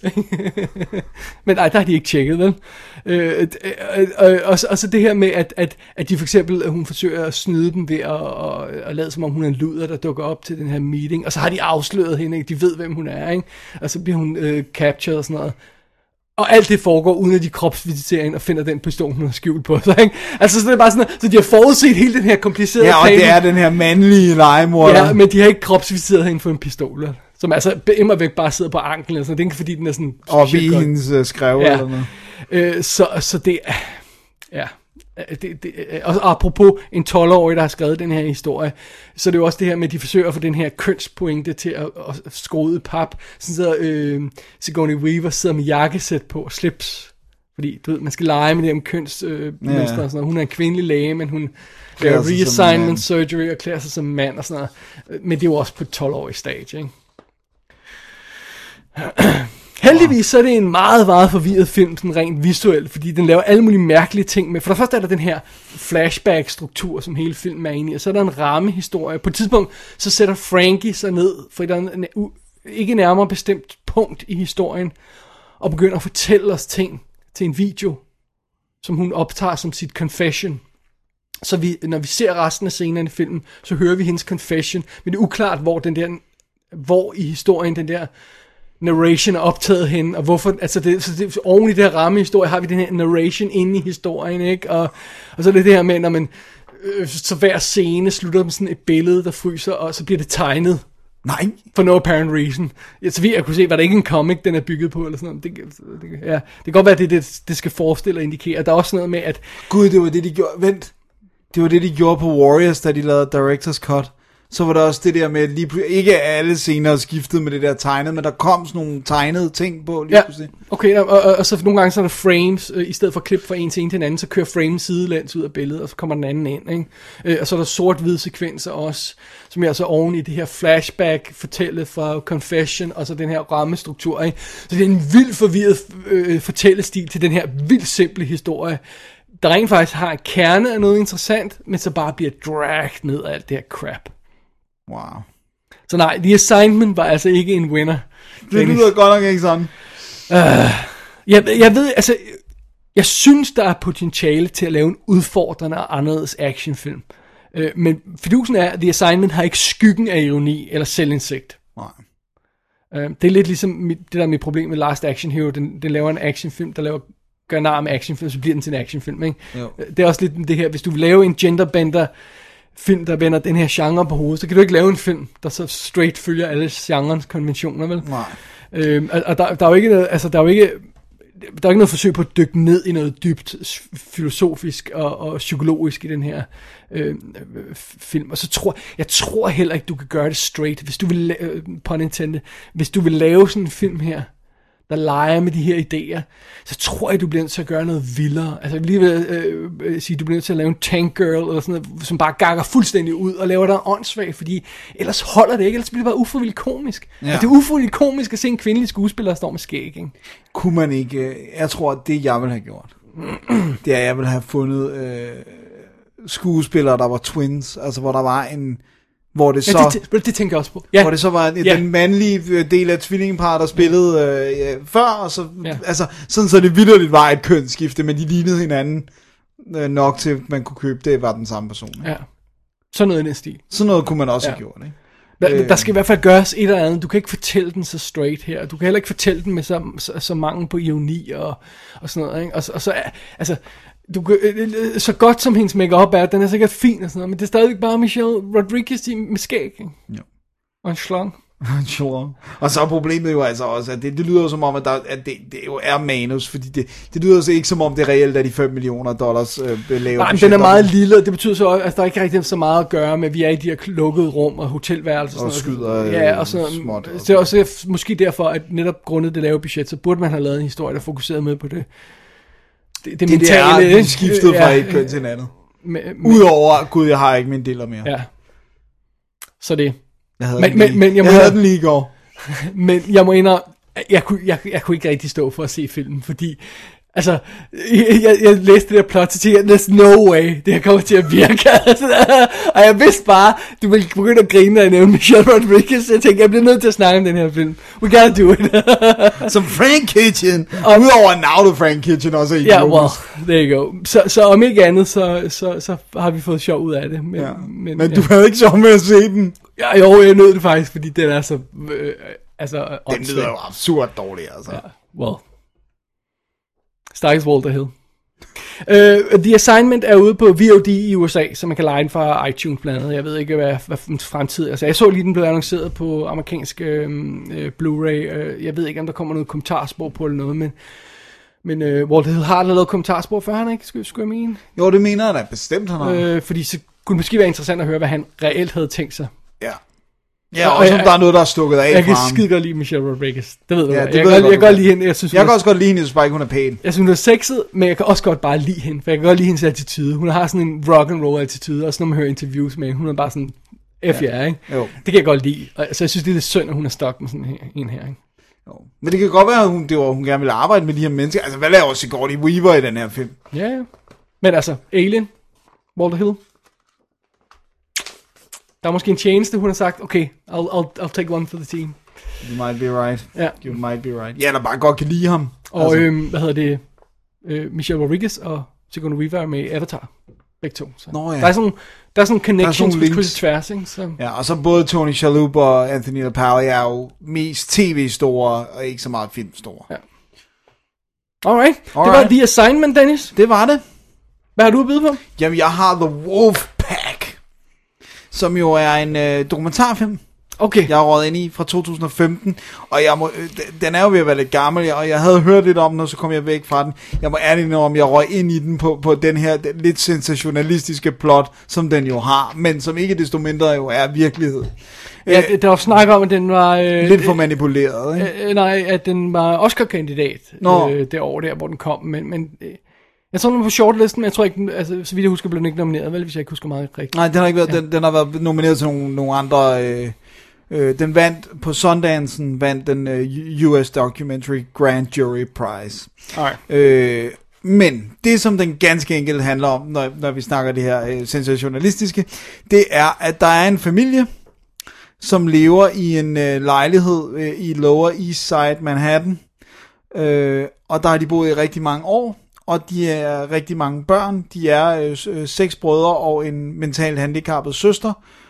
Men nej, der har de ikke tjekket, vel? Øh, øh, øh, øh, og, og så det her med, at, at, at de for eksempel, hun forsøger at snyde dem ved at, at, at lade som om hun er en luder, der dukker op til den her meeting, og så har de afsløret hende, ikke? De ved, hvem hun er, ikke? Og så bliver hun øh, captured og sådan noget. Og alt det foregår, uden at de kropsvisiterer ind og finder den pistol, hun har skjult på sig, ikke? Altså, så det er bare sådan, så de har forudset hele den her komplicerede Ja, og plan. det er den her mandlige legemorder. Ja, men de har ikke kropsvisiteret hende for en pistol, som altså immer væk bare sidder på anklen, altså, det er ikke fordi, den er sådan... Og i hendes uh, skrev ja. eller noget. Øh, så, så det er... Ja... Det, det, og apropos en tolv-årig, der har skrevet den her historie, så er det jo også det her med, at de forsøger at få den her kønspointe til at, at skrue ud i pap. Så sidder øh, Sigourney Weaver sidder med jakkesæt på og slips, fordi du ved, man skal lege med det om kønsmønstre øh, Ja. og sådan noget. Hun er en kvindelig læge, men hun Klæder laver sig som en reassignment mand. surgery og klæder sig som mand og sådan noget. Men det er jo også på tolv-årig stage, ikke? Heldigvis så er det en meget, meget forvirret film, sådan rent visuelt, fordi den laver alle mulige mærkelige ting med. For det første er der den her flashback-struktur, som hele filmen er inde i, og så er der en rammehistorie. På et tidspunkt, så sætter Frankie sig ned, for der er en, en, ikke nærmere bestemt punkt i historien, og begynder at fortælle os ting til en video, som hun optager som sit confession. Så vi, når vi ser resten af scenerne i filmen, så hører vi hendes confession, men det er uklart, hvor den der, hvor i historien den der narration er optaget hen, og hvorfor, altså det, så det, oven i det her rammehistorie, har vi den her narration inde i historien, ikke, og, og så er det det her med, når man, øh, så hver scene slutter med sådan et billede, der fryser, og så bliver det tegnet. Nej. For no apparent reason. Ja, så vi jeg kunne se, var det ikke en comic, den er bygget på, eller sådan noget. Det, det, ja, det kan godt være, det, det, det skal forestille og indikere. Der er også noget med, at... Gud, det var det, de gjorde. Vent. Det var det, de gjorde på Warriors, da de lavede Director's Cut. Så var der også det der med, at lige pludselig, ikke alle scener skiftede med det der tegnet, men der kom sådan nogle tegnede ting på lige ja, pludselig. okay, og, og, og så nogle gange så er der frames, øh, i stedet for klip fra en til en til en anden, så kører frames sidelæns ud af billedet, og så kommer den anden ind, ikke? Øh, og så er der sort-hvide sekvenser også, som er så oven i det her flashback fortællet fra Confession, og så den her rammestruktur, ikke? Så det er en vild forvirret øh, fortællestil til den her vildt simple historie, der rent faktisk har en kerne af noget interessant, men så bare bliver dragged ned af alt det her crap. Wow. Så nej, The Assignment var altså ikke en winner. Det lyder godt nok ikke sådan. Uh, jeg, jeg ved, altså, jeg synes, der er potentiale til at lave en udfordrende og anderledes actionfilm. Uh, men fidusen er, at The Assignment har ikke skyggen af ironi eller selvindsigt. Nej. Uh, det er lidt ligesom mit, det der er mit problem med Last Action Hero. Den, den laver en actionfilm, der laver, gør nar med actionfilm, så bliver den til en actionfilm, ikke? Jo. Det er også lidt det her, hvis du vil lave en genderbender film, der vender den her genre på hovedet, så kan du ikke lave en film, der så straight følger alle genrens konventioner, vel? Nej. Øhm, og og der, der er jo ikke noget, altså der er jo ikke, der er ikke noget forsøg på at dykke ned i noget dybt filosofisk og, og psykologisk i den her øh, film. Og så tror jeg tror heller ikke, du kan gøre det straight, hvis du vil, øh, pun intended, hvis du vil lave sådan en film her, der leger med de her idéer, så tror jeg, du bliver nødt til at gøre noget vildere. Altså, jeg vil lige vil, øh, øh, sige, du bliver nødt til at lave en Tank Girl, eller sådan noget, som bare gakker fuldstændig ud, og laver dig åndssvagt, fordi ellers holder det ikke, ellers bliver det bare ufrivilligt komisk. Ja. Altså, det er ufrivilligt komisk at se en kvindelig skuespiller, der står med skæg, ikke? Kunne man ikke, jeg tror, det jeg ville have gjort, det er, jeg vil have fundet øh, skuespillere, der var twins, altså hvor der var en, hvor det så... Ja, det, det, det tænker jeg også på. Ja. Hvor det så var ja. den mandlige del af tvillingepar, der spillede øh, før, og så, ja. altså, sådan så det vitterligt var et kønsskifte, men de lignede hinanden øh, nok til, at man kunne købe det, var den samme person. Ja, sådan noget i den stil. Sådan noget kunne man også ja. have gjort, ikke? Der, der skal i hvert fald gøres et eller andet. Du kan ikke fortælle den så straight her. Du kan heller ikke fortælle den med så, så, så mangel på ironi og, og sådan noget, ikke? Og, og så, altså, du kan, så godt som hendes make-up er, den er sikkert fin og sådan noget, men det er stadigvæk bare Michelle Rodriguez med skæg, ikke? Jo. Og en slang. Og så er problemet jo altså også, at det, det lyder som om, at, der, at det, det jo er manus, fordi det, det lyder så ikke som om, det reelt er de fem millioner dollars øh, lavet. Nej, men den er meget lille, og det betyder så også, at der er ikke rigtig så meget at gøre med, at vi er i de her lukkede rum og hotelværelser. Og, og skyder øh, ja, og så, småt. Så det er også måske derfor, at netop grundet det lave budget, så burde man have lavet en historie, der fokuserede med på det. Det, det, det mentale, det er skiftet fra ja, et køn til en andet. Men, Udover, gud, jeg har ikke min deler mere. Ja. Så det. Jeg havde, men, den, men, lige. men, jeg, jeg havde den lige i går. Men jeg må indrømme, jeg kunne, jeg, jeg kunne ikke rigtig stå for at se filmen, fordi, altså, jeg, jeg, jeg læste det der plot, så tænkte jeg, there's no way, det her kommer til at virke, og jeg vidste bare, du ville begynde at grine, da jeg nævnte Michelle Rodriguez, så jeg tænkte, jeg bliver nødt til at snakke om den her film, we gotta do it. Som Frank Kitchen, og udover navnet Frank Kitchen også er ja, yeah, well, there you go. Så, så om ikke andet, så, så, så har vi fået sjov ud af det. Men, ja. men, men ja. du havde ikke sjov med at se den? Ja, jo, jeg nød det faktisk, fordi den er så, øh, altså... Den lyder jo absurd dårlig, altså. Ja, well. Stakkels Walter Hill. Uh, The Assignment er ude på V O D i U S A, så man kan lege den fra iTunes blandt andet. Jeg ved ikke, hvad, hvad fremtid er. Altså, jeg så lige, den blev annonceret på amerikansk øh, øh, Blu-ray. Uh, jeg ved ikke, om der kommer noget kommentarspor på eller noget, men, men uh, Walter Hill har lavet kommentarspor før, han ikke? Skulle, skulle jeg mene? Jo, det mener jeg da bestemt, han har. Uh, fordi så kunne det måske være interessant at høre, hvad han reelt havde tænkt sig. Ja. Ja, og også om der er noget, der er stukket af. Jeg kan skide godt lide Michelle Rodriguez. Det ved du. Ja, jeg, det jeg, ved jeg, jeg, jeg kan godt lide hende. Jeg, synes, jeg kan er, også godt lide hende, jeg synes bare ikke, hun er pæn. Jeg synes, hun er sexet, men jeg kan også godt bare lide hende, for jeg kan godt lide hendes attitude. Hun har sådan en rock and roll attitude, også når man hører interviews med hende. Hun er bare sådan, F ja, ikke? Jo. Det kan jeg godt lide. Så jeg synes, det er lidt synd, at hun er stok med sådan en her, ikke? Jo. Men det kan godt være, at hun, det var, hun gerne ville arbejde med de her mennesker. Altså, hvad laver Sigourney Weaver i den her film? Ja, ja. Men altså, Alien, Walter Hill. Der er måske en tjeneste, hun har sagt, okay, I'll, I'll, I'll take one for the team. You might be right. Ja. You might be right. Ja, der bare godt kan lide ham. Og, altså. øhm, hvad hedder det, øh, Michelle Rodriguez og Sigourney Weaver er med i Avatar. Begge to. Så. Nå, ja. Der er sådan, der er sådan connections sådan på kryds og tværs, ikke? Så. Ja, og så både Tony Shalhoub og Anthony LaPalle er jo mest tv-store, og ikke så meget filmstore. Ja. Alright. Det Alright. var The Assignment, Dennis. Det var det. Hvad har du at byde på? Jamen, jeg har The Wolf Pack, som jo er en øh, dokumentarfilm. Okay. Jeg har røget ind i fra to tusind og femten, og jeg må, øh, den er jo ved at være lidt gammel, og jeg havde hørt lidt om den, og så kom jeg væk fra den. Jeg må ærligt indrømme, om jeg røg ind i den på, på den her den lidt sensationalistiske plot, som den jo har, men som ikke desto mindre jo er virkelighed. Ja, øh, der var snak om, at den var... Øh, lidt for manipuleret, ikke? Øh, nej, at den var Oscar-kandidat øh, det år der, hvor den kom, men... men øh, jeg tror, den var på shortlisten, men jeg tror ikke, altså, så vidt jeg husker, blev den ikke nomineret, vel, hvis jeg ikke husker meget rigtigt. Nej, den har ikke været, ja. den, den har været nomineret til nogle, nogle andre... Øh, øh, den vandt på Sundance'en, vandt den øh, U S Documentary Grand Jury Prize. Øh, men det, som den ganske enkelt handler om, når, når vi snakker det her øh, sensationalistiske, det er, at der er en familie, som lever i en øh, lejlighed øh, i Lower East Side Manhattan, øh, og der har de boet i rigtig mange år. Og de er rigtig mange børn. De er øh, seks brødre og en mentalt handicappet søster.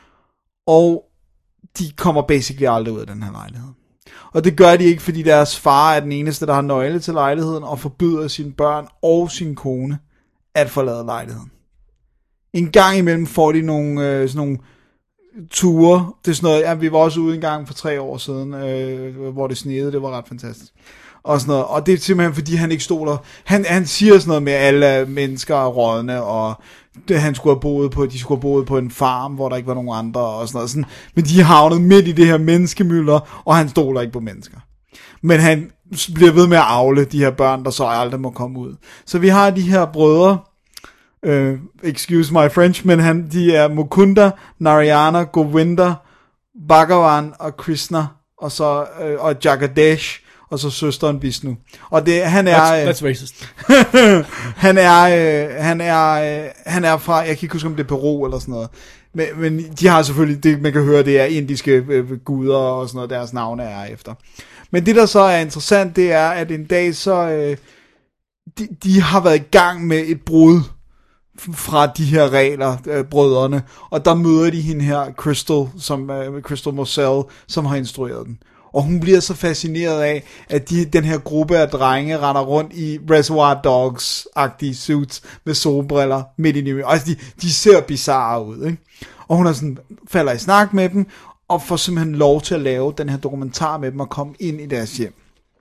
Og de kommer basically aldrig ud af den her lejlighed. Og det gør de ikke, fordi deres far er den eneste, der har nøgle til lejligheden, og forbyder sine børn og sin kone at forlade lejligheden. En gang imellem får de nogle, øh, sådan nogle ture. Det er sådan noget, ja, vi var også ude en gang for tre år siden, øh, hvor det sneede. Det var ret fantastisk. Og sådan noget. Og det er simpelthen fordi han ikke stoler. Han, han siger sådan noget med at alle mennesker er rådne, og det, han skulle have boet på, de skulle have boet på en farm, hvor der ikke var nogen andre og sådan noget. Sådan. Men de har havnet midt i det her menneskemylder, og han stoler ikke på mennesker. Men han bliver ved med at avle de her børn, der så aldrig må komme ud. Så vi har de her brødre, uh, excuse my French, men han, de er Mukunda, Narayana, Govinda, Bhagavan og Krishna, og så uh, og Jagadesh. og så søsteren Vishnu. Og det, han er... That's, that's racist. han er, øh, han er, øh, han er fra, jeg kan ikke huske om det er Peru eller sådan noget, men, men de har selvfølgelig, det man kan høre, det er indiske øh, guder og sådan noget, deres navne er efter. Men det der så er interessant, det er, at en dag så, øh, de, de har været i gang med et brud fra de her regler, øh, brødrene, og der møder de hende her, Crystal, som, øh, Crystal Moselle, som har instrueret den. Og hun bliver så fascineret af, at de, den her gruppe af drenge render rundt i Reservoir Dogs-agtige suits med solbriller midt i New York. Altså, de, de ser bizarre ud, ikke? Og hun er sådan, falder i snak med dem, og får simpelthen lov til at lave den her dokumentar med dem og komme ind i deres hjem.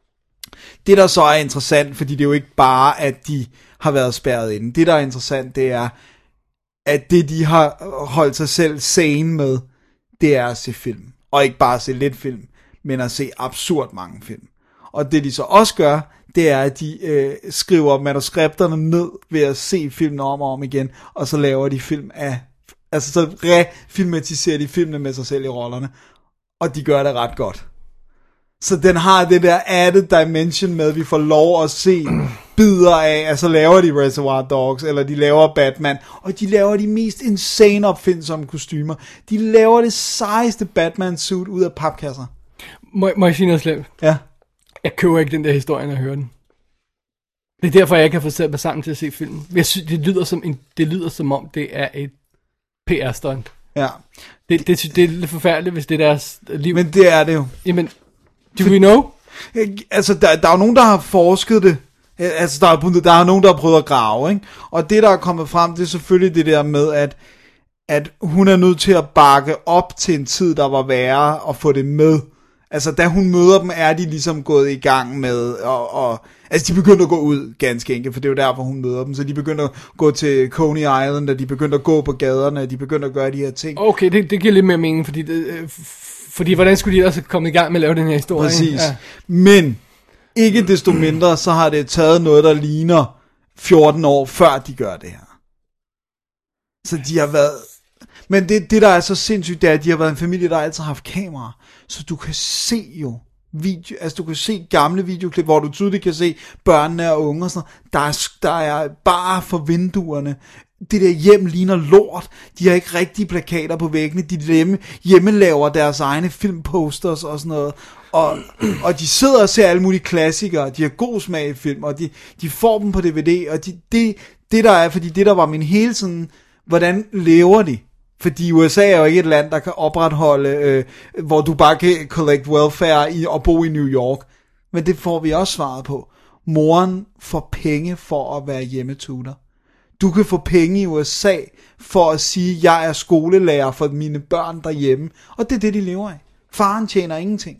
Det, der så er interessant, fordi det er jo ikke bare, at de har været spærret inde. Det, der er interessant, det er, at det, de har holdt sig selv sane med, det er at se film. Og ikke bare at se lidt film, men at se absurd mange film. Og det, de så også gør, det er, at de øh, skriver manuskripterne ned ved at se filmene om og om igen, og så laver de film af, altså så refilmatiserer de filmene med sig selv i rollerne, og de gør det ret godt. Så den har det der added dimension med, at vi får lov at se bidder af, altså laver de Reservoir Dogs, eller de laver Batman, og de laver de mest insane opfindsomme kostymer. De laver det sejeste Batman-suit ud af papkasser. Må, må jeg sige noget slemt? Ja. Jeg køber ikke den der historie, når jeg hører den. Det er derfor, jeg ikke har fået sat mig sammen til at se filmen. Jeg synes, det lyder som, en, det lyder som om, det er et P R-stunt. Ja. Det, det, det er lidt forfærdeligt, hvis det er deres liv. Men det er det jo. Jamen, do we know? Altså, der, der er jo nogen, der har forsket det. Altså, der er, der er nogen, der har prøvet at grave, ikke? Og det, der er kommet frem, det er selvfølgelig det der med, at, at hun er nødt til at bakke op til en tid, der var værre, og få det med. Altså, da hun møder dem, er de ligesom gået i gang med, og, og altså, de begyndte at gå ud, ganske enkelt, for det er jo derfor, hun møder dem. Så de begyndte at gå til Coney Island, og de begyndte at gå på gaderne, og de begyndte at gøre de her ting. Okay, det, det giver lidt mere mening, fordi, det, øh, fordi hvordan skulle de også komme i gang med at lave den her historie? Præcis. Ja. Men ikke desto mindre, så har det taget noget, der ligner fjorten år, før de gør det her. Så de har været... Men det, det der er så sindssygt, det er, at de har været en familie, der altid har haft kamera. Så du kan se jo video, altså du kan se gamle videoklip, hvor du tydeligt kan se børnene og unge og sådan noget. Der er, der er bare for vinduerne. Det der hjem ligner lort. De har ikke rigtige plakater på væggene. De hjemme, hjemme laver deres egne filmposters og sådan noget. Og, og de sidder og ser alle mulige klassikere. De har god smag i film, og de, de får dem på D V D. Og de, det, det der er, fordi det der var min hele tiden, hvordan lever de? Fordi U S A er jo ikke et land, der kan opretholde, øh, hvor du bare kan collect welfare i, og bo i New York. Men det får vi også svaret på. Moren får penge for at være hjemmetutor. Du kan få penge i U S A for at sige, at jeg er skolelærer for mine børn derhjemme. Og det er det, de lever af. Faren tjener ingenting.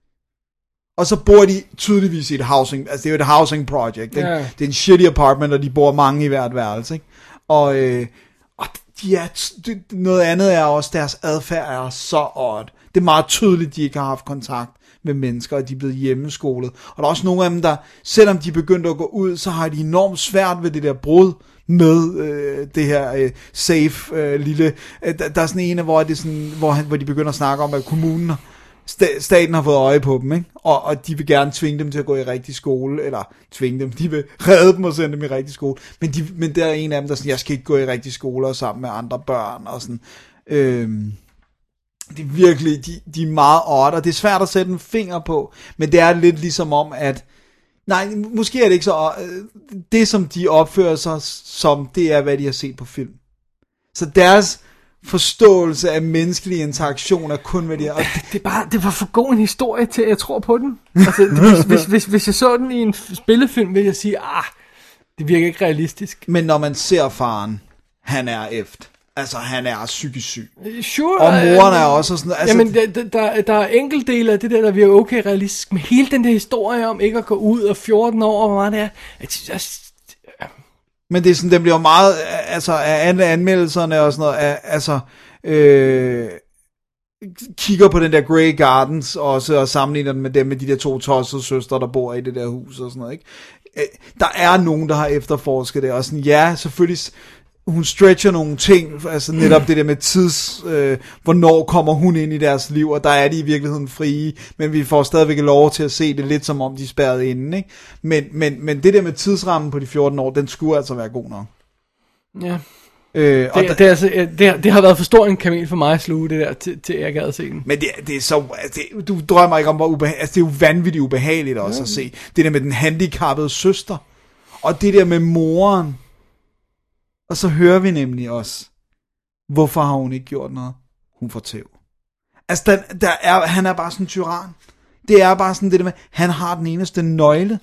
Og så bor de tydeligvis i et housing, altså det er jo et housing project. Yeah. Det er en shitty apartment, og de bor mange i hvert værelse. Ikke? Og... Øh, Og de er, noget andet er også, deres adfærd er så odd. Det er meget tydeligt, at de ikke har haft kontakt med mennesker, og de er blevet hjemmeskolet. Og der er også nogle af dem, der, selvom de begyndte at gå ud, så har de enormt svært ved det der brud med øh, det her øh, safe øh, lille... Øh, der, der er sådan en, hvor, det sådan, hvor, han, hvor de begynder at snakke om, at kommunen... Staten har fået øje på dem, ikke? Og, og de vil gerne tvinge dem til at gå i rigtig skole, eller tvinge dem, de vil redde dem og sende dem i rigtig skole, men, de, men der er en af dem, der sådan, jeg skal ikke gå i rigtig skole og sammen med andre børn, og sådan, øhm, det er virkelig, de, de er meget odd, og det er svært at sætte en finger på, men det er lidt ligesom om, at, nej, måske er det ikke så, det som de opfører sig som, det er, hvad de har set på film. Så deres forståelse af menneskelige interaktioner kun med det her. Og det, det, er bare, det var for god en historie til, at jeg tror på den. Altså, hvis, hvis, hvis, hvis jeg så den i en spillefilm, vil jeg sige, ah, det virker ikke realistisk. Men når man ser faren, han er eft. Altså, han er psykisk syg. Sure. Og moren er også sådan... Altså, jamen, der, der, der er enkelte dele af det der, der virker okay realistisk. Men hele den der historie om ikke at gå ud og fjorten år, og hvor meget det er... Jeg, jeg, Men det er sådan, den bliver meget, altså af alle anmeldelserne og sådan noget, af, altså, øh, kigger på den der Grey Gardens også, og sammenligner den med dem med de der to tossede søstre, der bor i det der hus og sådan noget, ikke? Der er nogen, der har efterforsket det, og sådan, ja, selvfølgelig, hun stretcher nogle ting, altså netop det der med tids, øh, hvornår kommer hun ind i deres liv, og der er de i virkeligheden frie, men vi får stadigvæk lov til at se det lidt som om de er spærret inde, ikke? Men, men, men det der med tidsrammen på de fjorten år, den skulle altså være god nok. Ja. Øh, og det, der, det, er altså, det, det har været for stor en kamel for mig at sluge det der, til, til jeg gad at se den. Men det, det er så, altså det, du drømmer ikke om, hvor ubehageligt, altså det er jo vanvittigt ubehageligt også ja. At se. Det der med den handicappede søster, og det der med moren. Og så hører vi nemlig også, hvorfor har hun ikke gjort noget? Hun får tæv. Altså, der, der er, han er bare sådan en tyran. Det er bare sådan det der med, han har den eneste nøgle.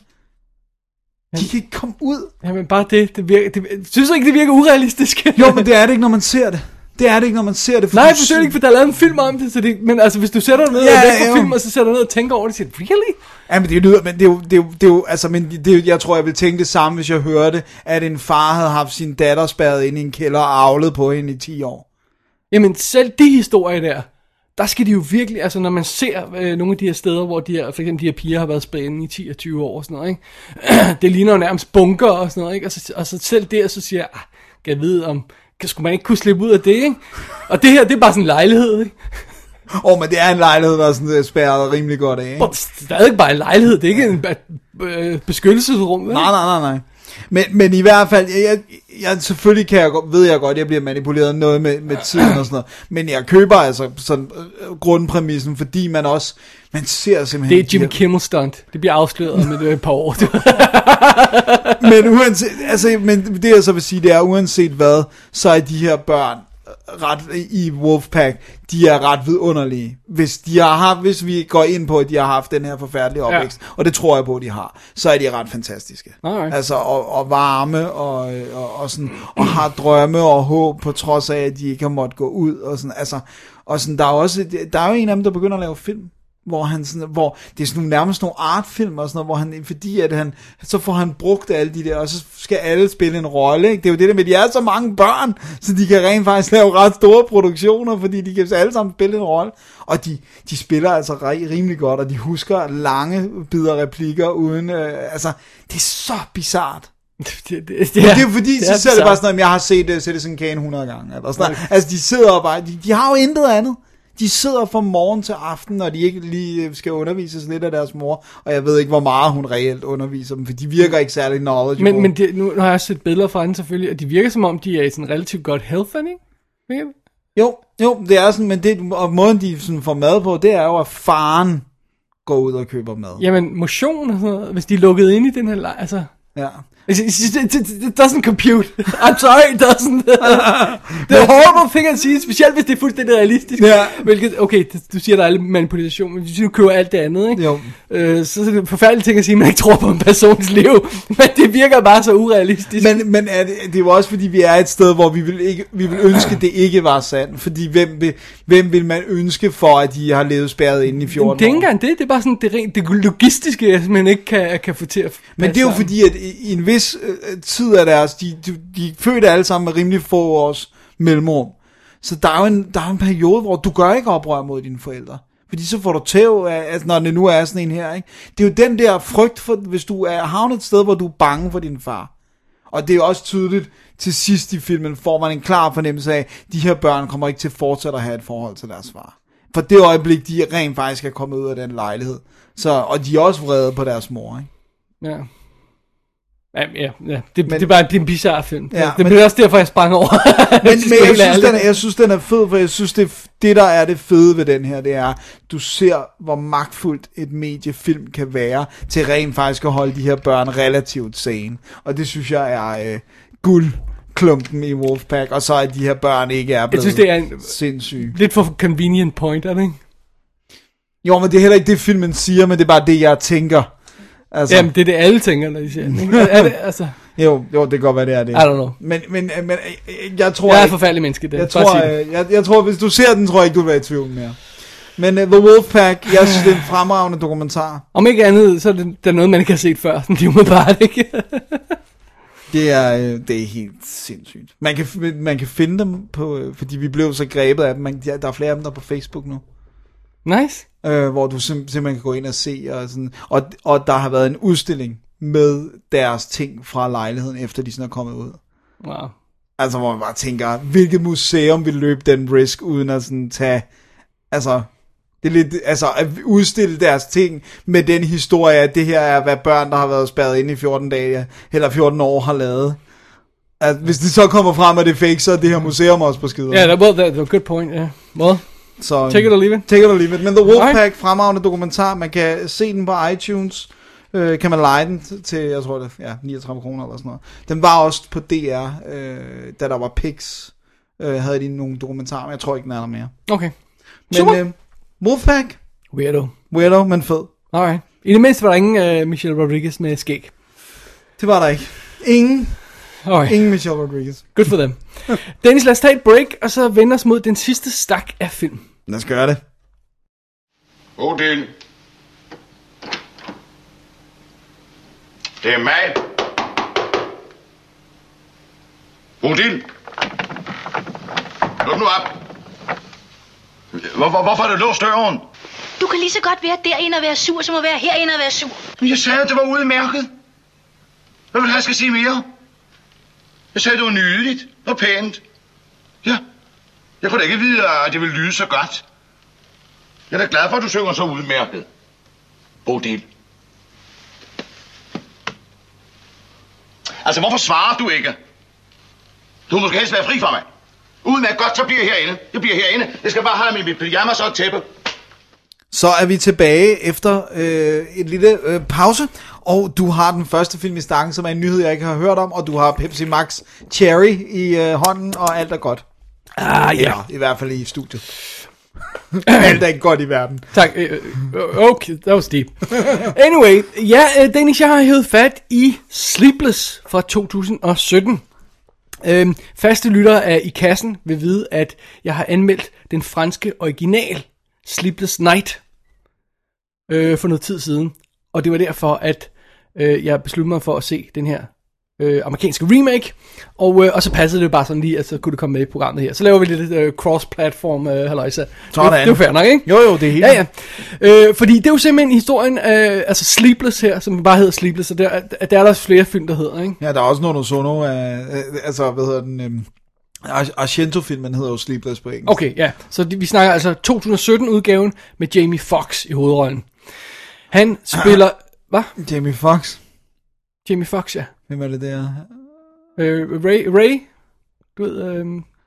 De kan ikke komme ud. Jamen bare det, det virker, det, synes du ikke, det virker urealistisk? Jo, men det er det ikke, når man ser det. Det er det ikke, når man ser det. Nej, for det er ikke, for der er lavet en film om det, så det, men altså, hvis du sætter dig ned ja, og lægger film, og så sætter dig ned og tænker over det, så siger du, really? Ja, men det lyder, men det er jo, det er jo, det er jo altså, men det er jo, jeg tror, jeg vil tænke det samme, hvis jeg hørte, at en far havde haft sin datter spærret ind i en kælder og avlet på hende i ti år. Jamen, selv de historier der, der skal de jo virkelig, altså når man ser øh, nogle af de her steder, hvor de her, for eksempel de her piger har været spærret inde i ti og tyve år og sådan noget, ikke? Det ligner jo nærmest bunker og sådan noget, ikke? Og så, og så selv der, så siger jeg, ah, kan jeg vide om, skulle man ikke kunne slippe ud af det, ikke? Og det her, det er bare sådan en lejlighed, ikke? Åh, oh, men det er en lejlighed, der er sådan spærret rimelig godt af, ikke? Stadig bare en lejlighed, det er ikke en øh, beskyttelsesrum, vel? Nej, nej, nej, nej. Men, men i hvert fald, jeg, jeg, jeg, selvfølgelig kan jeg, ved jeg godt, jeg bliver manipuleret noget med, med tiden og sådan noget, men jeg køber altså sådan øh, grundpræmissen, fordi man også, man ser simpelthen... Det er Jimmy Kimmel stunt. Det bliver afsløret med et par år. men uanset, altså, men det jeg så vil sige, det er, uanset hvad, så er de her børn ret i Wolfpack, de er ret vidunderlige. Hvis de har haft, hvis vi går ind på, at de har haft den her forfærdelige opvækst, ja. Og det tror jeg på, at de har, så er de ret fantastiske. Okay. Altså, og, og varme, og, og, og, sådan, og har drømme og håb, på trods af, at de ikke har måttet gå ud, og sådan, altså, og sådan, der er også, der er jo en af dem, der begynder at lave film, hvor han sådan, hvor det er sådan nærmest nogle artfilm og sådan noget, hvor han, fordi at han, så får han brugt alle de der, og så skal alle spille en rolle, ikke? Det er jo det der med, de er så mange børn, så de kan rent faktisk lave ret store produktioner, fordi de kan alle sammen spille en rolle, og de, de spiller altså rimelig godt, og de husker lange bidder replikker uden, øh, altså, det er så bizart. Det, det, det, det, er, det er fordi, det er så ser det bare sådan noget, jeg har set uh, Citizen Kane hundrede gange, eller sådan okay. Altså, de sidder og bare, de, de har jo intet andet. De sidder fra morgen til aften, når de ikke lige skal undervises lidt af deres mor, og jeg ved ikke, hvor meget hun reelt underviser dem, for de virker ikke særlig knowledgeable. Men, men det, nu har jeg set billeder fra hende selvfølgelig, og de virker som om, de er i sådan relativt godt health, ikke? Jo, jo, det er sådan, men det, og måden de sådan får mad på, det er jo, at faren går ud og køber mad. Jamen, motion og sådan noget, hvis de er lukket ind i den her lejr, altså... Ja. It, it, it, it doesn't compute. I'm sorry, it doesn't. Det er horrible thing at sige, specielt hvis det er fuldstændig realistisk. Ja. Hvilket, okay, du siger, der er manipulation, men hvis du køber alt det andet, ikke? Jo. Øh, så er det en forfærdelig ting at sige, at man ikke tror på en persons liv. Men det virker bare så urealistisk. Men, men er det, det er jo også fordi, vi er et sted, hvor vi vil, ikke, vi vil ønske, det ikke var sandt. Fordi hvem vil, hvem vil man ønske for, at de har levet spærret inde i fjorten år? Det er ikke engang det. Det er bare sådan det, rent, det logistiske, at man ikke kan, kan få til at Men det er jo sammen. Fordi, at i, i en vis øh, tid af deres, de, de, de er født alle sammen med rimelig få års mellemrum. Så der er jo en, der er en periode, hvor du gør ikke oprør mod dine forældre. Fordi så får du tæv, altså når det nu er sådan en her, ikke? Det er jo den der frygt, for, hvis du er havnet et sted, hvor du er bange for din far. Og det er også tydeligt, til sidst i filmen får man en klar fornemmelse af, at de her børn kommer ikke til at fortsætte at have et forhold til deres far. For det øjeblik, de rent faktisk er kommet ud af den lejlighed. Så, og de er også vrede på deres mor, ikke? Ja. Ja, ja, ja. Det, men, det er bare en bizarre film. Ja, det bliver også derfor, jeg sprang over. men men jeg, synes, den er, jeg synes, den er fed, for jeg synes, det, det der er det fede ved den her, det er, du ser, hvor magtfuldt et mediefilm kan være, til rent faktisk at holde de her børn relativt sane. Og det synes jeg er øh, guldklumpen i Wolfpack, og så at de her børn ikke er blevet jeg synes, det er en, sindssyge. Lidt for convenient point, er det ikke? Jo, men det er heller ikke det, filmen siger, men det er bare det, jeg tænker. Altså, jamen, det er det, alle tænker, når de siger det. Er det, altså... Jo, jo, det kan godt være, det er det. I don't know. Men, men, men jeg tror... Jeg er et forfærdelig menneske, det. Jeg tror, jeg, jeg, jeg tror, hvis du ser den, tror jeg ikke, du vil være i tvivl mere. Men uh, The Wolfpack, jeg synes, det er en fremragende dokumentar. Om ikke andet, så er det, det er noget, man ikke har set før. Sådan lige umiddelbart, ikke? det, er, det er helt sindssygt. Man kan, man kan finde dem på... Fordi vi blev så grebet af dem. Man, der er flere af dem, der er på Facebook nu. Nice. Øh, hvor du sim- simpelthen kan gå ind og se. Og, sådan, og, og der har været en udstilling med deres ting fra lejligheden, efter de sådan er kommet ud. Wow. Altså, hvor man bare tænker, hvilket museum vil løbe den risk, uden at sådan tage, altså, det er lidt, altså, at udstille deres ting med den historie, at det her er, hvad børn, der har været spærret inde i fjorten dage, eller fjorten år, har lavet. At hvis det så kommer frem, at det er fake, så er det her museum også på skider. Ja, yeah, well, that's a good point, ja. Yeah. Well, så, take it or leave it. Take it or leave it. Men The Wolfpack, fremragende dokumentar, man kan se den på iTunes, øh, kan man lege den til, jeg tror det ja, niogtredive kroner eller sådan noget. Den var også på D R, øh, da der var Pix, øh, havde de nogle dokumentarer, men jeg tror ikke, den er der mere. Okay. Men øh, Wolfpack, Weirdo. Weirdo, men fed. Alright. I det mindste var der ingen uh, Michelle Rodriguez med skæg. Det var der ikke. Ingen. Okay. Ingen Michelle Rodriguez. Good for them. Dennis, lad os tage et break, og så vende os mod den sidste stak af film. Lad os gøre det. Odin. Det er mig. Odin. Luk nu op. Hvor, hvor, hvorfor er det låst døren? Du kan lige så godt være derinde og være sur, som at være herinde og være sur. Men jeg sagde, at det var udmærket. Hvad vil du have, jeg skal sige mere? Jeg sagde, det var nydeligt og pænt. Ja. Jeg kunne da ikke vide, at det ville lyde så godt. Jeg er da glad for, at du synger så udmærket. Bodil. Altså, hvorfor svarer du ikke? Du må måske helst være fri fra mig. Udmærket godt, så bliver jeg herinde. Jeg bliver herinde. Jeg skal bare have mit pyjamas og et tæppe. Så er vi tilbage efter øh, et lille øh, pause, og du har den første film i stakken, som er en nyhed, jeg ikke har hørt om, og du har Pepsi Max Cherry i øh, hånden, og alt er godt. Ah, ja. Yeah. I hvert fald i studiet. Alt er ikke godt i verden. Tak. Okay, that was deep. Anyway, ja, Danish, jeg har hævet fat i Sleepless fra to tusind og sytten. Øhm, faste lyttere af I Kassen vil vide, at jeg har anmeldt den franske original Sleepless Night øh, for noget tid siden. Og det var derfor, at øh, jeg besluttede mig for at se den her øh, amerikanske remake. Og, øh, og så passede det bare sådan lige, at så kunne det komme med i programmet her. Så laver vi lidt øh, cross-platform øh, halløjsa. Det, det er jo fair nok, ikke? Jo, jo, det er helt. Ja, ja. Øh, fordi det er jo simpelthen historien af, øh, altså Sleepless her, som bare hedder Sleepless, og der, der er der flere film, der hedder, ikke? Ja, der er også noget, Sono af, øh, altså, hvad hedder den, øh, Argento-filmen hedder jo Sleepless på engelsk. Okay, ja. Så de, vi snakker altså to tusind og sytten-udgaven med Jamie Foxx i hovedrollen. Han spiller... Hvad? Jamie Foxx. Jamie Foxx, ja. Hvem er det der? Øh, Ray, Ray? Du ved... Øh...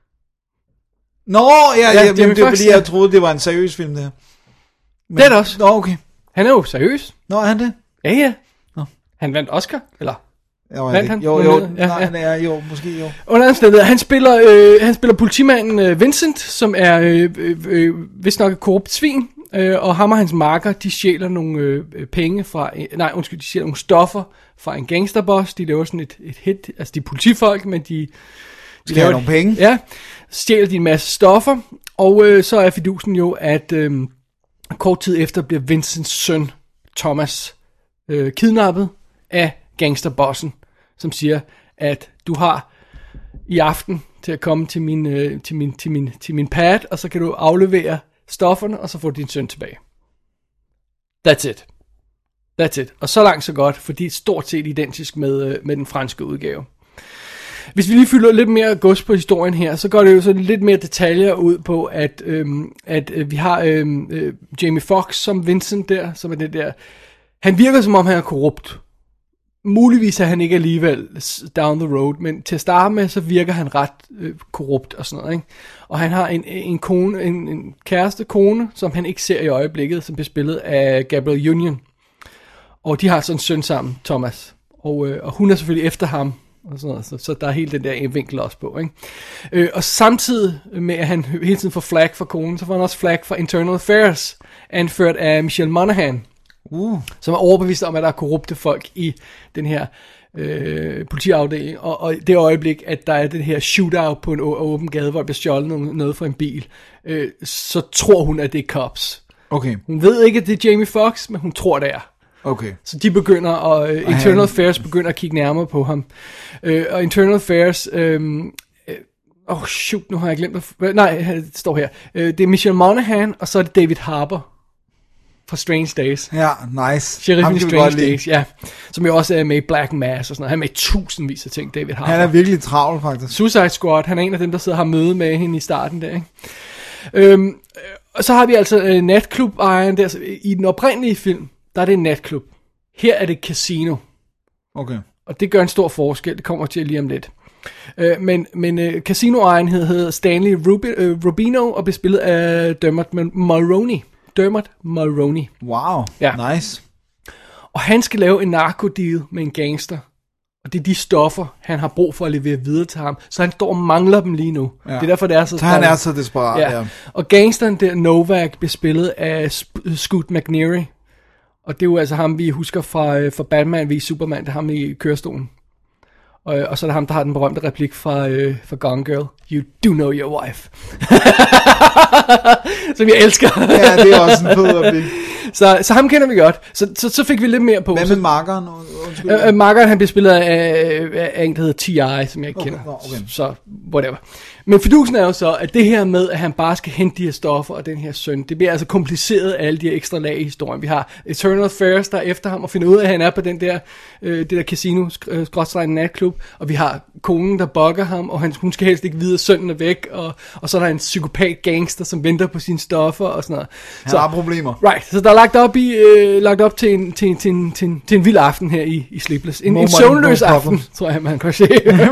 Nå, ja, ja, ja jamen, det var Fox, fordi, jeg troede, det var en seriøs film, der. Men... Det er det også. Nå, okay. Han er jo seriøs. Nå, er han det? Ja, ja. Nå. Han vandt Oscar, eller... Jo, vandt han? Jo, jo, ja, nej, ja. Er, jo, måske jo. Under anden sted, han spiller, øh, han spiller politimanden øh, Vincent, som er øh, øh, vist nok et korrupt svin, øh, og ham og hans marker, de stjæler nogle øh, penge fra, øh, nej, undskyld, de stjæler nogle stoffer fra en gangsterboss, de laver sådan et, et hit, altså de er politifolk, men de... de laver nogle penge. Ja, stjæler de en masse stoffer, og øh, så er fidusen jo, at øh, kort tid efter bliver Vincents søn, Thomas, øh, kidnappet af gangsterbossen, som siger, at du har i aften til at komme til min, øh, til min, til min, til min pad, og så kan du aflevere stofferne, og så får du din søn tilbage. That's it. That's it. Og så langt så godt, fordi det er stort set identisk med, øh, med den franske udgave. Hvis vi lige fylder lidt mere gods på historien her, så går det jo så lidt mere detaljer ud på, at, øhm, at øh, vi har øhm, øh, Jamie Foxx som Vincent der, som er det der. Han virker som om han er korrupt. Muligvis er han ikke alligevel down the road, men til at starte med, så virker han ret øh, korrupt og sådan noget, ikke? Og han har en, en kone, en, en kæreste kone, som han ikke ser i øjeblikket, som bliver spillet af Gabrielle Union. Og de har sådan en søn sammen, Thomas. Og, øh, og hun er selvfølgelig efter ham, og sådan noget, så, så der er helt den der vinkel også på, ikke? Øh, og samtidig med, at han hele tiden får flag for konen, så får han også flag for Internal Affairs, anført af Michelle Monaghan. Uh. Som er overbevist om, at der er korrupte folk i den her øh, politiafdeling. Og, og det øjeblik, at der er den her shootout på en å- åben gade, hvor der bliver stjålet noget, noget fra en bil, øh, så tror hun, at det er cops. Okay. Hun ved ikke, at det er Jamie Foxx, men hun tror, det er. Okay. Så de begynder, og øh, Internal Affairs begynder at kigge nærmere på ham. Øh, og Internal Affairs... Øh, Åh, oh shoot, nu har jeg glemt at... Nej, det står her. Øh, det er Michelle Monaghan, og så er det David Harbour. fra Strange Days. Ja, nice. Sheriffen i Strange Days, ja. Som jo også er med i Black Mass og sådan noget. Han er med i tusindvis af ting, David Harbour. Han er virkelig travl, faktisk. Suicide Squad, han er en af dem, der sidder og har møde med hende i starten der, ikke? Øhm, og så har vi altså øh, natklub-ejeren der. I den oprindelige film, der er det en natklub. Her er det casino. Okay. Og det gør en stor forskel, det kommer til lige om lidt. Øh, men men øh, casinoejeren hedder Stanley Rubi, øh, Rubino og blev spillet af Dermot Mulroney. Dermot Mulroney. Wow, ja. Nice. Og han skal lave en narkodeal med en gangster. Og det er de stoffer, han har brug for at levere videre til ham. Så han står og mangler dem lige nu. Ja. Det er derfor, det er så så han er så desperat, ja. ja. Og gangsteren der, Novak, bliver spillet af Scoot McNairy. Og det er jo altså ham, vi husker fra, fra Batman v Superman. Det er ham i kørestolen. Og, og så er det ham, der har den berømte replik fra, øh, fra Gone Girl. You do know your wife. Som jeg elsker. Ja, det er også en fed replik. Så, så ham kender vi godt. Så, så, så fik vi lidt mere på. Hvad med Markeren? Øh, Markeren, han bliver spillet af, af en, der hedder T I, som jeg ikke kender. Okay, okay. Så whatever. Men fidusen er jo så, at det her med, at han bare skal hente de her stoffer og den her søn, det bliver altså kompliceret af alle de her ekstra lag i historien. Vi har Eternal Affairs, der er efter ham og finder ud af, at han er på den der, øh, det der casino, skråstregen natklub, og vi har konen, der bugger ham, og han, hun skal helst ikke vide, at sønnen er væk, og, og så er der en psykopat gangster, som venter på sine stoffer og sådan noget. Han så, har problemer. Right, så der er lagt op, i, øh, lagt op til, en, til, til, en, til, en, til en vild aften her i, i Sleepless. En, en søvnløs aften, tror jeg, man kan se.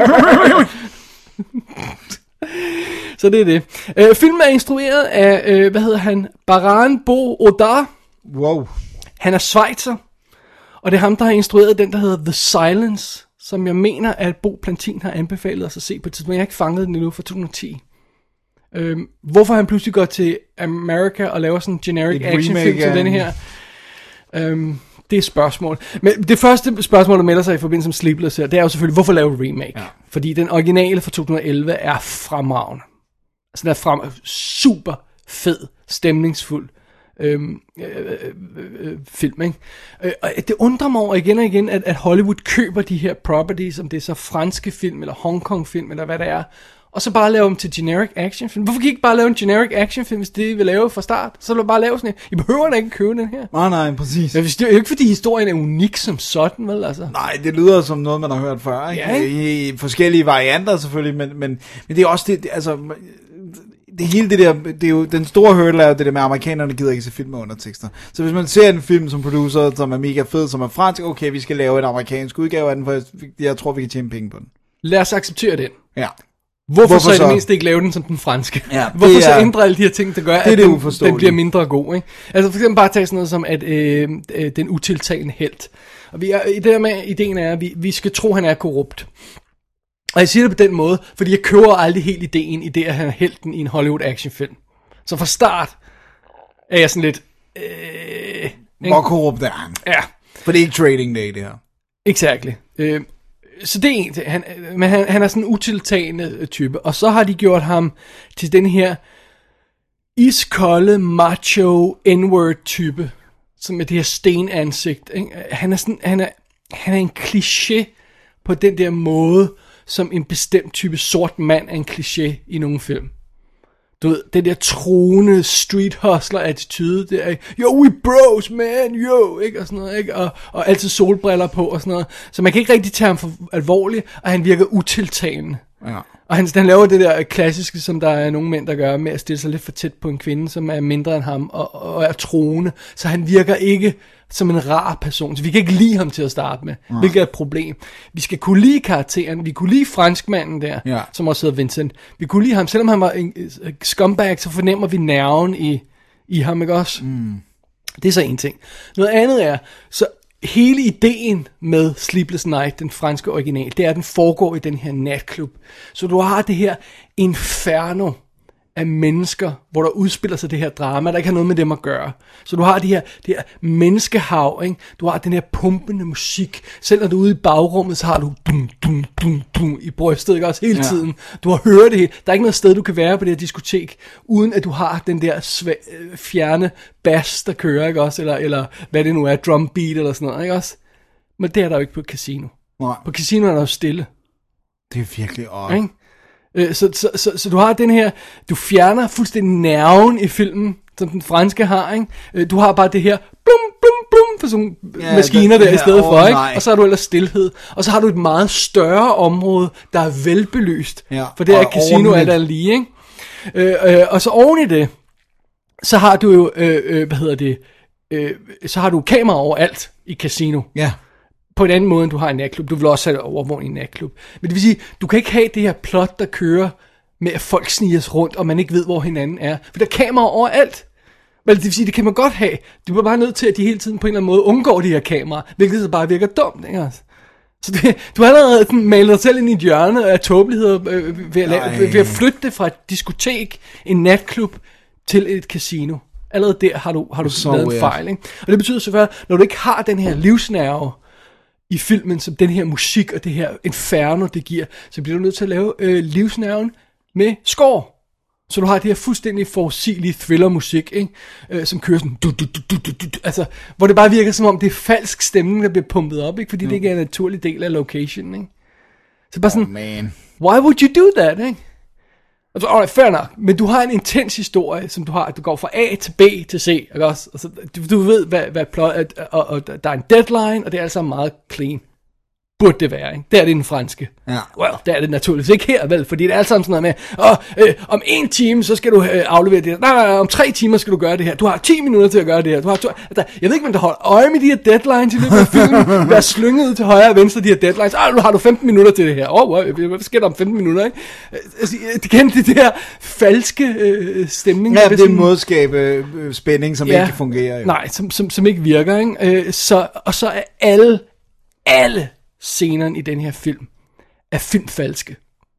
Så det er det. Øh, filmen er instrueret af, øh, hvad hedder han? Baran Bo Odar. Wow. Han er schweizer. Og det er ham, der har instrueret den, der hedder The Silence, som jeg mener, at Bo Plantin har anbefalet os at se på et tidspunkt. Jeg har ikke fanget den endnu fra to tusind og ti. Øh, hvorfor han pludselig går til America og laver sådan en generic actionfilm som denne her. Øh, det er spørgsmål. Men det første spørgsmål, der melder sig i forbindelse med Sleepless her, det er jo selvfølgelig, hvorfor lave remake? Ja. Fordi den originale fra to tusind og elleve er fremragende. Altså den er frem, super fed, stemningsfuld øhm, øh, øh, øh, film, ikke? Øh, og det undrer mig over igen og igen, at, at Hollywood køber de her properties, om det er så franske film, eller Hongkong film, eller hvad det er, og så bare lave dem til generic actionfilm. Hvorfor kan I ikke bare lave en generic actionfilm, hvis det I vil lave fra start? Så vil du bare lave sådan en. I behøver da ikke købe den her. Nej, nej, præcis. Men det er jo ikke, fordi historien er unik som sådan, vel? Altså. Nej, det lyder som noget, man har hørt før, ikke? Ja, ikke? I, I forskellige varianter selvfølgelig, men, men, men det er også det, det altså... Det hele det der, det er jo, den store hurdle er jo det der med, amerikanerne gider ikke se film med undertekster. Så hvis man ser en film som producer, som er mega fed, som er fransk, okay, vi skal lave en amerikansk udgave af den, for jeg, jeg tror, vi kan tjene penge på den. Lad os acceptere den. Ja. Hvorfor, Hvorfor så i det mindste ikke lave den som den franske? Ja, Hvorfor er, så ændre alle de her ting, der gør, det at det den, den bliver mindre god, ikke? Altså for eksempel bare tage sådan noget som, at øh, øh, den utiltagende helt. Og vi er, det der med, ideen er, at vi, vi skal tro, han er korrupt. Og jeg siger det på den måde, fordi jeg køber aldrig helt ideen i det, at han er helten i en Hollywood actionfilm. Så fra start er jeg sådan lidt... Øh, Hvor korrupt er han? Ja. For det er ikke trading day, det her. Exactly. Øh, så det er en ting. Han, men han, han er sådan en utiltagende type. Og så har de gjort ham til den her iskolde, macho, n-word type. Som med det her stenansigt. Ikke? Han er sådan... Han er, han er en kliché på den der måde, som en bestemt type sort mand er en kliché i nogle film. Du ved, den der troende street hustler attitude, det er, yo, we bros, man, yo, ikke, og sådan noget, ikke, og, og altid solbriller på, og sådan noget, så man kan ikke rigtig tage ham for alvorligt, og han virker utiltagende. Ja. Og han, han laver det der klassiske, som der er nogle mænd, der gør, med at stille sig lidt for tæt på en kvinde, som er mindre end ham, og, og er troende, så han virker ikke som en rar person, så vi kan ikke lide ham til at starte med, ja. Hvilket er et problem. Vi skal kunne lide karakteren, vi kunne lide franskmanden der, ja. Som også hedder Vincent, vi kunne lide ham, selvom han var en scumbag, så fornemmer vi nerven i, i ham, ikke også? Mm. Det er så en ting. Noget andet er, så hele ideen med Sleepless Night, den franske original, det er, at den foregår i den her natklub. Så du har det her inferno af mennesker, hvor der udspiller sig det her drama, der ikke har noget med dem at gøre. Så du har de her, de her menneskehav, ikke? Du har den her pumpende musik. Selv når du er ude i bagrummet, så har du dum, dum, dum, dum, i brystet, ikke også hele ja. Tiden. Du har hørt det hele. Der er ikke noget sted, du kan være på det her diskotek, uden at du har den der sv- fjerne bass, der kører, ikke også? Eller, eller hvad det nu er, drum beat eller sådan noget, ikke også? Men det er der jo ikke på et casino. Nej. På casino er der jo stille. Det er virkelig odd. Så, så, så, så du har den her, du fjerner fuldstændig nerven i filmen, som den franske har, ikke? Øh, Du har bare det her blum, blum, blum, for sådan Ja, maskiner det- der det i stedet her, for, åh, ikke? nej. Og så har du ellers stilhed. Og så har du et meget større område, der er velbelyst. Ja, For det er og et casino ordentligt. alt andet lige, ikke? Øh, øh, og så oven i det, så har du jo, øh, øh, hvad hedder det, øh, så har du kamera overalt i casino. Ja. På en anden måde, end du har i en natklub. Du vil også have overvågning i en natklub. Men det vil sige, du kan ikke have det her plot, der kører med, at folk sniges rundt, og man ikke ved, hvor hinanden er. For der er kameraer overalt. Men det vil sige, det kan man godt have. Du er bare nødt til, at de hele tiden på en eller anden måde undgår de her kameraer, hvilket så bare virker dumt, ikke altså? Så det, du har allerede sådan malet dig selv ind i et hjørne af tåbeligheder øh, ved, at lave, ved, ved at flytte det fra et diskotek, en natklub, til et casino. Allerede der har du, har du Så lavet en weird. fejl, ikke? Og det betyder selvfølgelig, når du ikke har den her livsnerve i filmen, som den her musik og det her inferno, det giver, så bliver du nødt til at lave øh, livsnerven med score. Så du har det her fuldstændig forudsigelige thriller-musik, ikke? Øh, som kører sådan, du, du, du, du, du, du, altså, hvor det bare virker som om, det er falsk stemning, der bliver pumpet op, ikke? Fordi mm. det ikke er en naturlig del af location, ikke? Så bare sådan, Oh, man. why would you do that, ikke? Altså, alright, fair nok, men du har en intens historie, som du har, at du går fra A til B til C, ikke også? Altså, du, du ved, hvad, hvad plot, at, og, og der er en deadline, og det er altså meget clean. Burde det være, ikke? Der er det den franske. Ja. Well, der er det naturligvis ikke her, vel? Fordi det er alt sammen sådan noget med, åh, øh, om en time, så skal du øh, aflevere det her. Nej, nej, nej, om tre timer skal du gøre det her. Du har ti minutter til at gøre det her. Du har to... altså, jeg ved ikke, om der holder øje med de her deadlines i løbet af filmen. Der er slynget ud til højre og venstre, de her deadlines. Ah, nu har du femten minutter til det her. Åh, oh, wow, hvad sker der om femten minutter, ikke? Altså, det kan det der falske øh, stemning. Ja, der det er sådan- en måde at skabe øh, spænding, som ikke fungerer. Jo. Nej, som, som, som ikke virker, ikke? Øh, så, og så er alle, alle scenerne i den her film er filmfalske.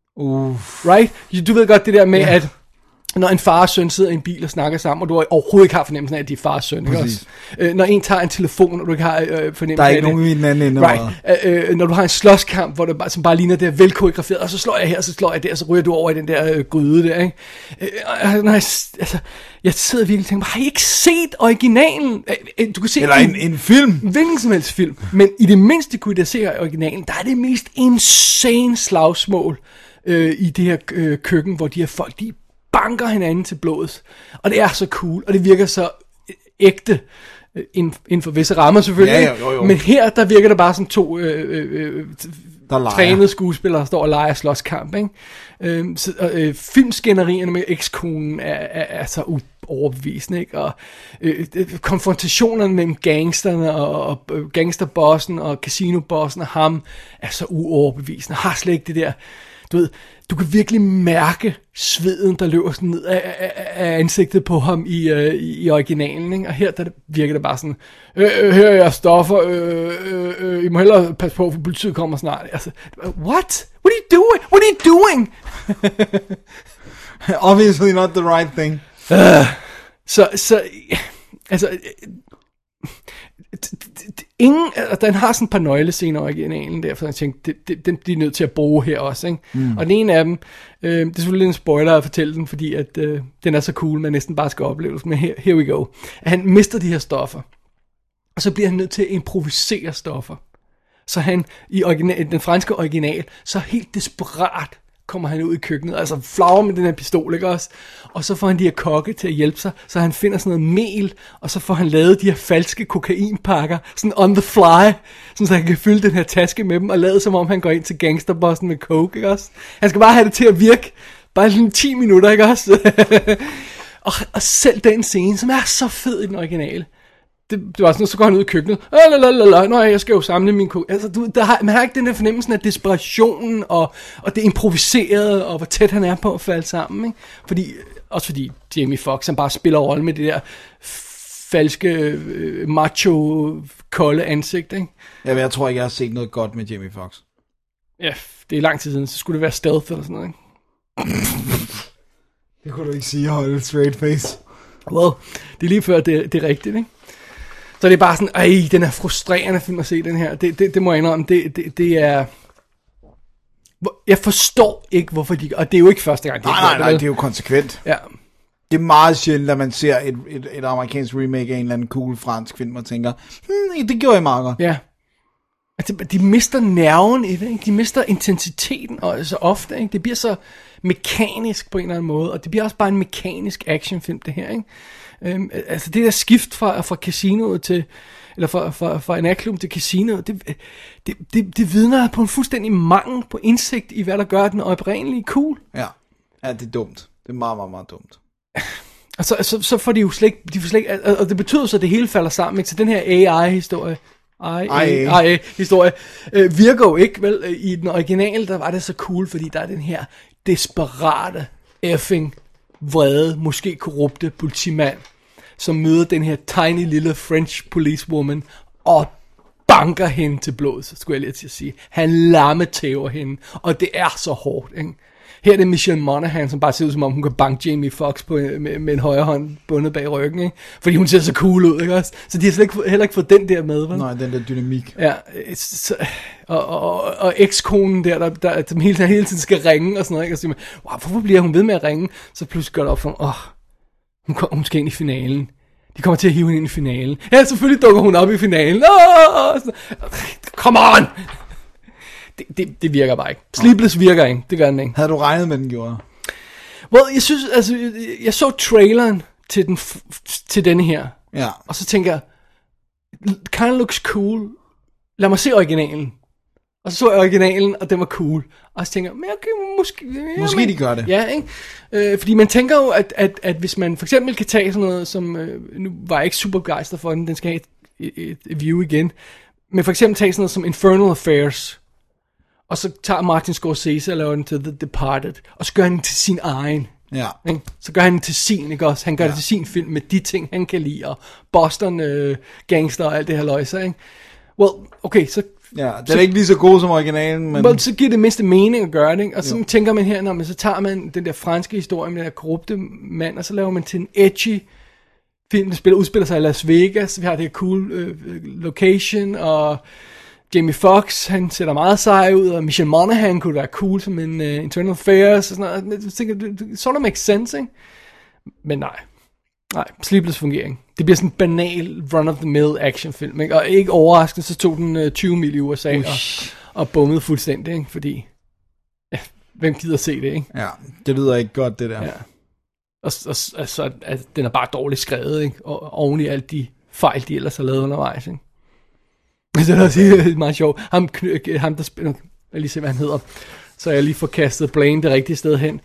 Uff. Right? Du ved godt det der med, ja. at når en far og søn sidder i en bil og snakker sammen, og du overhovedet ikke har fornemmelsen af, at de er far og søn, ikke også? Øh, når en tager en telefon, og du ikke har øh, fornemmelsen af Der er ikke det. nogen i den anden ende. Right. Øh, øh, når du har en slåskamp, hvor det bare, som bare ligner det er velkoreograferet, og så slår jeg her, så slår jeg der, og så ryger du over i den der øh, gryde der, ikke? Øh, øh, når jeg, altså, jeg sidder virkelig og tænker, har I ikke set originalen? Øh, øh, du kan se Eller en, en film. hvilken som helst film, men i det mindste kunne I da se originalen, der er det mest insane slagsmål øh, i det her øh, køkken, hvor de her folk, de banker hinanden til blodet, og det er så cool, og det virker så øh, ægte, øh, inden, inden for visse rammer selvfølgelig, Ja, ja, jo, jo. men her, der virker det bare som to øh, øh, Der leger. trænede skuespillere, der står og leger slåskamp, ikke? Øhm, så, øh, filmskænderierne med ekskonen er, er, er så uoverbevisende, ikke? Og øh, konfrontationerne mellem gangsterne og, og øh, gangsterbossen og casinobossen og ham er så uoverbevisende. Har slet ikke det der, du ved, du kan virkelig mærke sveden, der løber sådan ned af, af, af ansigtet på ham i, øh, i originalen, ikke? Og her der virker det bare sådan, øh, øh, her er jeg stoffer, øh, øh, øh, I må hellere passe på, for politiet kommer snart. Altså, what? What are you doing? What are you doing? Obviously not the right thing. Uh, så, så, altså, ingen, altså, den har sådan et par nøglescener i originalen der, for jeg tænkte, det, det, dem de er nødt til at bruge her også, ikke? Mm. Og den ene af dem, øh, det er selvfølgelig en spoiler at fortælle den, fordi at øh, den er så cool, man næsten bare skal opleves, men here, here we go. At han mister de her stoffer, og så bliver han nødt til at improvisere stoffer. Så han, i original, den franske original, så helt desperat kommer han ud i køkkenet, altså flagrer med den her pistol, ikke også? Og så får han de her kokke til at hjælpe sig, så han finder sådan noget mel, og så får han lavet de her falske kokainpakker, sådan on the fly, sådan så han kan fylde den her taske med dem, og lade som om han går ind til gangsterbossen med coke, ikke også? Han skal bare have det til at virke, bare sådan ti minutter, ikke også? og, og selv den scene, som er så fed i den originale, Det, det var sådan, så går han ud i køkkenet. Lalalala, nå, jeg skal jo samle min ko. Altså, du, der har, man har ikke den der fornemmelsen af desperationen og, og det improviserede, og hvor tæt han er på at falde sammen, ikke? Fordi, også fordi Jamie Foxx, han bare spiller rolle med det der falske, øh, macho, kolde ansigt, ikke? Ja, jeg tror ikke, jeg har set noget godt med Jamie Foxx. Ja, det er lang tid siden, så skulle det være stealth eller sådan noget, ikke? Det kunne du ikke sige, holde straight face. Well, det er lige før, det, det er rigtigt, ikke? Så det er bare sådan, ej, den er frustrerende film at se, den her. Det, det, det må jeg indrømme, det, det, det er... Jeg forstår ikke, hvorfor de... Og det er jo ikke første gang, de Nej, har nej, gjort nej, vel? det er jo konsekvent. Ja. Det er meget sjældent, at man ser et, et, et amerikansk remake af en eller anden cool fransk film, og tænker, hmm, det gjorde jeg meget godt. Ja. Altså, de mister nerven i det, ikke? De mister intensiteten og så ofte, ikke? Det bliver så mekanisk på en eller anden måde, og det bliver også bare en mekanisk actionfilm, det her, ikke? Øhm, altså det der skift fra, fra casinoet til, eller fra, fra, fra en natklub til casinoet, det, det, det, det vidner på en fuldstændig mangel på indsigt i, hvad der gør den oprindelige cool. Ja, ja det er dumt. Det er meget, meget, meget dumt. Og så, så, så får de jo slet ikke, de får slet ikke, og det betyder så, at det hele falder sammen, ikke? Så den her A I-historie, I A historie øh, virker jo ikke, vel? I den originale, der var det så cool, fordi der er den her desperate, effing, vrede, måske korrupte politimand, som møder den her tiny lille French policewoman, og banker hende til blods, skulle jeg lige til at sige. Han lammetæver hende, og det er så hårdt, ikke? Her er det Michelle Monaghan, som bare ser ud som om, hun kan banke Jamie Foxx på, med, med en højre hånd bundet bag ryggen, ikke? Fordi hun ser så cool ud, ikke også? Så de har slet ikke, heller ikke fået den der med, vel? Nej, den der dynamik. Ja, så, og, og, og ekskonen der, der, der, der hele, hele tiden skal ringe og sådan noget, ikke? Og siger, wow, hvorfor bliver hun ved med at ringe? Så pludselig gør det op for mig, åh, oh, hun, hun skal ind i finalen. De kommer til at hive hende ind i finalen. Ja, selvfølgelig dukker hun op i finalen. Oh, come on! Det, det, det virker bare ikke. Sleepless virker ikke. Det gør den ikke. Havde du regnet med, den gjorde? Well, jeg synes, altså, jeg, jeg så traileren til, den, til denne her. Ja. Og så tænker jeg, kind of looks cool. Lad mig se originalen. Og så så jeg originalen, og den var cool. Og så tænker jeg, men okay, måske... Ja, måske men, de gør det. Ja, ikke? Øh, fordi man tænker jo, at, at, at hvis man for eksempel kan tage sådan noget, som... Øh, nu var jeg ikke super begejstret for den, den skal have et, et, et view igen. Men for eksempel tage sådan noget som Infernal Affairs. Og så tager Martin Scorsese og laver den til The Departed. Og så gør han den til sin egen. Ja. Ikke? Så gør han den til sin, ikke også? Han gør ja. det til sin film med de ting, han kan lide. Og Boston øh, gangster og alt det her løjser, ikke? Well, okay, så... Ja, det er ikke lige så god som originalen, men... Well, så giver det mindste mening at gøre det, ikke? Og så jo. Tænker man her, når man så tager man den der franske historie med den der korrupte mand, og så laver man til en edgy film, der spiller, udspiller sig i Las Vegas. Vi har det her cool øh, location, og Jamie Foxx, han ser meget sej ud, og Michelle Monaghan kunne være cool som en uh, Internal Affairs, og sådan noget. Jeg tænker, det sort of makes sense, ikke? Men nej. Nej, Sleepless fungerer ikke. Det bliver sådan en banal run-of-the-mill actionfilm, ikke? Og ikke overraskende, så tog den uh, tyve mil i U S A og, og bummede fuldstændig, ikke? Fordi, ja, hvem gider se det, ikke? Ja, det lyder ikke godt, det der. Ja. Og, og altså, at den er bare dårligt skrevet, ikke? Og oven i alle de fejl, de ellers har lavet undervejs, ikke? Så det er også meget sjovt. Ham, ham der spiller, jeg lige se, hvad han hedder. Så jeg lige får kastet Blaine det rigtige sted hen.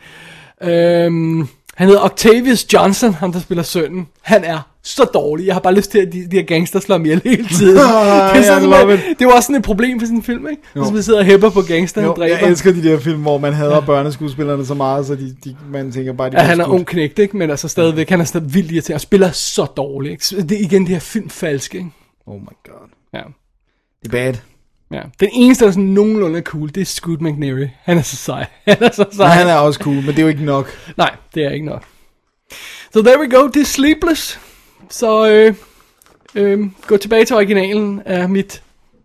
Øhm... Han hedder Octavius Johnson, ham der spiller sønnen. Han er så dårlig. Jeg har bare lyst til, at de, de her gangster slår ham ihjel hele tiden. det, er sådan, man, det var også sådan et problem for sådan en film, ikke? Jo. Hvis man sidder og hæpper på gangster og dræber. Jeg elsker de der film, hvor man hader ja. børneskuespillerne så meget, så de, de, man tænker bare... De ja, han er ung knægt, ikke? Men altså stadigvæk, han er stadig vildt irriterende og spiller så dårligt, ikke? Det er igen det her filmfalske, ikke? Oh my god. Ja. Det er bad. Ja. Den eneste, der er sådan nogenlunde cool, det er Scoot McNairy. Han er så sej. Han er så sej. Ja, han er også cool, men det er jo ikke nok. Nej, det er ikke nok. So there we go, det er Sleepless. Så øh, øh, gå tilbage til originalen af mit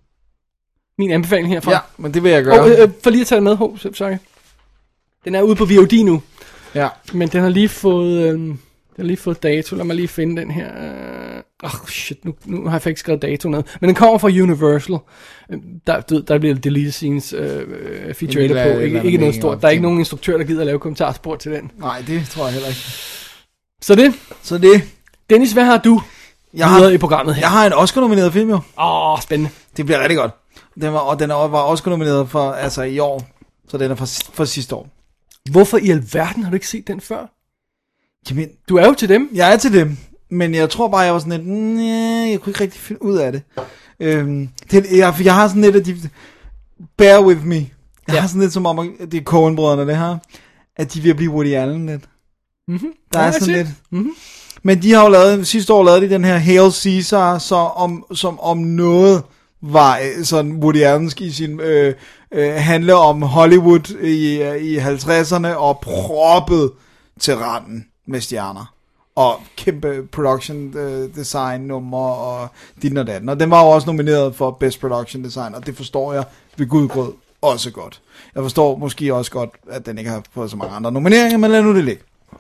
min anbefaling herfra. Ja, men det vil jeg gøre. Oh, øh, for lige at tage det med, oh, sorry. Den er ude på V O D nu. Ja. Men den har lige fået, øh, den har lige fået dato. Lad mig lige finde den her. Åh, oh, shit, nu, nu har jeg faktisk skrevet dato ned. Men den kommer fra Universal. Der, der bliver deleted scenes øh, featurette på. Ikke, ikke noget stort. Der er ikke nogen instruktør, der gider at lave kommentarspor til den. Nej, det tror jeg heller ikke. Så det. Så det. Dennis, hvad har du jeg har, i programmet her? Jeg har en Oscar-nomineret film, jo. Åh, oh, spændende. Det bliver rigtig godt. Den var, og den var Oscar-nomineret for, altså i år. Så den er fra, fra sidste år. Hvorfor i alverden har du ikke set den før? Jamen, du er jo til dem. Jeg er til dem. Men jeg tror bare, jeg var sådan lidt, nej, jeg kunne ikke rigtig finde ud af det. Øhm, det jeg, jeg har sådan lidt af de, bear with me. Jeg ja. har sådan lidt som om, det er Coen-brødrene det her, at de vil blive Woody Allen lidt. Mm-hmm. Der ja, er sådan lidt. Mm-hmm. Men de har jo lavet, sidste år lavede de den her Hail Caesar, så om, som om noget var sådan Woody Allensk i sin, øh, øh, handle om Hollywood i, i halvtredserne og proppet til randen med stjerner. Og kæmpe production uh, design nummer og din og datten. Og den var jo også nomineret for Best Production Design, og det forstår jeg ved Gud grød også godt. Jeg forstår måske også godt, at den ikke har fået så mange andre nomineringer, men lad nu det ligge.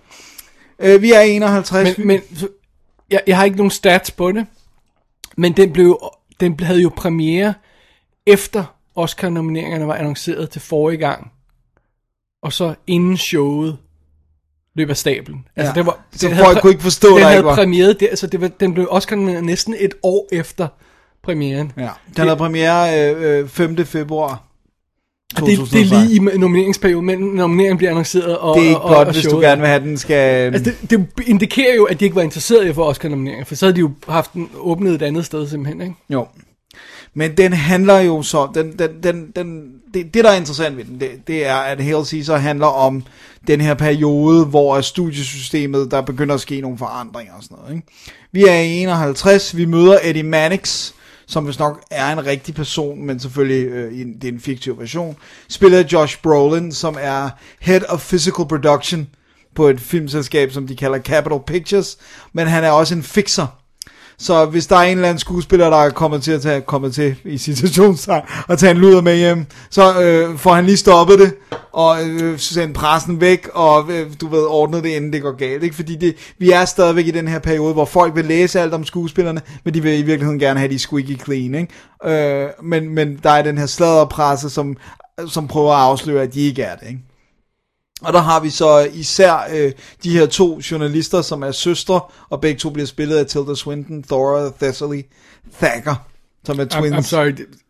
Uh, vi er enoghalvtreds. Men, men jeg, jeg har ikke nogen stats på det, men den, blev, den havde jo premiere efter Oscar-nomineringerne var annonceret til forrige gang, og så inden showet løb af stablen. Altså, Ja. det var, Så den folk havde, kunne ikke forstå, den der havde ikke var- premieret der, så det var, den blev Oscar næsten et år efter premieren. Ja. Den havde premiere øh, øh, femte februar. Og det, det er lige i nomineringsperioden, men nomineringen bliver annonceret. Og, Det er ikke og, godt, og hvis du showet. gerne vil have den skal... Altså, det, det indikerer jo, at de ikke var interesserede i at få Oscar-nomineringer, for så havde de jo haft den åbnet et andet sted simpelthen, ikke? Jo. Men den handler jo så... Den, den, den, den, det, det, der er interessant ved den, det, det er, at Hail Caesar handler om den her periode, hvor studiesystemet, der begynder at ske nogle forandringer og sådan noget, ikke? Vi er i enoghalvtreds, vi møder Eddie Mannix, som vist nok er en rigtig person, men selvfølgelig øh, det er en fiktiv version, spiller Josh Brolin, som er Head of Physical Production på et filmselskab, som de kalder Capitol Pictures, men han er også en fixer. Så hvis der er en eller anden skuespiller, der er kommet til at tage, kommet til i situationstegn, og tage en luder med hjem, så øh, får han lige stoppet det, og øh, sendt pressen væk, og øh, du ved, ordnet det, inden det går galt, ikke? Fordi det, vi er stadigvæk i den her periode, hvor folk vil læse alt om skuespillerne, men de vil i virkeligheden gerne have de squeaky clean, ikke? Øh, men, men der er den her sladderpresse, som, som prøver at afsløre, at de ikke er det, ikke? Og der har vi så især øh, de her to journalister, som er søstre, og begge to bliver spillet af Tilda Swinton, Thora Thessaly Thacker, som er twins. I'm, I'm sorry.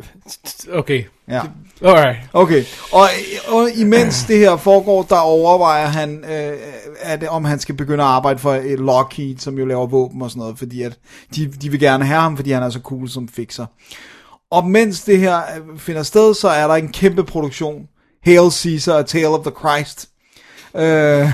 Okay. Ja. Alright. Okay, og, og imens det her foregår, der overvejer han, øh, at, om han skal begynde at arbejde for et Lockheed, som jo laver våben og sådan noget, fordi at de, de vil gerne have ham, fordi han er så cool som fixer. Og mens det her finder sted, så er der en kæmpe produktion, Hail Caesar, A Tale of the Christ, øh,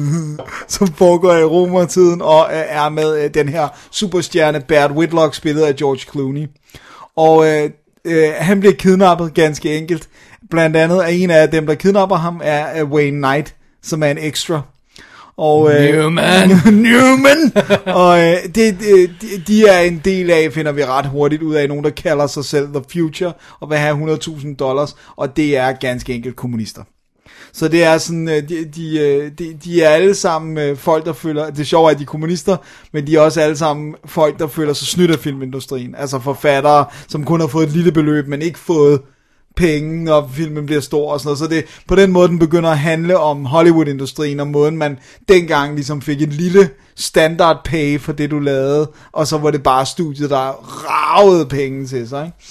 som foregår i romertiden, og øh, er med øh, den her superstjerne Bert Whitlock, spillet af George Clooney. Og øh, øh, han bliver kidnappet ganske enkelt. Blandt andet er en af dem, der kidnapper ham, er øh, Wayne Knight, som er en extra. Og, øh, Newman. Newman. Og øh, det, de, de er en del af, finder vi ret hurtigt ud af, nogen der kalder sig selv The Future, og vil have hundrede tusind dollars, og det er ganske enkelt kommunister. Så det er sådan, de, de, de, de er alle sammen folk, der føler, det er sjovt, at de er kommunister, men de er også alle sammen folk, der føler sig snydt af filmindustrien. Altså forfattere, som kun har fået et lille beløb, men ikke fået penge, når filmen bliver stor og sådan noget. Så det på den måde, den begynder at handle om Hollywood-industrien, og måden man dengang ligesom fik et lille standard pay for det, du lavede, og så var det bare studiet, der ragede penge til sig, ikke?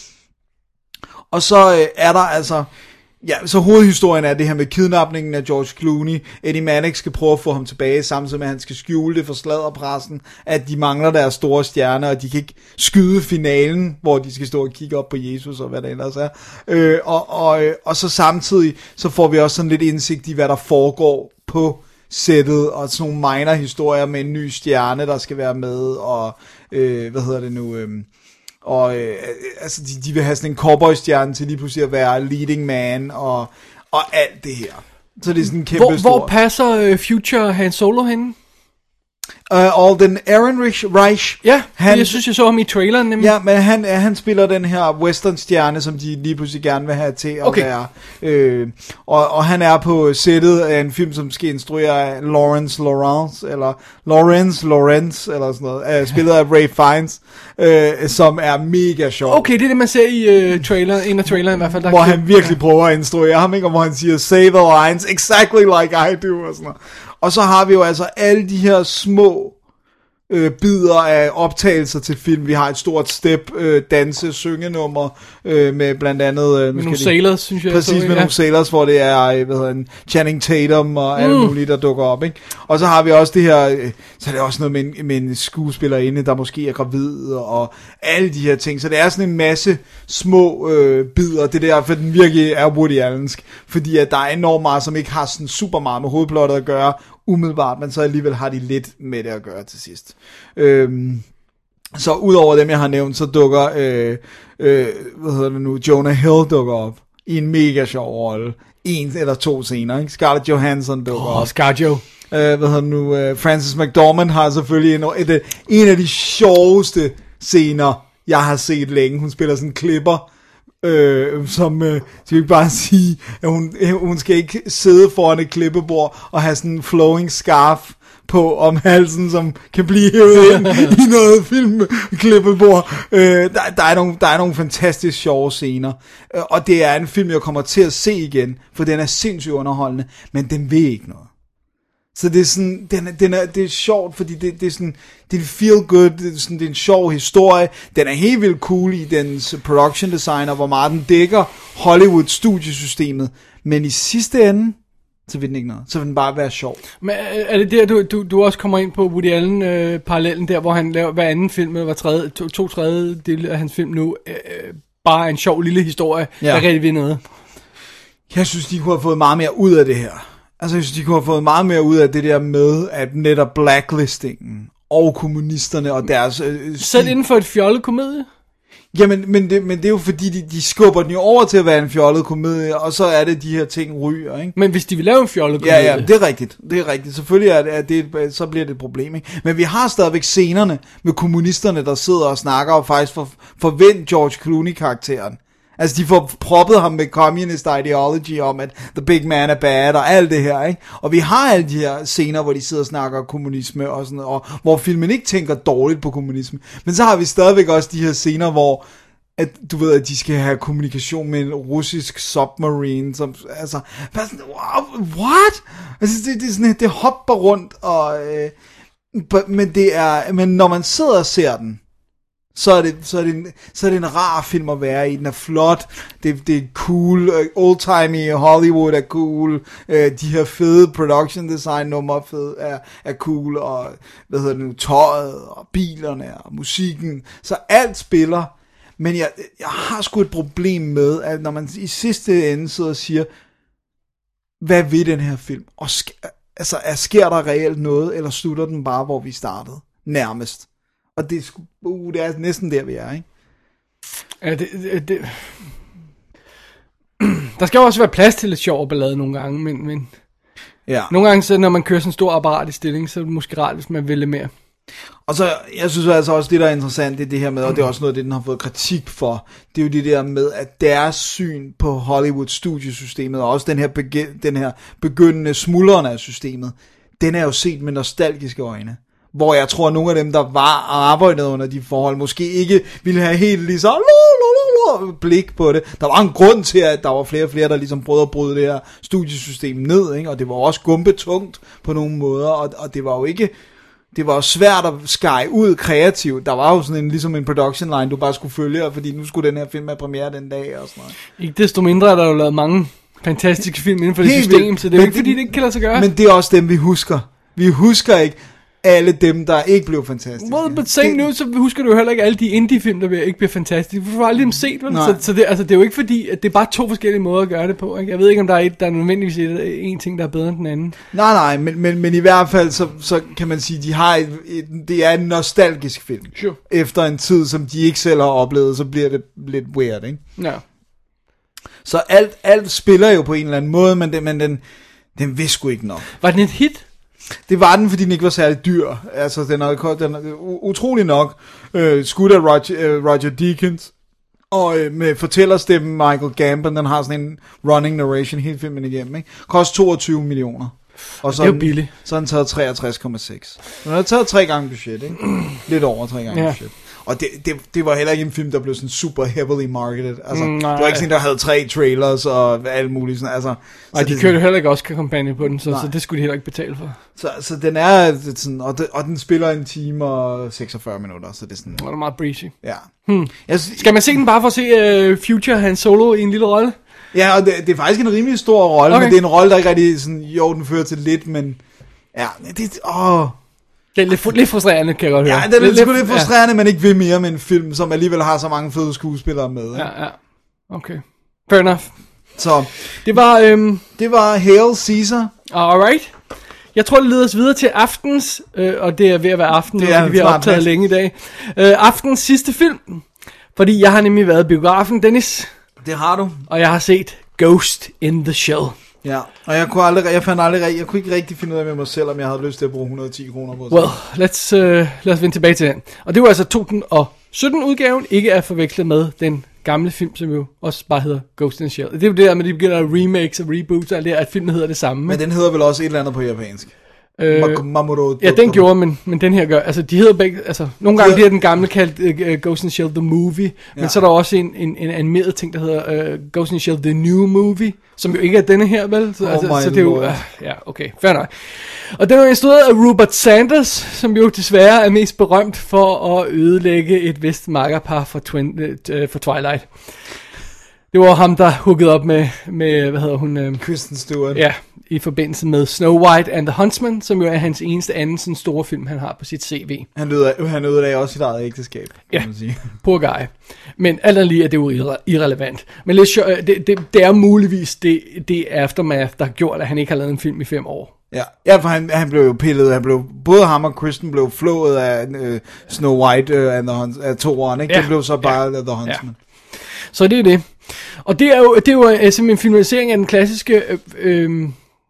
Og så øh, er der altså... Ja, så hovedhistorien er det her med kidnapningen af George Clooney. Eddie Mannix skal prøve at få ham tilbage, samtidig med at han skal skjule det for sladderpressen, at de mangler deres store stjerner, og de kan ikke skyde finalen, hvor de skal stå og kigge op på Jesus og hvad det ellers er. Øh, og, og, og så samtidig, så får vi også sådan lidt indsigt i, hvad der foregår på sættet, og sådan nogle minor historier med en ny stjerne, der skal være med, og øh, hvad hedder det nu... Øh, Og øh, altså de, de vil have sådan en cowboystjerne til lige pludselig at være leading man og, og alt det her. Så det er sådan en kæmpe hvor, stor... hvor passer uh, Future Han Solo henne? Uh, og den Aaron Reich, Reich Ja, han, jeg synes jeg så ham i traileren nemlig. Ja, men han, han spiller den her western stjerne, som de lige pludselig gerne vil have til at Okay. være. Øh, og, og han er på sættet af en film, som skal instruere af Lawrence Lawrence, eller Lawrence Lawrence, eller sådan noget, uh, spillet af Ray Fiennes, uh, som er mega sjov. Okay, det er det man ser i uh, trailer, en af traileren i hvert fald. Der Hvor er han virkelig prøver at instruere ham, ikke? Og hvor han siger, say the lines exactly like I do, og sådan noget. Og så har vi jo altså alle de her små øh, bidder af optagelser til film. Vi har et stort step, øh, danse, syngenummer, øh, med blandt andet... Øh, med nogle sailors, synes jeg. Præcis, så, med ja. nogle sailors, hvor det er, øh, hvad hedder en, Channing Tatum og alle Mm. mulige, der dukker op, ikke? Og så har vi også det her, øh, så er det også noget med en, med en skuespillerinde, der måske er gravid, og alle de her ting. Så det er sådan en masse små øh, bidder, det der, for den virkelig er Woody Allensk, fordi at der er enormt meget, som ikke har sådan super meget med hovedplottet at gøre, umiddelbart, men så alligevel har de lidt med det at gøre til sidst. Øhm, så udover dem, jeg har nævnt, så dukker, øh, øh, hvad hedder det nu, Jonah Hill dukker op i en mega sjov rolle. En eller to scener, ikke? Scarlett Johansson dukker Åh, op. oh, ScarJo. Øh, hvad hedder det nu, øh, Frances McDormand har selvfølgelig en, et, en af de sjoveste scener, jeg har set længe. Hun spiller sådan en klipper, Øh, som, øh, skal vi ikke bare sige, at hun, hun skal ikke sidde foran et klippebord og have sådan en flowing scarf på om halsen, som kan blive hævet ind i noget filmklippebord. Øh, der, der, er nogle, der er nogle fantastisk sjove scener, øh, og det er en film, jeg kommer til at se igen, for den er sindssygt underholdende, men den ved ikke noget. Så det er sådan, den er, den er, det er sjovt, fordi det, det er sådan, det er feel good, det er, sådan, det er en sjov historie. Den er helt vildt cool i dens production designer, hvor meget den dækker Hollywood studiesystemet. Men i sidste ende, så vil den ikke noget. Så vil den bare være sjov. Men er det der, du, du, du også kommer ind på Woody Allen øh, parallellen der, hvor han laver hver anden film, eller hver tredje, to, to tredje del af hans film nu, øh, bare en sjov lille historie, ja. Der rigtig ved noget. Jeg synes, de kunne have fået meget mere ud af det her. Altså, jeg synes, de kunne have fået meget mere ud af det der med, at netop blacklistingen og kommunisterne og deres... Øh, Selv inden for et fjollet komedie? Jamen, men det, men det er jo fordi, de, de skubber den jo over til at være en fjollet komedie, og så er det, de her ting ryger, ikke? Men hvis de vil lave en fjollet komedie... Ja, ja, det er rigtigt. Det er rigtigt. Selvfølgelig er det, er det, så bliver det et problem, ikke? Men vi har stadigvæk scenerne med kommunisterne, der sidder og snakker og faktisk for, forvent George Clooney-karakteren. Altså, de får proppet ham med communist ideology om, at the big man er bad, og alt det her, ikke? Og vi har alle de her scener, hvor de sidder og snakker kommunisme, og sådan, og hvor filmen ikke tænker dårligt på kommunisme. Men så har vi stadigvæk også de her scener, hvor, at du ved, at de skal have kommunikation med en russisk submarine, som, altså, what? Altså, det, det er sådan, det hopper rundt, og, øh, men det er, men når man sidder og ser den, så er, det, så, er det en, så er det en rar film at være i. Den er flot, det, det er cool, old-timey Hollywood er cool, øh, de her fede production design numre fede, er, er cool, og hvad hedder det nu, tøjet, og bilerne, og musikken, så alt spiller, men jeg, jeg har sgu et problem med, at når man i sidste ende sidder og siger, hvad vil den her film? Og sk- altså, er, sker der reelt noget, eller slutter den bare, hvor vi startede? Nærmest. Og det er, sgu, uh, det er næsten der, vi er, ikke? Ja, det, det, det... Der skal jo også være plads til lidt sjov ballade nogle gange, men, men... Ja. Nogle gange, så når man kører sådan en stor apparat i stilling, så er det måske rart, hvis man vil lidt mere. Og så, jeg synes altså også, det der er interessant, det er det her med, og det er også noget, det den har fået kritik for, det er jo det der med, at deres syn på Hollywood studiesystemet, og også den her, beg- den her begyndende smuldrende af systemet, den er jo set med nostalgiske øjne. Hvor jeg tror, at nogle af dem, der var og arbejdede under de forhold, måske ikke ville have helt ligesom blik på det. Der var en grund til, at der var flere og flere, der ligesom prøvede at bryde det her studiesystem ned, ikke? Og det var også gumpetungt på nogle måder, og, og det var jo ikke... Det var jo svært at skære ud kreativt. Der var jo sådan en, ligesom en production line, du bare skulle følge, fordi nu skulle den her film have premiere den dag og sådan noget. Ikke desto mindre er der jo lavet mange fantastiske film inden for det Helt system, vildt. så det er jo ikke det, fordi, det ikke kan lade sig gøre. Men det er også dem, vi husker. Vi husker ikke alle dem, der ikke blev fantastiske. Well, but saying nu, så husker du jo heller ikke alle de indie-film, der ikke bliver fantastiske. Du får aldrig dem set, vel? Så, så det, altså, det er jo ikke fordi, at det er bare to forskellige måder at gøre det på. Ikke? Jeg ved ikke, om der er, et, der er nødvendigvis et, en ting, der er bedre end den anden. Nej, nej, men, men, men i hvert fald, så, så kan man sige, de har et, et, det er en nostalgisk film. Sure. Efter en tid, som de ikke selv har oplevet, så bliver det lidt weird, ikke? Ja. Så alt, alt spiller jo på en eller anden måde, men, det, men den, den vidste sgu ikke nok. Var den et hit? Det var den, fordi den ikke var særlig dyr. Altså, den er, den er utrolig nok øh, skudt af Roger, øh, Roger Deakins. Og øh, med fortællerstemmen Michael Gambon, den har sådan en running narration hele filmen igennem, ikke? Kost toogtyve millioner. Og så det er jo billigt. Så har den taget treogtres komma seks. Den har taget tre gange budget, ikke? Lidt over tre gange ja. budget. Og det, det, det var heller ikke en film, der blev sådan super heavily marketed. Altså, mm, det var ikke sådan, der havde tre trailers og alt muligt sådan. Altså, nej, de det, kørte heller ikke Oscar-kampagne på den, så, så det skulle de heller ikke betale for. Så, så den er sådan, og, det, og den spiller en time og seksogfyrre minutter, så det er sådan... Det er meget breezy. Ja. Hmm. Jeg, Skal man se den bare for at se uh, Future Han Solo i en lille rolle? Ja, og det, det er faktisk en rimelig stor rolle, okay. Men det er en rolle, der ikke rigtig sådan, jo, den fører til lidt, men... Ja, det... Åh... Det er lidt, lidt frustrerende, kan jeg godt høre. Ja, det er lidt, lidt, lidt frustrerende, ja. Men ikke vil mere med en film, som alligevel har så mange fede skuespillere med. Ikke? Ja, ja. Okay. Fair enough. Så. Det var... Øhm, det var Hail Caesar. Alright. Jeg tror, det leder os videre til aftens, øh, og det er ved at være aften, det er vi har optaget næsten. længe i dag. Øh, aftens sidste film. Fordi jeg har nemlig været i biografen, Dennis. Det har du. Og jeg har set Ghost in the Shell. Ja, og jeg kunne aldrig, jeg fandt aldrig, jeg kunne ikke rigtig finde ud af med mig selv, om jeg havde lyst til at bruge et hundrede og ti kroner på. Well, let's, uh, lad os vende tilbage til den. Og det var altså to tusind og sytten udgaven, ikke at forveksle med den gamle film, som jo også bare hedder Ghost in the Shell. Det er jo det der med, at de begynder at remakes og reboots og alt det, at filmen hedder det samme. Men den hedder vel også et eller andet på japansk? Øh, Mamoru. Ja, den gjorde, men, men den her gør, altså de hedder begge, altså nogle gange bliver den gamle kaldt uh, Ghost in the Shell The Movie, ja. Men så er der også en, en, en animeret ting, der hedder uh, Ghost in the Shell The New Movie, som jo ikke er denne her, vel? Så, oh altså, så det er jo, uh, ja, okay, fair nok. Og den er instrueret af Rupert Sanders, som jo desværre er mest berømt for at ødelægge et vist makkerpar for, twin, uh, for Twilight. Det var ham, der hookede op med, med hvad hedder hun? Uh, Kristen Stewart. Ja, i forbindelse med Snow White and the Huntsman, som jo er hans eneste anden sådan store film, han har på sit C V. Han ødelagde, han ødelagde også sit eget ægteskab, kan ja, man sige. Poor guy. Men alt andet lige er det jo irre- irrelevant. Men lidt sjov, det, det, det er muligvis det, det Aftermath, der har gjort, at han ikke har lavet en film i fem år. Ja, ja, for han, han blev jo pillet, han blev, både ham og Kristen blev flået af uh, Snow White uh, and the Huntsman, af toeren, ikke? Ja. Det blev så bare ja. The Huntsman. Ja. Så det er det. Og det er jo, det er jo simpelthen en filmatisering af den klassiske, øh, øh,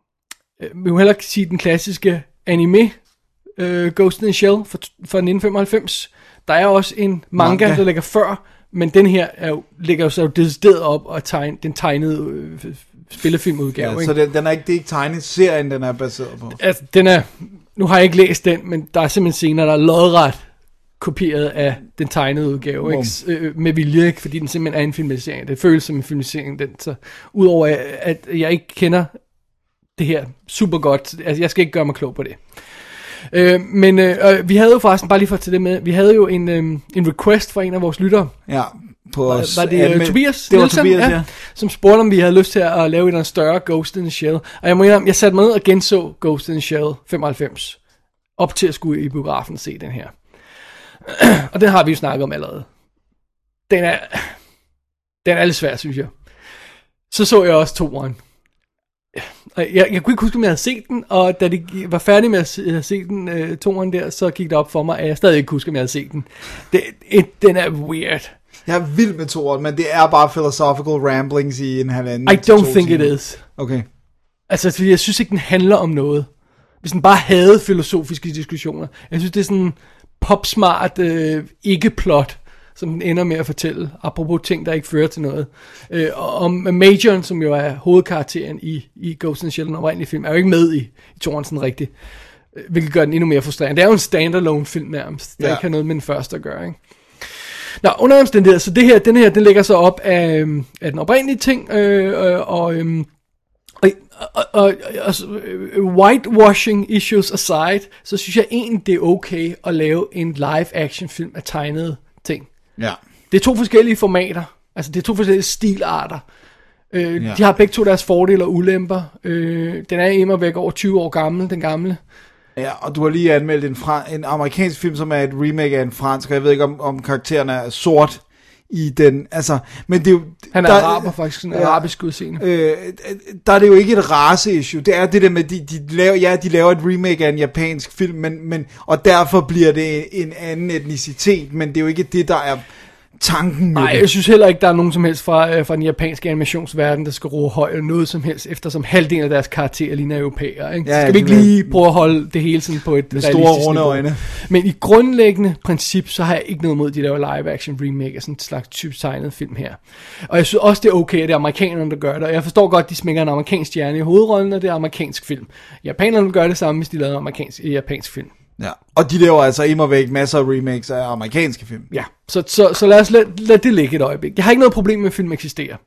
vi vil hellere sige den klassiske anime, øh, Ghost in the Shell fra, fra nitten femoghalvfems. Der er også en manga, manga. der ligger før, men den her er jo, ligger jo så decideret op og tegn, den tegnede øh, spillefilmudgave. Ja, ikke? så den, den er ikke, det er ikke tegneserien, den er baseret på. Altså, den er, nu har jeg ikke læst den, men der er simpelthen scener, der er lodret kopieret af den tegnede udgave, ikke? Øh, med vilje, ikke? Fordi den simpelthen er en filmatisering. Det føles som en filmatisering, den. Så udover at jeg ikke kender det her super godt, altså jeg skal ikke gøre mig klog på det. Øh, men øh, vi havde jo forresten, bare lige for at tage det med, vi havde jo en, øh, en request fra en af vores lyttere. Ja, på var, var det uh, Tobias det var Nielsen, Tobias, ja, ja, som spurgte, om vi havde lyst til at lave en større Ghost in the Shell. Og jeg må indrømme, jeg satte mig ned og genså Ghost in the Shell femoghalvfems, op til at skulle i biografen se den her. Og den har vi jo snakket om allerede. Den er, den er lidt svær, synes jeg. Så så jeg også toeren. Jeg, jeg kunne ikke huske, om jeg havde set den, og da de var færdige med at se, se den, uh, toeren der, så gik det op for mig, at jeg stadig ikke kunne huske, om jeg havde set den. Det, it, den er weird. Jeg er vild med toeren, men det er bare philosophical ramblings i en halvanden. I don't think timer. It is. Okay. Altså, jeg synes ikke, den handler om noget. Hvis den bare havde filosofiske diskussioner. Jeg synes, det er sådan popsmart øh, ikke-plot, som den ender med at fortælle, apropos ting, der ikke fører til noget. Øh, om Majoren, som jo er hovedkarakteren i, i Ghost in the Shell, den oprindelige film, er jo ikke med i, i toren sådan rigtigt, hvilket gør den endnu mere frustrerende. Det er jo en standalone film nærmest, der ja. ikke har noget med den første at gøre, ikke? Nå, under omstændigheder, så det her, den her, den lægger sig op af, af den oprindelige ting, øh, og, øh, og, og, og, og whitewashing issues aside, så synes jeg egentlig, det er okay at lave en live-action film af tegnede ting. Ja. Det er to forskellige formater, altså det er to forskellige stilarter. Øh, ja. De har begge to deres fordele og ulemper. Øh, den er immer væk over tyve år gammel, den gamle. Ja, og du har lige anmeldt en, fra, en amerikansk film, som er et remake af en fransk, og jeg ved ikke, om, om karakteren er sort i den, altså, men det er jo... Han er der, araber faktisk, sådan en ja, arabisk udseende. Øh, der er det jo ikke et race-issue, det er det der med, de, de laver, ja, de laver et remake af en japansk film, men, men, og derfor bliver det en anden etnicitet, men det er jo ikke det, der er tanken. Nej, jeg synes heller ikke, der er nogen som helst fra, øh, fra den japanske animationsverden, der skal råbe højt eller noget som helst, eftersom halvdelen af deres karakterer ligner europæere. Ikke? Ja, skal vi ikke lige prøve at holde det hele sådan på et med store runde øjne. Men i grundlæggende princip, så har jeg ikke noget mod, de laver live-action remake af sådan en slags type tegnet film her. Og jeg synes også, det er okay, at det er amerikanerne, der gør det. Og jeg forstår godt, de smækker en amerikansk stjerne i hovedrollen, og det er amerikansk film. Japanerne gør det samme, hvis de laver en amerikansk, japansk film. Ja, og de laver altså immer væk masser af remakes af amerikanske film. Ja, så, så, så lad os lade, lad det ligge et øjeblik. Jeg har ikke noget problem med, at film eksisterer.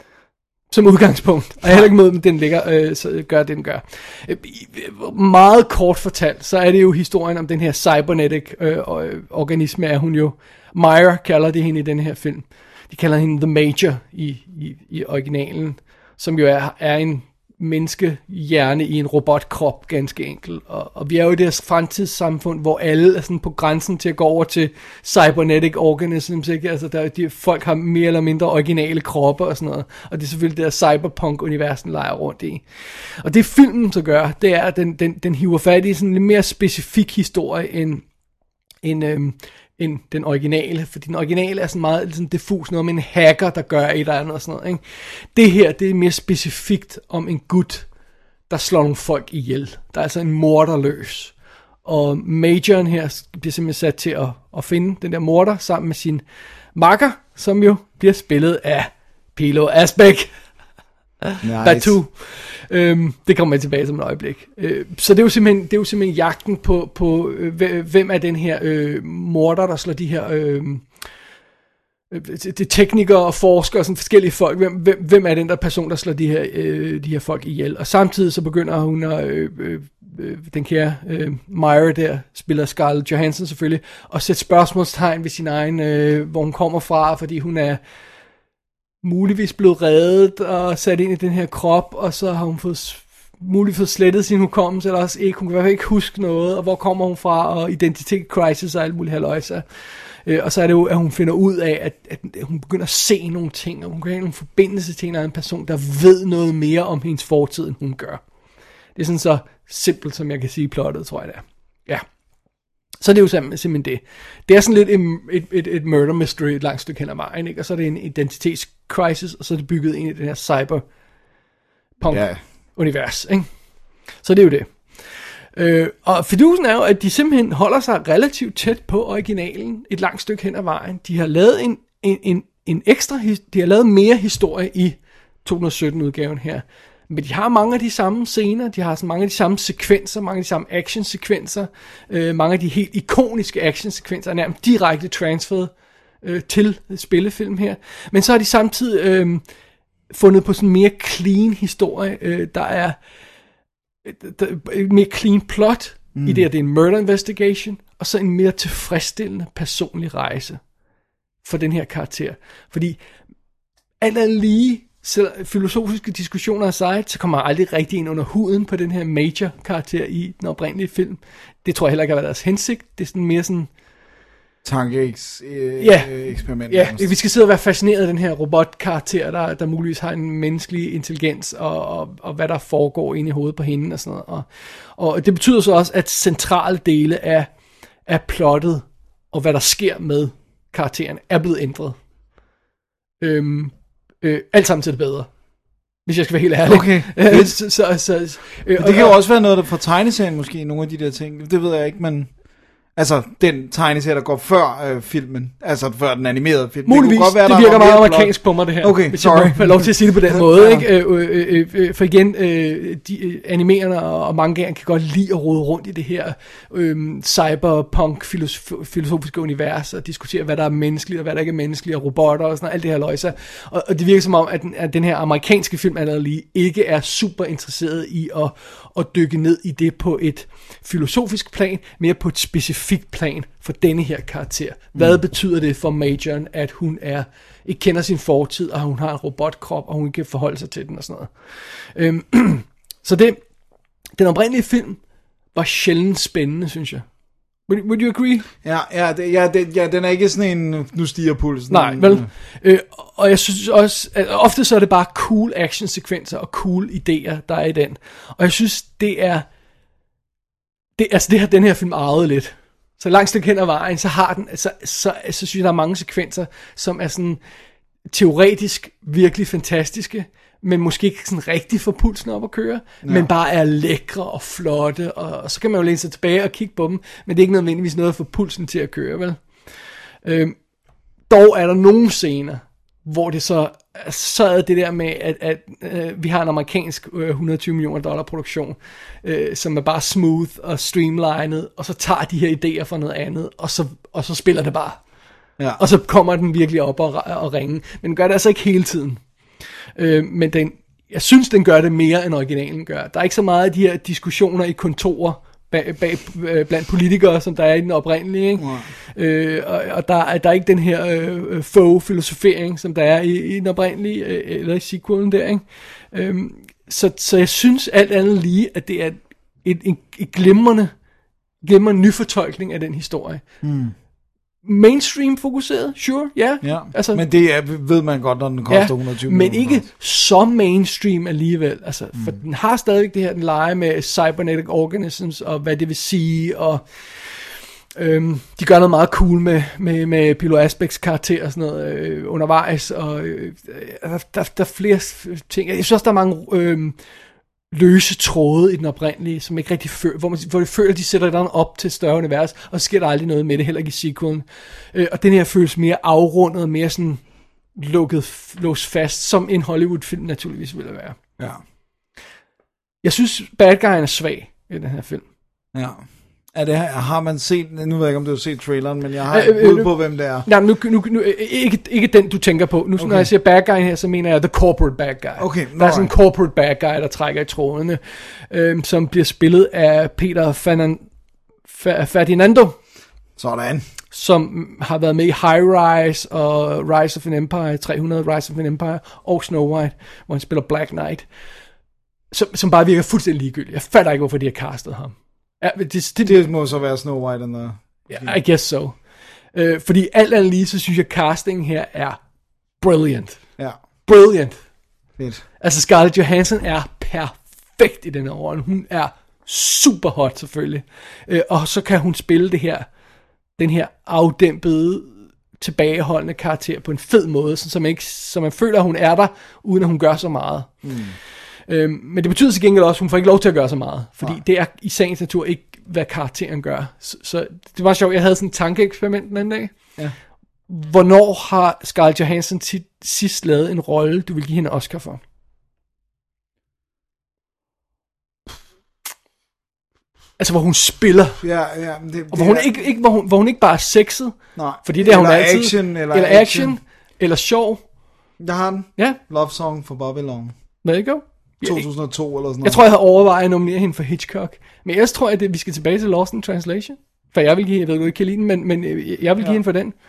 Som udgangspunkt. Og jeg har heller ikke mod, at den ligger, øh, så gør det, den gør. Øh, meget kort fortalt, så er det jo historien om den her cybernetic øh, organisme, er hun jo. Myra kalder de hende i den her film. De kalder hende The Major i, i, i originalen. Som jo er, er en menneskehjerne i en robotkrop, ganske enkelt. Og, og vi er jo i det her fremtidssamfund, hvor alle er sådan på grænsen til at gå over til cybernetic organisms, ikke? Altså, der, de, folk har mere eller mindre originale kroppe og sådan noget. Og det er selvfølgelig det der cyberpunk-univers, den leger rundt i. Og det filmen så gør, det er, at den, den, den hiver fat i sådan en lidt mere specifik historie end, end øhm, end den originale, for den originale er sådan meget sådan diffus, noget med en hacker, der gør et eller andet og sådan noget, ikke? Det her, det er mere specifikt om en gut, der slår nogle folk ihjel. Der er altså en morder løs. Og Majoren her bliver simpelthen sat til at, at finde den der morder sammen med sin makker, som jo bliver spillet af Pilo Asbæk. Nice. Batu. Øhm, det kommer jeg tilbage til om et øjeblik. Øh, så det er jo simpelthen, det er jo simpelthen jagten på, på øh, hvem er den her øh, morder, der slår de her øh, det er teknikere og forskere og sådan forskellige folk. Hvem, hvem, hvem er den der person, der slår de her, øh, de her folk ihjel? Og samtidig så begynder hun at, øh, øh, den kære øh, Myra der, spiller Scarlett Johansson selvfølgelig, at sætte spørgsmålstegn ved sin egen, øh, hvor hun kommer fra, fordi hun er muligvis blevet reddet og sat ind i den her krop, og så har hun fået muligvis fået slettet sin hukommelse, eller også ikke, hun kan i hvert fald ikke huske noget, og hvor kommer hun fra, og identitet crisis og alt muligt halløjsa. Øh, og så er det jo, at hun finder ud af, at, at hun begynder at se nogle ting, og hun kan have nogle forbindelse til en anden person, der ved noget mere om hendes fortid, end hun gør. Det er sådan så simpelt, som jeg kan sige plottet, tror jeg det er. Ja. Så det er jo simpelthen det. Det er sådan lidt et, et, et, et murder mystery et langt stykke hen ad vejen, ikke? Og så er det en identitetscrisis, og så er det bygget ind i den her cyberpunk-univers, ikke? Så det er jo det. Øh, og fidusen er jo, at de simpelthen holder sig relativt tæt på originalen et langt stykke hen ad vejen. De har lavet en, en, en, en ekstra, de har lavet mere historie i to tusind og sytten-udgaven her. Men de har mange af de samme scener, de har så mange af de samme sekvenser, mange af de samme actionsekvenser, øh, mange af de helt ikoniske actionsekvenser er nærmest direkte transferet øh, til spillefilm her. Men så har de samtidig øh, fundet på sådan en mere clean historie, øh, der er der, et mere clean plot, mm. i det at det er en murder investigation, og så en mere tilfredsstillende personlig rejse for den her karakter. Fordi alt andet lige, selv filosofiske diskussioner aside, så kommer jeg aldrig rigtig ind under huden på den her major karakter i den oprindelige film. Det tror jeg heller ikke har været deres hensigt. Det er sådan mere sådan tanke-eksperiment. Ja, ja, vi skal sidde og være fascineret af den her robotkarakter, der, der muligvis har en menneskelig intelligens, og, og, og hvad der foregår inde i hovedet på hende og sådan noget. Og, og det betyder så også, at centrale dele af, af plottet, og hvad der sker med karakteren, er blevet ændret. Øhm, øh, alt sammen til det bedre. Hvis jeg skal være helt ærlig. Okay. så, så, så, øh, det kan jo også være noget, der fra tegneserien måske, nogle af de der ting. Det ved jeg ikke, men altså den tegneserie, der går før øh, filmen, altså før den animerede film. Muligvis, det, godt være, det virker meget amerikansk på mig det her. Okay, hvis sorry. jeg får lov til at sige det på den måde. Ikke? Øh, øh, øh, for igen, øh, de øh, animererne og mangaen kan godt lide at rode rundt i det her øh, cyberpunk filosof- filosofiske univers, og diskutere, hvad der er menneskeligt, og hvad der ikke er menneskeligt, og robotter og sådan noget, alt det her løjser. Og, og det virker som om, at den, at den her amerikanske film allerede lige ikke er super interesseret i at, at dykke ned i det på et filosofisk plan, mere på et specifikt plan for denne her karakter. Hvad mm. betyder det for majoren, at hun er ikke kender sin fortid, og hun har en robotkrop, og hun ikke kan forholde sig til den og sådan noget. Øhm, så det, den oprindelige film var sjældent spændende, synes jeg. Would, would you agree? Ja, ja, det, ja, det, ja, den er ikke sådan en, nu stiger pulsen. Nej, vel? Øh, og jeg synes også, at ofte så er det bare cool actionsekvenser og cool idéer, der er i den. Og jeg synes, det er det, altså det har den her film arvet lidt. Så langt stykke hen ad vejen, så har den, så, så, så synes jeg, der er mange sekvenser, som er sådan teoretisk virkelig fantastiske, men måske ikke sådan rigtig får pulsen op at køre, ja. Men bare er lækre og flotte, og, og så kan man jo læne sig tilbage og kigge på dem, men det er ikke nødvendigvis noget at få pulsen til at køre, vel? Øhm, dog er der nogle scener, hvor det så, så er det der med, at, at øh, vi har en amerikansk øh, hundrede og tyve millioner dollar produktion, øh, som er bare smooth og streamlined, og så tager de her idéer fra noget andet, og så, og så spiller det bare. Ja. Og så kommer den virkelig op og, og ringe. Men den gør det altså ikke hele tiden. Øh, men den, jeg synes, den gør det mere, end originalen gør. Der er ikke så meget af de her diskussioner i kontorer, Bag, bag, blandt politikere, som der er i den oprindelige, ikke? Wow. Øh, og, og der, der er ikke den her øh, faux-filosofering, som der er i, i den oprindelige, øh, eller i sequelen der, ikke? Øhm, så, så jeg synes alt andet lige, at det er et, et, et glimrende, glimrende nyfortolkning af den historie. Mm. Mainstream fokuseret, sure, ja. Yeah. Ja, altså, men det er, ved man godt, når den koster ja, hundrede og tyve men ikke så mainstream alligevel. Altså, mm. For den har stadig det her, den leger med cybernetic organisms, og hvad det vil sige, og øhm, de gør noget meget cool med, med, med Pilo Asbæks karakter og sådan noget øh, undervejs, og øh, der, der, der er flere ting. Jeg synes også, der er mange Øh, løse tråde i den oprindelige, som ikke rigtig føler, hvor, man, hvor det føler, at de sætter den op til et større univers, og så sker der aldrig noget med det, heller ikke i sequelen. Øh, og den her føles mere afrundet, mere sådan lukket, låst fast, som en Hollywood-film naturligvis ville være. Ja. Jeg synes, bad guyen er svag i den her film. Ja. Er det, har man set, nu ved jeg ikke, om du har set traileren, men jeg har øh, et bud øh, på, hvem det er. Nej, nu, nu, nu ikke, ikke den, du tænker på. Nu, okay. Når jeg siger bad guy her, så mener jeg the corporate bad guy. Okay, der er sådan en corporate bad guy, der trækker i trådene, øh, som bliver spillet af Peter Fanan- Ferdinando. Sådan. Som har været med i High Rise og Rise of an Empire, tre hundrede Rise of an Empire og Snow White, hvor han spiller Black Knight. Som, som bare virker fuldstændig ligegyldigt. Jeg fatter ikke, hvorfor de har castet ham. Ja, det, det, det må så være Snow White. And yeah, I guess so. Uh, fordi alt andet lige, så synes jeg, castingen her er brilliant. Ja. Brilliant. Fedt. Altså Scarlett Johansson er perfekt i den her rolle. Hun er super hot selvfølgelig. Uh, og så kan hun spille det her, den her afdæmpede, tilbageholdende karakter på en fed måde, så man, ikke, så man føler, at hun er der, uden at hun gør så meget. Mm. Øhm, men det betyder til gengæld også, at hun får ikke lov til at gøre så meget. Fordi ja. Det er i sagens natur ikke, hvad karakteren gør. Så, så det var sjovt, jeg havde sådan et tankeeksperiment den anden dag. Ja. Hvornår har Scarlett Johansson tit, sidst lavet en rolle, du vil give hende Oscar for? Altså hvor hun spiller. Ja, ja, det, det og hvor hun, er... ikke, ikke, hvor, hun, hvor hun ikke bare er sexet. Nej. Fordi det er hun altid. Action, eller, eller action. Action. Eller sjov. Jeg har den. Ja. Love Song for Bobby Long. There you go. to tusind og to eller sådan noget. Jeg tror, jeg havde overvejet at nominere hende for Hitchcock. Men ellers tror jeg, at vi skal tilbage til Lost in Translation. For jeg vil give, jeg ved, du ikke kan lide den, men, men jeg vil give ja. hende for den.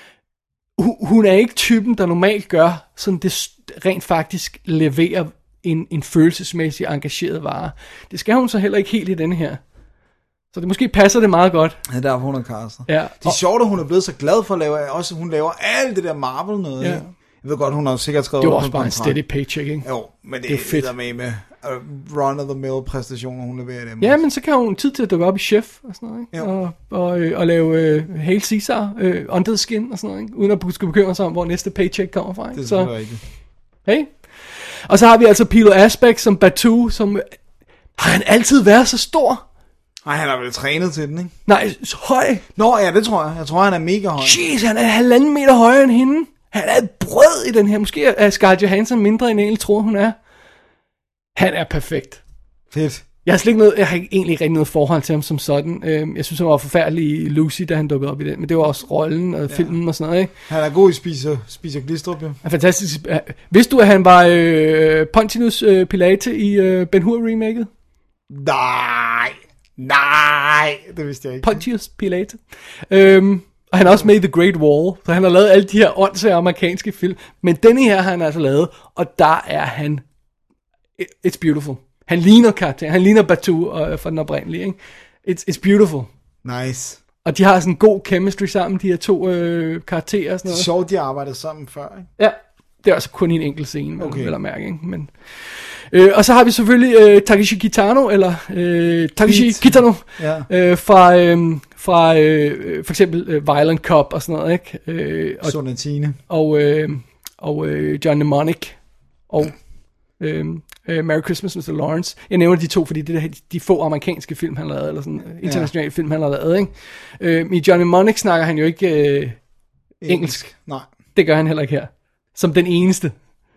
Hun, hun er ikke typen, der normalt gør, sådan det rent faktisk leverer en, en følelsesmæssig engageret vare. Det skal hun så heller ikke helt i denne her. Så det måske passer det meget godt. Det er derfor, hun er castet. Ja. Det er sjovt, at hun er blevet så glad for at lave, også hun laver alt det der Marvel noget. Ja. Jeg ved godt, hun har sikkert skrevet... Det var også bare en steady paycheck, ikke? Jo, men det, det er fedt. Der med med uh, run-of-the-mill præstationer, hun leverer dem. Ja, men så kan hun tid til at dukke op i Chef og sådan noget, ikke? Og, og, øh, og lave uh, Hail Caesar, uh, Under the Skin og sådan noget, ikke? Uden at skulle bekymre sig om, hvor næste paycheck kommer fra, ikke? Det er så rigtigt. Hey. Og så har vi altså Peter Aspect som Batu, som... Har han altid været så stor? Nej, han har vel trænet til den, ikke? Nej, så høj. Nå, ja, det tror jeg. Jeg tror, han er mega høj. Jeez, han er halvanden meter højere end hende. Han er et brød i den her. Måske er Scarlett Johansson mindre end jeg egentlig troede, hun er. Han er perfekt. Fedt. Jeg har slet ikke noget, jeg har ikke egentlig rigtig noget forhold til ham som sådan. Jeg synes, han var forfærdelig i Lucy, da han dukkede op i den. Men det var også rollen og filmen ja. og sådan noget, ikke? Han er god i spiser, spiser Glistrup, jo. Han er fantastisk. Vidste du, at han var øh, Pontius øh, Pilate i øh, Ben Hur-remaket? Nej. Nej, det vidste jeg ikke. Pontius Pilate. Øhm, og han er også med i The Great Wall, så han har lavet alle de her åndssvage amerikanske film. Men denne her har han altså lavet, og der er han... It's beautiful. Han ligner karakter, han ligner Batu og, for den oprindelige, ikke? It's, it's beautiful. Nice. Og de har sådan en god chemistry sammen, de her to øh, karakterer og sådan noget. Det er sjovt, de har arbejdet sammen før, ikke? Ja, det er også kun i en enkelt scene, okay. Vel at mærke, ikke? Men... Øh, og så har vi selvfølgelig øh, Takeshi Kitano, eller øh, Takeshi Beat. Kitano, ja. øh, fra, øh, fra øh, for eksempel øh, Violent Cop og sådan noget, ikke? Øh, og, Sonatine. Og, øh, og øh, John Mnemonic, og øh, øh, Merry Christmas mister Lawrence. Jeg nævner de to, fordi det er de få amerikanske film, han har lavet, eller sådan internationale ja. film, han har lavet, ikke? Øh, I John Mnemonic snakker han jo ikke øh, engelsk. engelsk. Nej. Det gør han heller ikke her. Som den eneste.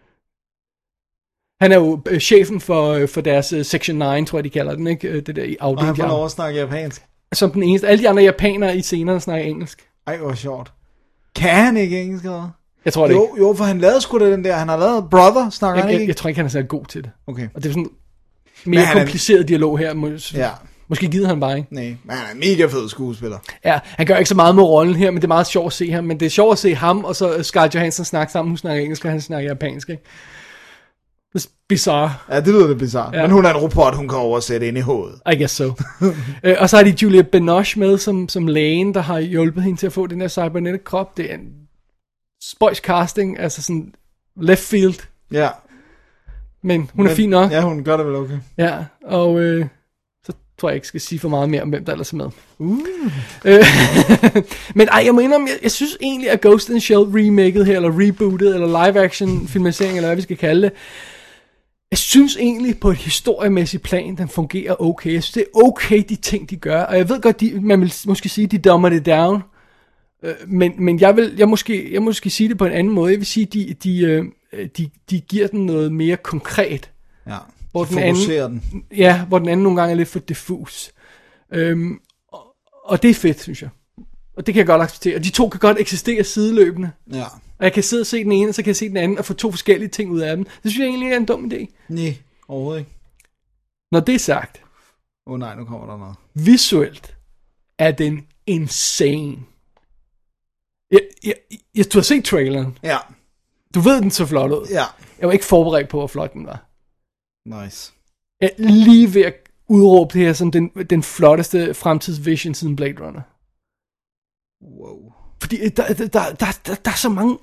Han er jo øh, chefen for, øh, for deres uh, Section ni, tror jeg, de kalder den, ikke? Det der i afdeling. Og han får lov at snakke japansk. Som den eneste. Alle de andre japanere i scenerne snakker engelsk. Ej, hvor sjovt. Kan han ikke engelsk, eller? Jeg tror det jo, ikke. Jo, for han lavede sgu da den der. Han har lavet Brother, snakker jeg, han ikke? Jeg, jeg tror ikke, han er så god til det. Okay. Og det er sådan mere kompliceret er... dialog her. Mås- ja. Måske gider han bare ikke. Nej, men han er en mega fed skuespiller. Ja, han gør ikke så meget med rollen her, men det er meget sjovt at se ham. Men det er sjovt at se ham, og så Scarlett Johansson snakke sammen. Hun snakker engelsk, og han snakker japansk, ikke? Det er bizarre. Ja, det lyder lidt bizarre. Ja. Men hun er en robot, hun kan oversætte ind i hovedet. I guess so. øh, og så har de Julia Binoche med, som, som lægen, der har hjulpet hende til at få den her cybernetic krop. Det er en spøjs casting, altså sådan left field. Ja. Men hun Men, er fin nok. Ja, hun gør det vel okay. Ja, og øh, så tror jeg ikke, skal sige for meget mere om, hvem der ellers er med. Uh. Øh, men ej, jeg må indrømme, jeg, jeg synes egentlig, at Ghost in the Shell remaket her, eller rebootet, eller live action filmatisering, eller hvad vi skal kalde det, jeg synes egentlig på et historiemæssigt plan, den fungerer okay. Jeg synes, det er okay, de ting, de gør. Og jeg ved godt, de, man vil måske sige, de dummer det down. Øh, men, men jeg vil jeg måske, jeg måske sige det på en anden måde. Jeg vil sige, de, de, øh, de, de giver den noget mere konkret. Ja, hvor de den anden, den. Ja, hvor den anden nogle gange er lidt for diffus. Øhm, og, og det er fedt, synes jeg. Og det kan jeg godt acceptere. Og de to kan godt eksistere sideløbende. Ja. Og jeg kan sidde og se den ene, og så kan jeg se den anden, og få to forskellige ting ud af dem. Det synes jeg egentlig er en dum idé. Nej, overhovedet ikke. Når det er sagt. Åh oh, nej, nu kommer der noget. Visuelt er den insane. Jeg, jeg, jeg, du har set traileren. Ja. Du ved, den så flot ud. Ja. Jeg var ikke forberedt på, hvor flot den var. Nice. Jeg er lige ved at udråbe det her som den, den flotteste fremtidsvision siden Blade Runner. Wow. Fordi der, der, der, der, der, der er så mange...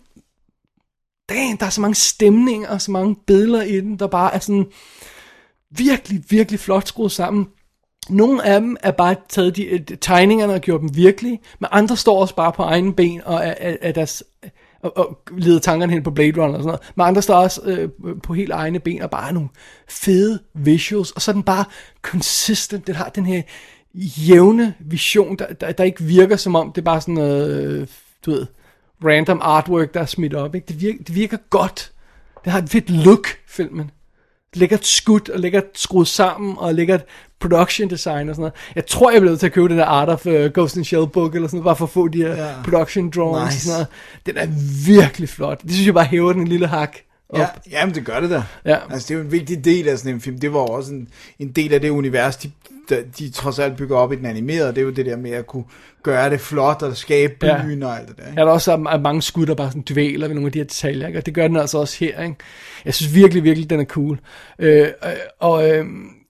Damn, der er så mange stemninger og så mange billeder i den, der bare er sådan virkelig, virkelig flot skruet sammen. Nogle af dem er bare taget de, de tegningerne og gjort dem virkelige, men andre står også bare på egne ben og er, er, er deres... Og, og leder tankerne hen på Blade Runner og sådan noget. Men andre står også øh, på helt egne ben og bare er nogle fede visuals. Og så er den bare consistent. Den har den her jævne vision, der, der, der ikke virker som om, det er bare sådan noget, øh, du ved, random artwork, der er smidt op. Ikke? Det, virker, det virker godt. Det har et fedt look, filmen. Lækkert skudt og lækkert skruet sammen og lækkert production design og sådan noget. Jeg tror, jeg blev til at købe den der Art of uh, Ghost in Shell book eller sådan noget, bare for at få de her yeah. production drawings nice. Og sådan noget. Den er virkelig flot. Det synes jeg bare hæver den en lille hak op. Ja, jamen det gør det da. Ja. Altså det er jo en vigtig del af sådan en film. Det var også en, en del af det univers, de, de, de trods alt bygger op i den animerede. Det er jo det der med at kunne gøre det flot og skabe byen ja. Og alt det der. Ikke? Ja, der er også er mange skud, der bare sådan dvæler ved nogle af de her detaljer, ikke? Og det gør den altså også her. Ikke? Jeg synes virkelig, virkelig, den er cool. Øh, øh, og øh,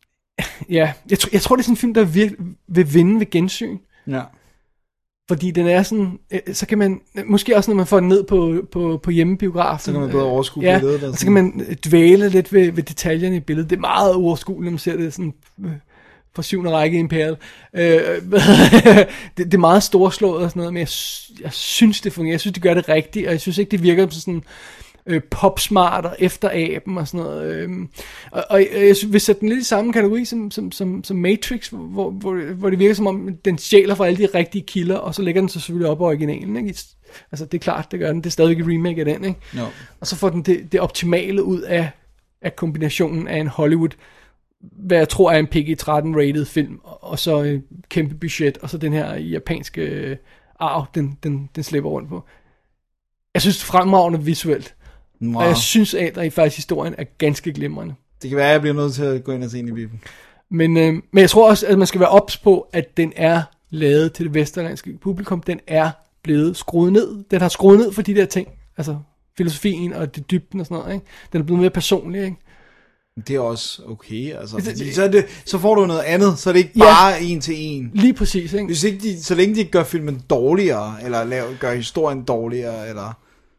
ja, jeg, tr- jeg tror, det er sådan en film, der vir- vil vinde ved gensyn. Ja. Fordi den er sådan, øh, så kan man, måske også når man får den ned på, på, på hjemmebiografen. Så kan man bedre overskue ja, billedet. Og så kan man dvæle lidt ved, ved detaljerne i billedet. Det er meget uoverskueligt, når man ser det sådan øh, fra syvende række i en pære. Øh, det, det er meget storslået og sådan noget, men jeg, jeg synes, det fungerer. Jeg synes, det gør det rigtigt, og jeg synes ikke, det virker som sådan øh, popsmart og efter aben og sådan noget. Øh, og, og jeg vil sætte den lidt i samme kategori som, som, som, som Matrix, hvor, hvor, hvor det virker som om, den stjæler fra alle de rigtige kilder, og så lægger den så selvfølgelig op på originalen. Ikke? Altså, det er klart, det gør den. Det er stadigvæk et remake af den. Ikke? No. Og så får den det, det optimale ud af, af kombinationen af en Hollywood, hvad jeg tror er en P G tretten rated film, og så et kæmpe budget, og så den her japanske arv, den, den, den slipper rundt på. Jeg synes, det er fremragende visuelt. Wow. Og jeg synes, at der i faktisk historien er ganske glimrende. Det kan være, at jeg bliver nødt til at gå ind og se ind i biffen. Men, øh, men jeg tror også, at man skal være ops på, at den er lavet til det vesterlandske publikum. Den er blevet skruet ned. Den har skruet ned for de der ting. Altså filosofien og det dybden og sådan noget. Ikke? Den er blevet mere personlig, ikke? Det er også okay, altså. Det, så, er det, så får du noget andet, så er det ikke bare ja, en til en. Lige præcis, ikke? Hvis ikke de, så længe de ikke gør filmen dårligere, eller laver, gør historien dårligere, eller...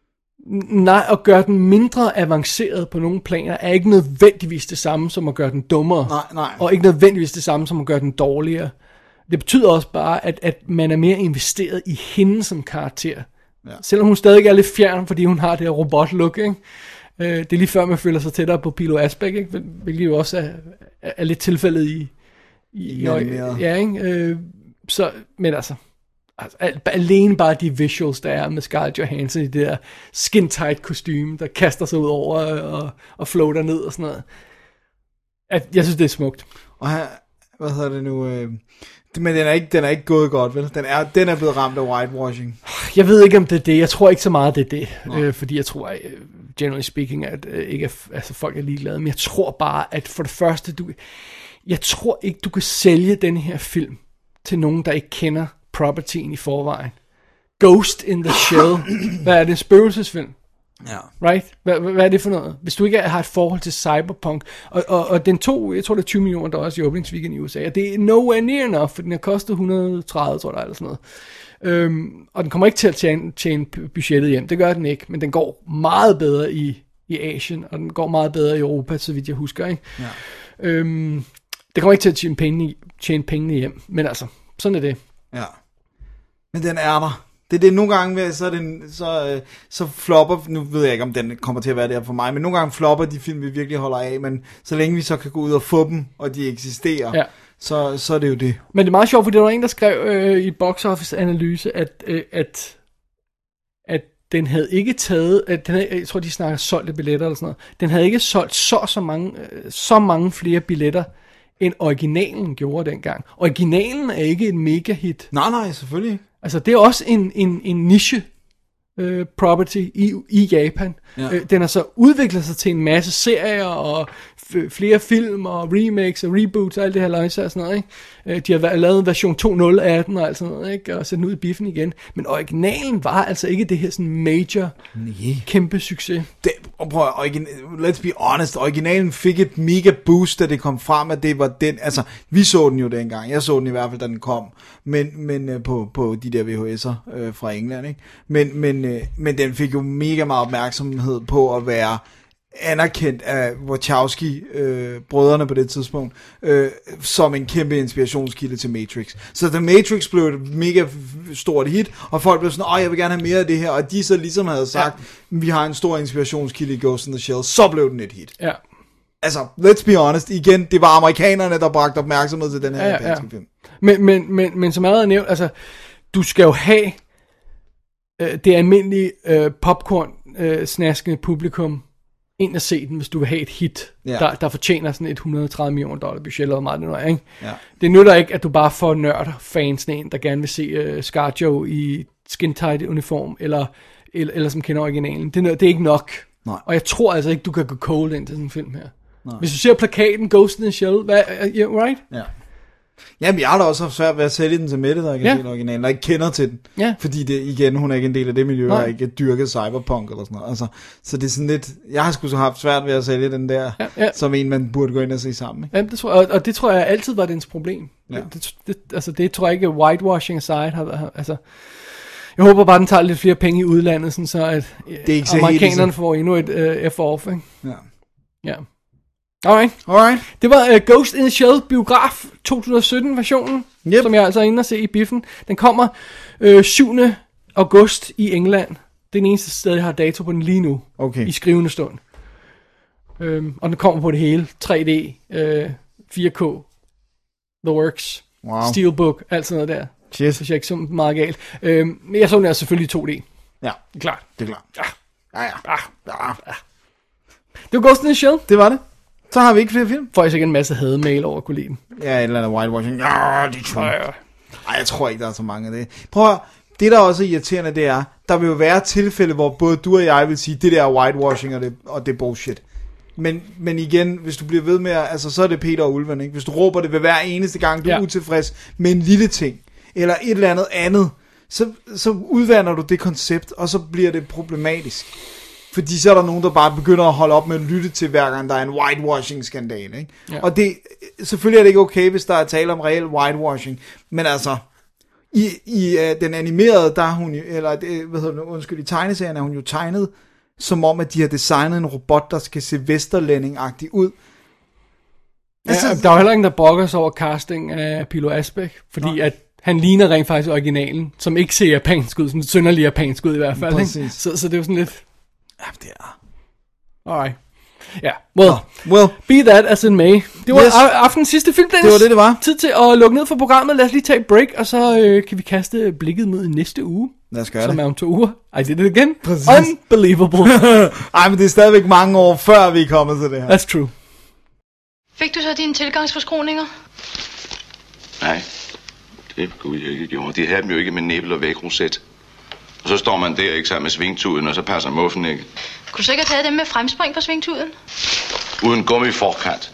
Nej, at gøre den mindre avanceret på nogle planer, er ikke nødvendigvis det samme som at gøre den dummere. Nej, nej. Og ikke nødvendigvis det samme som at gøre den dårligere. Det betyder også bare, at, at man er mere investeret i hende som karakter. Ja. Selvom hun stadig er lidt fjern, fordi hun har det her robot-look, ikke? Det er lige før, man føler sig tættere på Pilo Asbæk, ikke? Hvilket jo også er, er, er lidt tilfældet i... i, i ja, ikke? Øh, så, men altså, altså... Alene bare de visuals, der er med Scarlett Johansson i det der skin-tight kostume, der kaster sig ud over og, og floater ned og sådan noget. At, jeg synes, det er smukt. Og her, hvad hedder det nu... Øh... Men den er, ikke, den er ikke gået godt, vel? Den er, den er blevet ramt af whitewashing. Jeg ved ikke, om det er det. Jeg tror ikke så meget, det er det. Øh, fordi jeg tror, uh, generally speaking, at uh, ikke er, altså, folk er ligeglade. Men jeg tror bare, at for det første, du, jeg tror ikke, du kan sælge den her film til nogen, der ikke kender propertyen i forvejen. Ghost in the Shell. Hvad er det? En spøgelsesfilm? Ja. Right? Hvad, hvad er det for noget? Hvis du ikke har et forhold til cyberpunk, og, og, og den tog, jeg tror det er tyve millioner dollars i åbningsweekend i U S A, og det er nowhere near enough, for den har kostet et hundrede og tredive, tror jeg, eller sådan noget. Øhm, og den kommer ikke til at tjene, tjene budgettet hjem, det gør den ikke, men den går meget bedre i, i Asien, og den går meget bedre i Europa, så vidt jeg husker, ikke? Ja. Øhm, det kommer ikke til at tjene pengene, tjene pengene hjem, men altså, sådan er det. Ja. Men den er der. Det er det, nogle gange, så, er det, så, så flopper, nu ved jeg ikke, om den kommer til at være der for mig, men nogle gange flopper de film, vi virkelig holder af, men så længe vi så kan gå ud og få dem, og de eksisterer, ja. så, så er det jo det. Men det er meget sjovt, fordi der var en, der skrev øh, i Box Office Analyse, at, øh, at den havde ikke taget, at den havde, jeg tror de snakker solgte billetter eller sådan noget, den havde ikke solgt så, så, mange, så mange flere billetter, end originalen gjorde dengang. Originalen er ikke et mega hit. Nej, nej, selvfølgelig ikke. Altså det er også en, en, en niche øh, property i, i Japan. Ja. Øh, den har så udviklet sig til en masse serier og f- flere film og remakes og reboots og alt det her løjse og sådan noget, ikke? Øh, de har lavet version to punkt nul af den og alt sådan noget, ikke? Og sat den ud i biffen igen. Men originalen var altså ikke det her sådan major, nee. kæmpe succes. Det, prøv, origin, let's be honest, originalen fik et mega boost, da det kom frem, at det var den, altså, vi så den jo dengang, jeg så den i hvert fald, da den kom, men, men uh, på, på de der V H S'er uh, fra England, ikke? Men, men, uh, men den fik jo mega meget opmærksomhed på at være anerkendt af Wachowski-brødrene øh, på det tidspunkt, øh, som en kæmpe inspirationskilde til Matrix. Så The Matrix blev et mega stort hit, og folk blev sådan, åh, jeg vil gerne have mere af det her, og de så ligesom havde sagt, ja. vi har en stor inspirationskilde i Ghost in the Shell, så blev den et hit. Ja. Altså, let's be honest, igen, det var amerikanerne, der bragte opmærksomhed til den her ja, japanske ja. film. Men, men, men, men som jeg havde nævnt, altså, du skal jo have øh, det almindelige øh, popcorn-snaskende øh, publikum ind og se den, hvis du vil have et hit, yeah. der, der fortjener sådan et et hundrede og tredive millioner dollar budget, eller meget det nu er, ikke? Yeah. Det nytter ikke, at du bare får nørder fansene ind, der gerne vil se uh, ScarJo i skin-tight uniform, eller, eller, eller som kender originalen. Det, det er ikke nok. Nej. Og jeg tror altså ikke, du kan gå cold ind til sådan en film her. Nej. Hvis du ser plakaten Ghost in the Shell, hvad, uh, right? Ja. Jamen, jeg har da også svært ved at sælge den til Mette, der ikke ja. se den originalen, og ikke kender til den. Ja. Fordi det, igen, hun er ikke en del af det miljø, og ikke dyrket cyberpunk eller sådan noget. Altså, så det er sådan lidt, jeg har sgu så haft svært ved at sælge den der, ja, ja. som en, man burde gå ind og se sammen. Ikke? Ja, det tror jeg, og det tror jeg altid var dens problem. Ja. Det, det, altså, det tror jeg ikke, whitewashing aside har, altså, jeg håber bare, den tager lidt flere penge i udlandet, sådan så at det ikke amerikanerne får endnu et uh, F-off, ikke? Ja. Ja. Alright. Alright. Det var uh, Ghost in the Shell biograf to tusind og sytten versionen, yep. som jeg altså er inde og se i biffen. Den kommer øh, syvende august i England. Det er den eneste sted, jeg har dato på den lige nu. Okay. I skrivende stund. Øhm, og den kommer på det hele. tre D, øh, fire K, The Works, wow. Steelbook, alt sådan noget der. Yes. Så jeg ikke så meget galt. Øhm, men jeg så den altså selvfølgelig i to D. Ja, det er klart. Det er klart. Ja, ja, ja. ja. ja. Det var Ghost in the Shell. Det var det. Så har vi ikke flere film. Får jeg sikkert en masse hademail over kollegaen. Ja, et eller andet whitewashing. Ja, det tror jeg. Ej, jeg tror ikke, der er så mange af det. Prøv at, det der også er irriterende, det er, der vil jo være tilfælde, hvor både du og jeg vil sige, det der er whitewashing, og det, og det er bullshit. Men, men igen, hvis du bliver ved med at, altså så er det Peter og Ulven, ikke? Hvis du råber det ved hver eneste gang, du ja. er utilfreds med en lille ting, eller et eller andet andet, så, så udvander du det koncept, og så bliver det problematisk. Fordi så er der nogen, der bare begynder at holde op med at lytte til, hver gang der er en whitewashing-skandale, ikke? Ja. Og det, selvfølgelig er det ikke okay, hvis der er tale om reel whitewashing, men altså, i, i uh, den animerede, der er hun jo, eller det, hvad hedder det, undskyld, i tegneserien er hun jo tegnet, som om, at de har designet en robot, der skal se vesterlænding-agtig ud. Altså, ja, der er jo heller ingen, der brokker sig over casting af Pilo Asbæk, fordi nej. At han ligner rent faktisk originalen, som ikke ser japansk ud, som synderlig japansk ud i hvert fald, ikke? Så, så det er jo sådan lidt... Ja, det er... Alright. Ja, yeah. well, oh, well, be that as it may. Det var yes. aftenens sidste film, Dennis. Det var det, det var. Tid til at lukke ned for programmet. Lad os lige tage et break, og så øh, kan vi kaste blikket mod næste uge. Lad os gøre som det. er om to uger. I did it again. Præcis. Unbelievable. Ej, men det er stadigvæk mange år, før vi er kommet til det her. That's true. Fik du så dine tilgangsforskroninger? Nej, det kunne jeg ikke gjorde. De havde dem jo ikke med næbel og vægroset. Og så står man der, ikke, sammen med svingtuden, og så passer muffen ikke. Kunne du sikkert have dem med fremspring på svingtuden? Uden gummiforkant.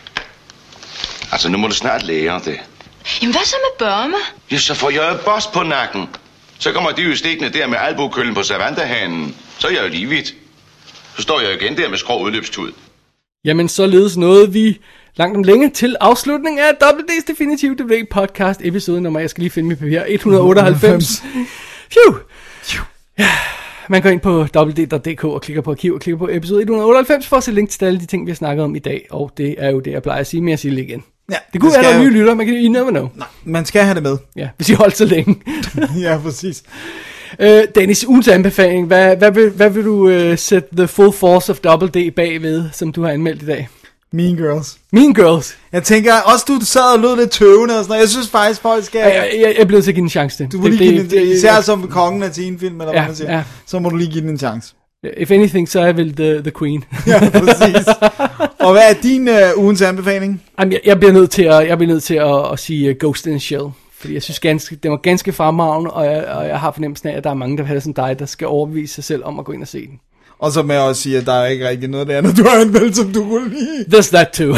Altså, nu må du snart lære det. Jamen, hvad så med Burma? Ja, så får jeg jo boss på nakken. Så kommer de jo stikkende der med albukøllen på savandahanen. Så er jeg jo lige vidt. Så står jeg igen der med skrå udløbstud. Jamen, således nåede vi langt om længe til afslutningen af W D's Definitive D V D podcast episode nummer, jeg skal lige finde mit papir, et hundrede og otteoghalvfems. Phew. Ja, man går ind på w d punktum d k og klikker på arkiv og klikker på episode et hundrede og otteoghalvfems for at se link til alle de ting, vi har snakket om i dag. Og det er jo det, jeg plejer at sige, men jeg siger det igen. Ja, det kunne det være, der er nye lytter, man kan, you never know. Nej, man skal have det med. Ja, hvis I holder så længe. Ja, præcis. Øh, Dennis, ugens anbefaling. Hvad, hvad, vil, hvad vil du uh, sætte the full force of Double D bagved, som du har anmeldt i dag? Mean Girls. Mean Girls. Jeg tænker, også du sad og lød lidt tøvende og sådan noget. Jeg synes faktisk, folk skal... Jeg, jeg, jeg bliver til at give den en chance til. Du må det, lige give det, den, det, især det, som kongen af teenfilm, eller ja, hvad man siger. Ja. Så må du lige give den en chance. If anything, så er vel The, the Queen. Ja, præcis. Og hvad er din uh, ugens anbefaling? Jamen, jeg, jeg bliver nødt til at, jeg bliver nødt til at, at sige uh, Ghost in the Shell. Fordi jeg synes, ganske, det var ganske fremragende, og jeg, og jeg har fornemmelsen af, at der er mange, der har det som dig, der skal overbevise sig selv om at gå ind og se den. Og så med at sige, at der er ikke rigtig noget andet, du har anmeldt, som du kunne lide. There's that too.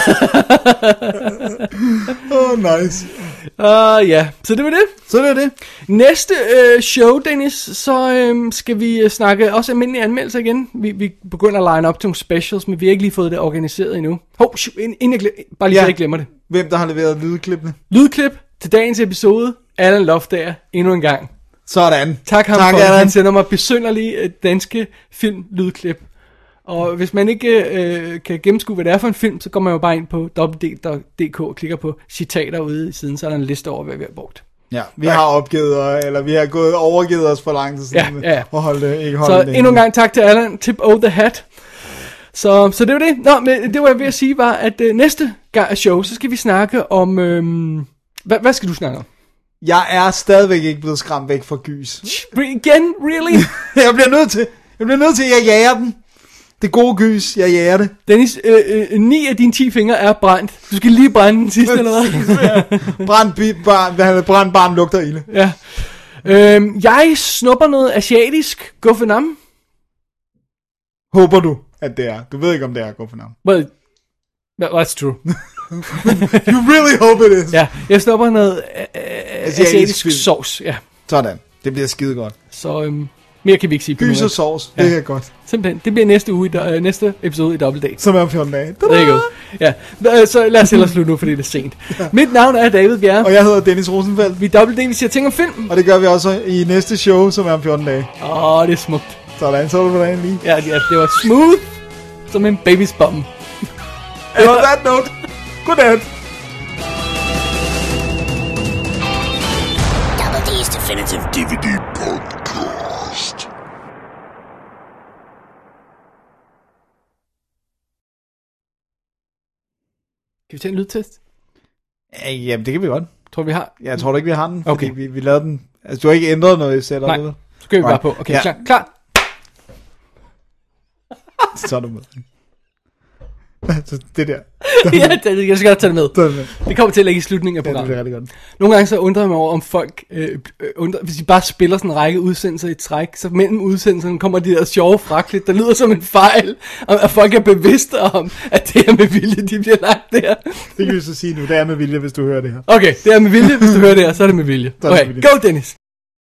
Oh, nice. Uh, ja, så det var det. Så det er det. Næste øh, show, Dennis, så øh, skal vi øh, snakke også almindelige anmeldelser igen. Vi, vi begynder at line op til nogle specials, men vi har ikke lige fået det organiseret endnu. Hov, oh, inden jeg glemmer, bare lige ja. så jeg ikke glemmer det. Hvem der har leveret lydklippene? Lydklip til dagens episode. Allan Loftager, endnu en gang. Sådan. Tak ham tak, for, Allan. han sender mig besynderlige danske film-lydklip. Og hvis man ikke øh, kan gennemskue, hvad det er for en film, så går man jo bare ind på w w w punktum d k og klikker på citater ude i siden, så er der en liste over, hvad vi har brugt. Ja, vi har opgivet, eller vi har gået overgivet os for lang tid siden. Ja, ja. Og holdt det, ikke holdt så det. endnu en gang tak til Allan, tip of the hat. Så, så det var det. Nå, men det var jeg ved at sige var, at øh, næste gang af show, så skal vi snakke om... Øh, hvad, hvad skal du snakke om? Jeg er stadigvæk ikke blevet skræmt væk fra gys. Igen? Really? jeg bliver nødt til. Jeg bliver nødt til, at jeg jager den. Det gode gys, jeg jager det. Dennis, øh, øh, ni af dine ti fingre er brændt. Du skal lige brænde den sidste, eller hvad? Brændt barn, brændt barn lugter ilde. Ja. Øhm, jeg snupper noget asiatisk. Gufenam. Håber du, at det er. Du ved ikke, om det er Gufenam. Well, that's true. You really hope it is. Ja, jeg snupper noget øh, asiatisk, asiatisk sovs. Ja. Sådan. Det bliver skide godt. Så øhm, mere kan vi ikke sige. Gys og sovs, det ja. er godt. Simpelthen. Det bliver næste uge, der, øh, næste episode i Double Date. Som er om fjorten dage. There you go. Ja, så lad os ellers slutte nu, fordi det er sent. Ja. Mit navn er David Bjerre. Og jeg hedder Dennis Rosenfeldt. Vi er Double Date, vi siger ting om film. Og det gør vi også i næste show, som er om fjorten dage. Åh, oh, det er smukt. Sådan, så er du på dagen lige. Ja, ja, det var smooth som en babys bum. And on that note, godnat. Double D's Definitive D V D Podcast. Kan vi tage en lydtest? Jamen, det kan vi godt. Tror vi har? Jeg tror ikke, vi har den, fordi okay. vi, vi lavede den. Altså, du har ikke ændret noget i setup? Nej, så kører vi bare på. Okay, ja. klar. Klar. Så er du med. Så det der. Ja, det, jeg skal godt tage det med. Det, med. Det kommer til at lægge i slutningen af programmet. Ja, det er rigtig godt. Nogle gange så undrer jeg mig over, om folk, øh, øh, undrer, hvis de bare spiller sådan en række udsendelser i træk, så mellem udsendelserne kommer de der sjove fraklip, der lyder som en fejl, og at folk er bevidste om, at det er med vilje, de bliver lagt der. Det kan vi så sige nu, det er med vilje, hvis du hører det her. Okay, det er med vilje, hvis du hører det her, så er det med vilje. Okay, go Dennis!